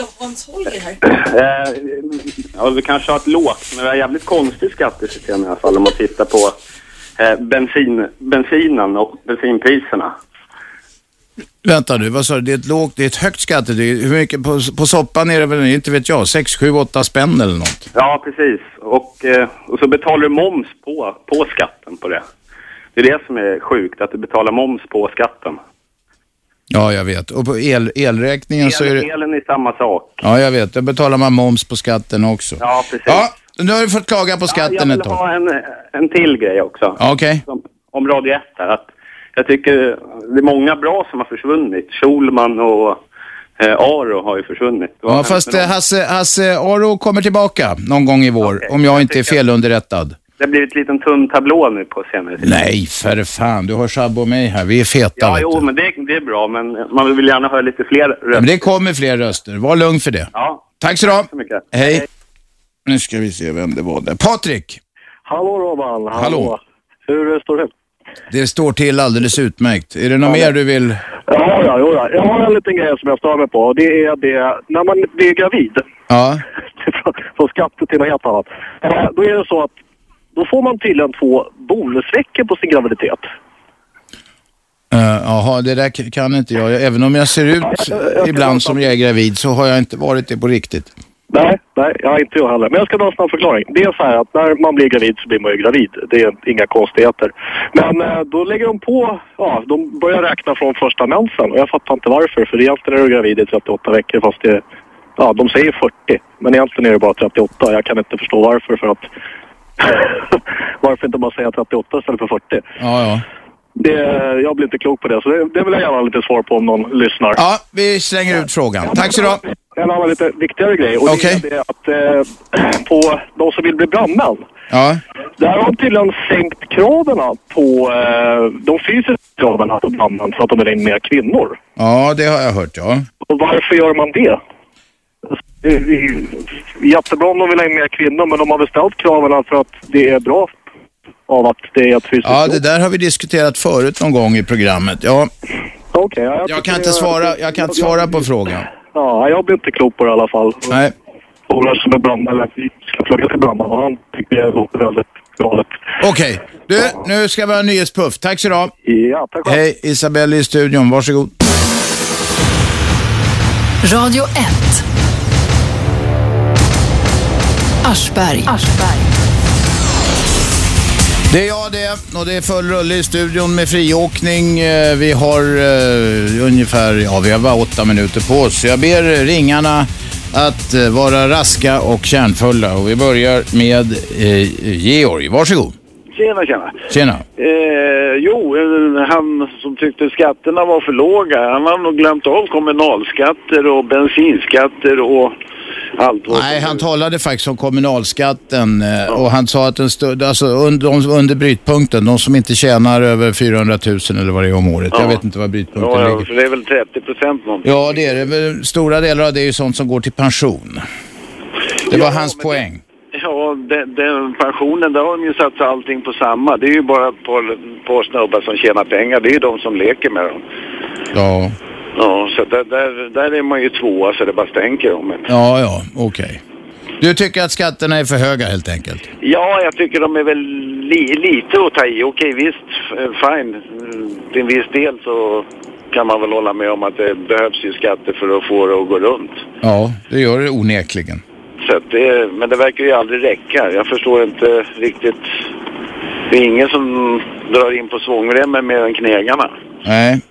Ja, vi kanske har ett lågt, men det är jävligt konstigt skattesystem i alla fall om man tittar på bensinen och bensinpriserna. Vänta nu, vad sa du? Det är ett högt skattetryck. Hur mycket på soppan är det väl, inte vet jag, 6, 7, 8 spänn eller något? Ja, precis. Och så betalar du moms på skatten på det. Det är det som är sjukt, att du betalar moms på skatten. Ja, jag vet. Och på elräkningen så är det... Elen är samma sak. Ja, jag vet. Då betalar man moms på skatten också. Ja, precis. Ja, nu har du fått klaga på skatten ett tag. Jag vill ha en till grej också. Okej. Om Radio 1 här. Att jag tycker det är många bra som har försvunnit. Schulman och Aro har ju försvunnit. Ja, fast Hasse Aro kommer tillbaka någon gång i vår. Om jag inte är felunderrättad. Det har blivit en liten tunn tablå nu på senare tid. Nej, för fan. Du har Shabbo och mig här. Vi är feta. Ja, jo, men det är bra. Men man vill gärna höra lite fler röster. Men det kommer fler röster. Var lugn för det. Ja. Tack så Tack så mycket. Hej. Nu ska vi se vem det var där. Patrik! Hallå, Robban. Hallå. Hur står det? Det står till alldeles utmärkt. Är det något mer du vill... Ja. Jag har en liten grej som jag stör mig på. Och det är det, när man blir gravid. Ja. Från skatt till något helt annat. Då är det så att då får man tydligen 2 bonusveckor på sin graviditet. Jaha, det där kan inte jag. Även om jag ser ut ibland som jag är gravid så har jag inte varit det på riktigt. Nej, inte jag heller. Men jag ska dra en snabb förklaring. Det är så här att när man blir gravid så blir man ju gravid. Det är inga konstigheter. Men då lägger de på, de börjar räkna från första mensen. Och jag fattar inte varför. För egentligen är du gravid i 38 veckor fast det, de säger 40. Men egentligen är det bara 38. Jag kan inte förstå varför, för att varför inte bara säga 38 istället för 40? Ja. Jag blir inte klok på det, så det vill jag gärna ha lite svar på om någon lyssnar. Ja, vi slänger ut frågan. Tack så du. En annan lite viktigare grej, och det är det att på de som vill bli brandmän, där har de tydligen sänkt kraven på de fysiska kraven på brandmän så att de är in mer kvinnor. Ja, det har jag hört, ja. Och varför gör man det? jättebra om de vill ha in mer kvinnor, men de har beställt kraven för att det är bra av att det är ett fysiskt Ja, det där har vi diskuterat förut någon gång i programmet. Ja. Okej, jag kan inte svara på frågan. Ja, jag blir inte klok på det i alla fall. Nej. Ola som är brandman, eller vi ska plugga till brandman, och han tycker det låter väldigt galet. Okej. Du, nu ska vi ha en nyhetspuff. Tack så du ha. Ja, tack. Hej, Isabelle i studion. Varsågod. Radio 1. Aschberg. Det är jag det, och det är full rulle i studion med friåkning. Vi har vi har bara 8 minuter på oss. Jag ber ringarna att vara raska och kärnfulla. Och vi börjar med Georg. Varsågod. Tjena. Han som tyckte skatterna var för låga, han har nog glömt av kommunalskatter och bensinskatter och allt. Nej, han talade faktiskt om kommunalskatten och han sa att under brytpunkten, de som inte tjänar över 400 000 eller vad det är om året. Jag vet inte vad brytpunkten ligger. Så det är väl 30% någonting. Ja, det är det. Stora delar av det är ju sånt som går till pension. Det var hans poäng. Ja, den pensionen, där har de ju satt allting på samma. Det är ju bara på snubbar som tjänar pengar. Det är ju de som leker med dem. Ja. Ja, så där är man ju två, så det bara stänker om det. Ja, okej. Du tycker att skatterna är för höga helt enkelt? Ja, jag tycker de är väl lite att ta i. Okej, visst, fine. Till en viss del så kan man väl hålla med om att det behövs ju skatter för att få det att gå runt. Ja, det gör det onekligen. Så men det verkar ju aldrig räcka. Jag förstår inte riktigt. Det är ingen som drar in på svångremmen mer än knegarna. Nej.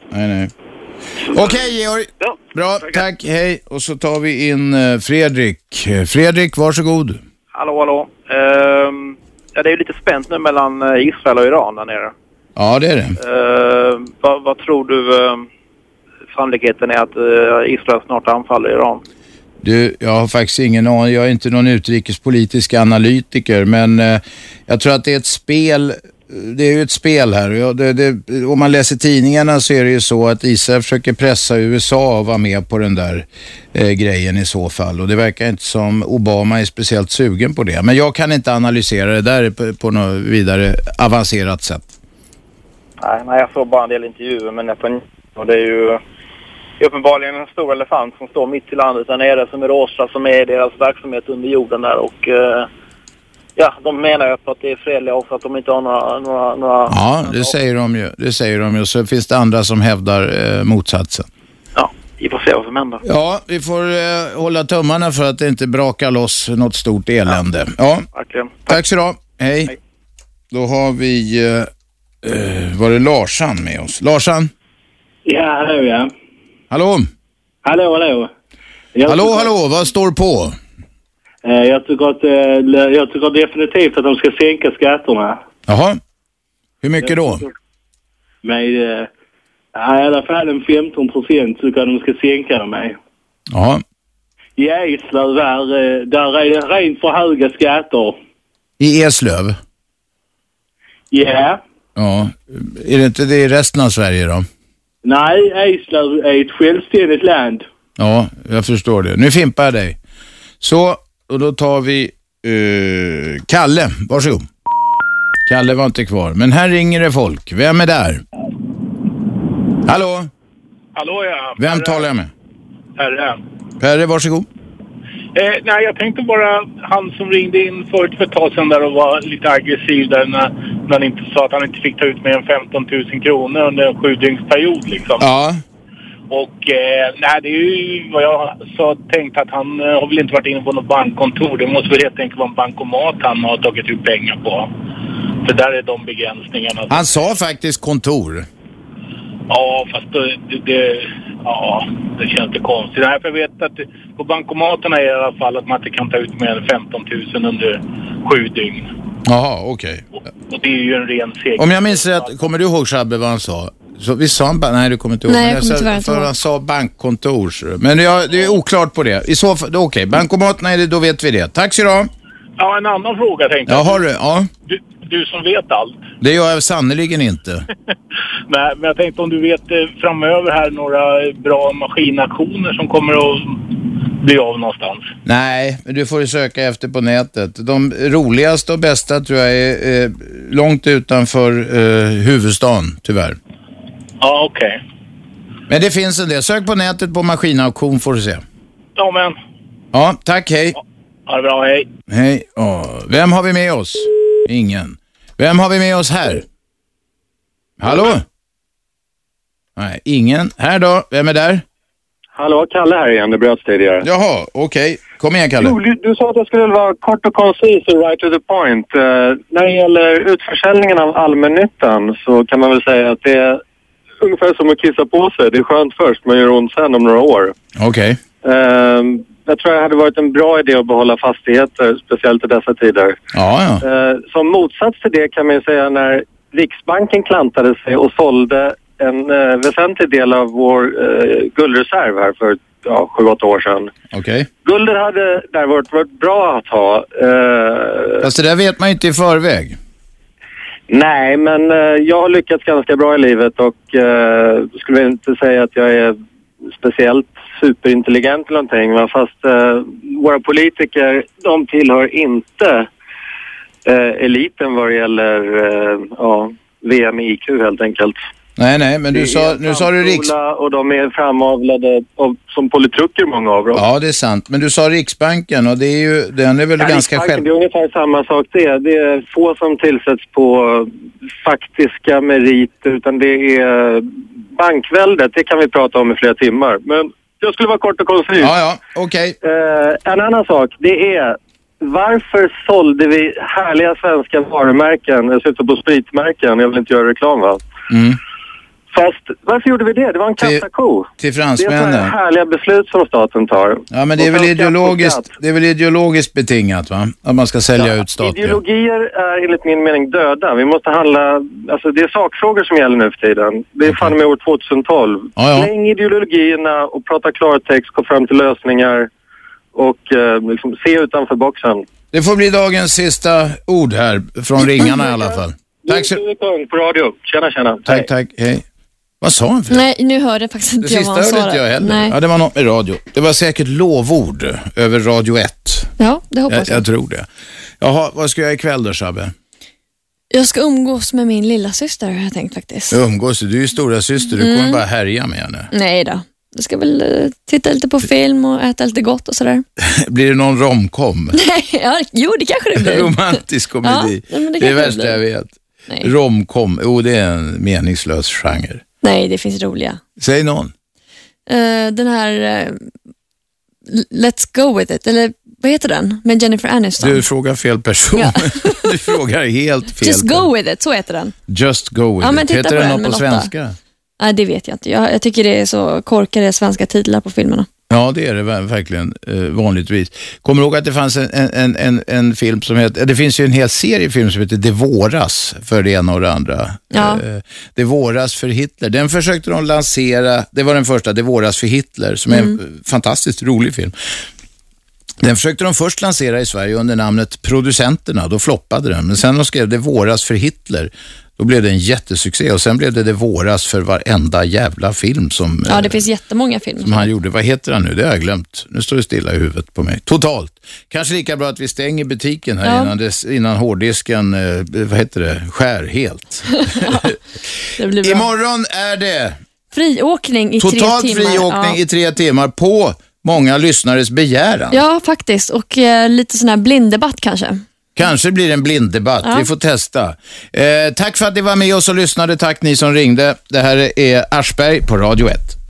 Okej, Georg. Ja, bra, tack. Hej. Och så tar vi in Fredrik. Fredrik, varsågod. Hallå. Det är ju lite spänt nu mellan Israel och Iran där nere. Ja, det är det. Vad tror du sannolikheten är att Israel snart anfaller Iran? Du, jag har faktiskt ingen aning. Jag är inte någon utrikespolitisk analytiker, men jag tror att det är ett spel. Det är ju ett spel här. Om man läser tidningarna så är det ju så att Israel försöker pressa USA att vara med på den där grejen i så fall. Och det verkar inte som Obama är speciellt sugen på det. Men jag kan inte analysera det där på något vidare avancerat sätt. Nej, jag såg bara en del intervjuer med Netanyahu. Och det är ju uppenbarligen en stor elefant som står mitt i landet där nere, som är rosa, som är deras verksamhet under jorden där. Och de menar ju att det är fredliga och att de inte har några... Ja, det säger de ju. Så finns det andra som hävdar motsatsen. Ja, vi får se vad som händer. Ja, vi får hålla tummarna för att det inte brakar loss något stort elände. Ja, tack så du. Hej. Då har vi... var det Larsan med oss? Larsan? Ja, hallå. Hallå. Hallå, vad står på? Jag tycker definitivt att de ska sänka skatterna. Jaha. Hur mycket då? Med i alla fall en 15% tycker jag de ska sänka dem med. Jaha. I Eslöv där är det rent för höga skatter. I Eslöv? Ja. Ja. Är det inte det i resten av Sverige då? Nej, Eslöv är ett självständigt land. Ja, jag förstår det. Nu fimpar jag dig. Så, och då tar vi Kalle. Varsågod. Kalle var inte kvar. Men här ringer det folk. Vem är där? Hallå? Hallå, ja. Vem talar jag med? Perre, varsågod. Nej, jag tänkte bara han som ringde in förut för ett tag sedan där och var lite aggressiv där när han inte sa att han inte fick ta ut mer än 15 000 kronor under en 7-dygnsperiod liksom. Ja. Och det är ju vad jag tänkt att han har väl inte varit inne på något bankkontor. Det måste väl helt enkelt vara en bankomat han har tagit ut pengar på. För där är de begränsningarna. Han sa faktiskt kontor. Ja, fast det känns inte konstigt. Nej, för jag vet att på bankomaterna är i alla fall att man inte kan ta ut mer än 15 000 under 7 dygn. Jaha, okej. Och det är ju en ren seger. Om jag minns rätt, kommer du ihåg Shabbe vad han sa? Så vi sa nej, du kommer inte ihåg. Nej, jag kommer tyvärr inte ihåg. Han sa bankkontor. Men det är oklart på det. I så fall, okej. Bankomaterna är det, då vet vi det. Tack så du. Ja, en annan fråga tänkte jag. Ja, har du? Ja. Du som vet allt. Det gör jag sannoliken inte. Nej, men jag tänkte om du vet framöver här några bra maskinaktioner som kommer att bli av någonstans. Nej, men du får söka efter på nätet. De roligaste och bästa tror jag är långt utanför huvudstaden, tyvärr. Ja, okej. Men det finns en del. Sök på nätet på Maskinauktion får du se. Ja, men. Ja, tack, hej. Ja, det är bra, hej. Hej. Vem har vi med oss? Ingen. Vem har vi med oss här? Hallå? Nej, ingen. Här då, vem är där? Hallå, Kalle här igen, det bröts tidigare. Jaha, okej. Kom igen, Kalle. Jo, du sa att jag skulle vara kort och koncis och right to the point. När det gäller utförsäljningen av allmännyttan så kan man väl säga att det är ungefär som att kissa på sig. Det är skönt först, men gör ont sen om några år. Okej. Jag tror det hade varit en bra idé att behålla fastigheter, speciellt i dessa tider. Ja. Som motsats till det kan man ju säga när Riksbanken klantade sig och sålde en väsentlig del av vår guldreserv här för 7-8 år sedan. Okej. Guldet hade där varit bra att ha. Fast det där vet man inte i förväg. Nej, men jag har lyckats ganska bra i livet och skulle inte säga att jag är speciellt superintelligent eller någonting. Men fast våra politiker, de tillhör inte eliten vad det gäller VM i IQ helt enkelt. Nej, men nu sa du och de är framavlade som politrucker många av dem. Ja, det är sant. Men du sa Riksbanken och den är väl ganska själv... Det är ungefär samma sak det är få som tillsätts på faktiska meriter utan det är bankväldet, det kan vi prata om i flera timmar. Men jag skulle vara kort och koncis. Ja, okej. En annan sak, det är varför sålde vi härliga svenska varumärken, jag syftar på spritmärken, jag vill inte göra reklam va? Mm. Fast varför gjorde vi det? Det var en kassako. Till fransmännen. Det är härliga beslut som staten tar. Ja, men det är väl ideologiskt betingat va? Att man ska sälja ut statliga. Ideologier är enligt min mening döda. Vi måste handla, alltså det är sakfrågor som gäller nu för tiden. Det är fan med år 2012. Släng ideologierna och prata klartext, gå fram till lösningar och liksom se utanför boxen. Det får bli dagens sista ord här från ringarna i alla fall. Tack så mycket. På radio. Tjena. Tack. Hej. Vad sa han för? Nej, nu hörde faktiskt inte jag vad han sa. Det sista hörde inte jag heller. Nej. Ja, det var något med radio. Det var säkert lovord över Radio 1. Ja, det hoppas jag tror det. Jaha, vad ska jag ikväll då, Shabbe? Jag ska umgås med min lilla syster, har jag tänkt faktiskt. Umgås? Du är ju stora syster. Du kommer bara härja med henne. Nej då. Jag ska väl titta lite på film och äta lite gott och sådär. Blir det någon romkom? Nej, jo det kanske det blir. Romantisk komedi. Ja, men det är värsta jag vet. Nej. Romkom, det är en meningslös genre. Nej, det finns roliga. Säg någon. Den här Let's Go With It, eller vad heter den? Med Jennifer Aniston. Du frågar fel person. Ja. Du frågar helt fel. Just Go With It, så heter den. Just Go With It. Heter den något på svenska? Nej, det vet jag inte. Jag tycker det är så korkade svenska titlar på filmerna. Ja, det är det verkligen vanligtvis. Kommer du ihåg att det fanns en film som heter... Det finns ju en hel serie film som heter Det våras för det ena och det andra. Ja. Det våras för Hitler. Den försökte de lansera... Det var den första, Det våras för Hitler, som är en fantastiskt rolig film. Den försökte de först lansera i Sverige under namnet Producenterna. Då floppade den. Men sen de skrev Det våras för Hitler... Då blev det en jättesuccé och sen blev det våras för varenda jävla film som... Ja, det finns jättemånga filmer. Som han gjorde. Vad heter han nu? Det har jag glömt. Nu står det stilla i huvudet på mig. Totalt. Kanske lika bra att vi stänger butiken här innan hårddisken, skär helt. Det blir bra. Imorgon är det... Friåkning i 3 timmar. Totalt friåkning i 3 timmar på många lyssnares begäran. Ja, faktiskt. Och lite sån här blinddebatt kanske. Kanske blir det en blinddebatt. Vi får testa. Tack för att ni var med oss och lyssnade. Tack ni som ringde. Det här är Aschberg på Radio 1.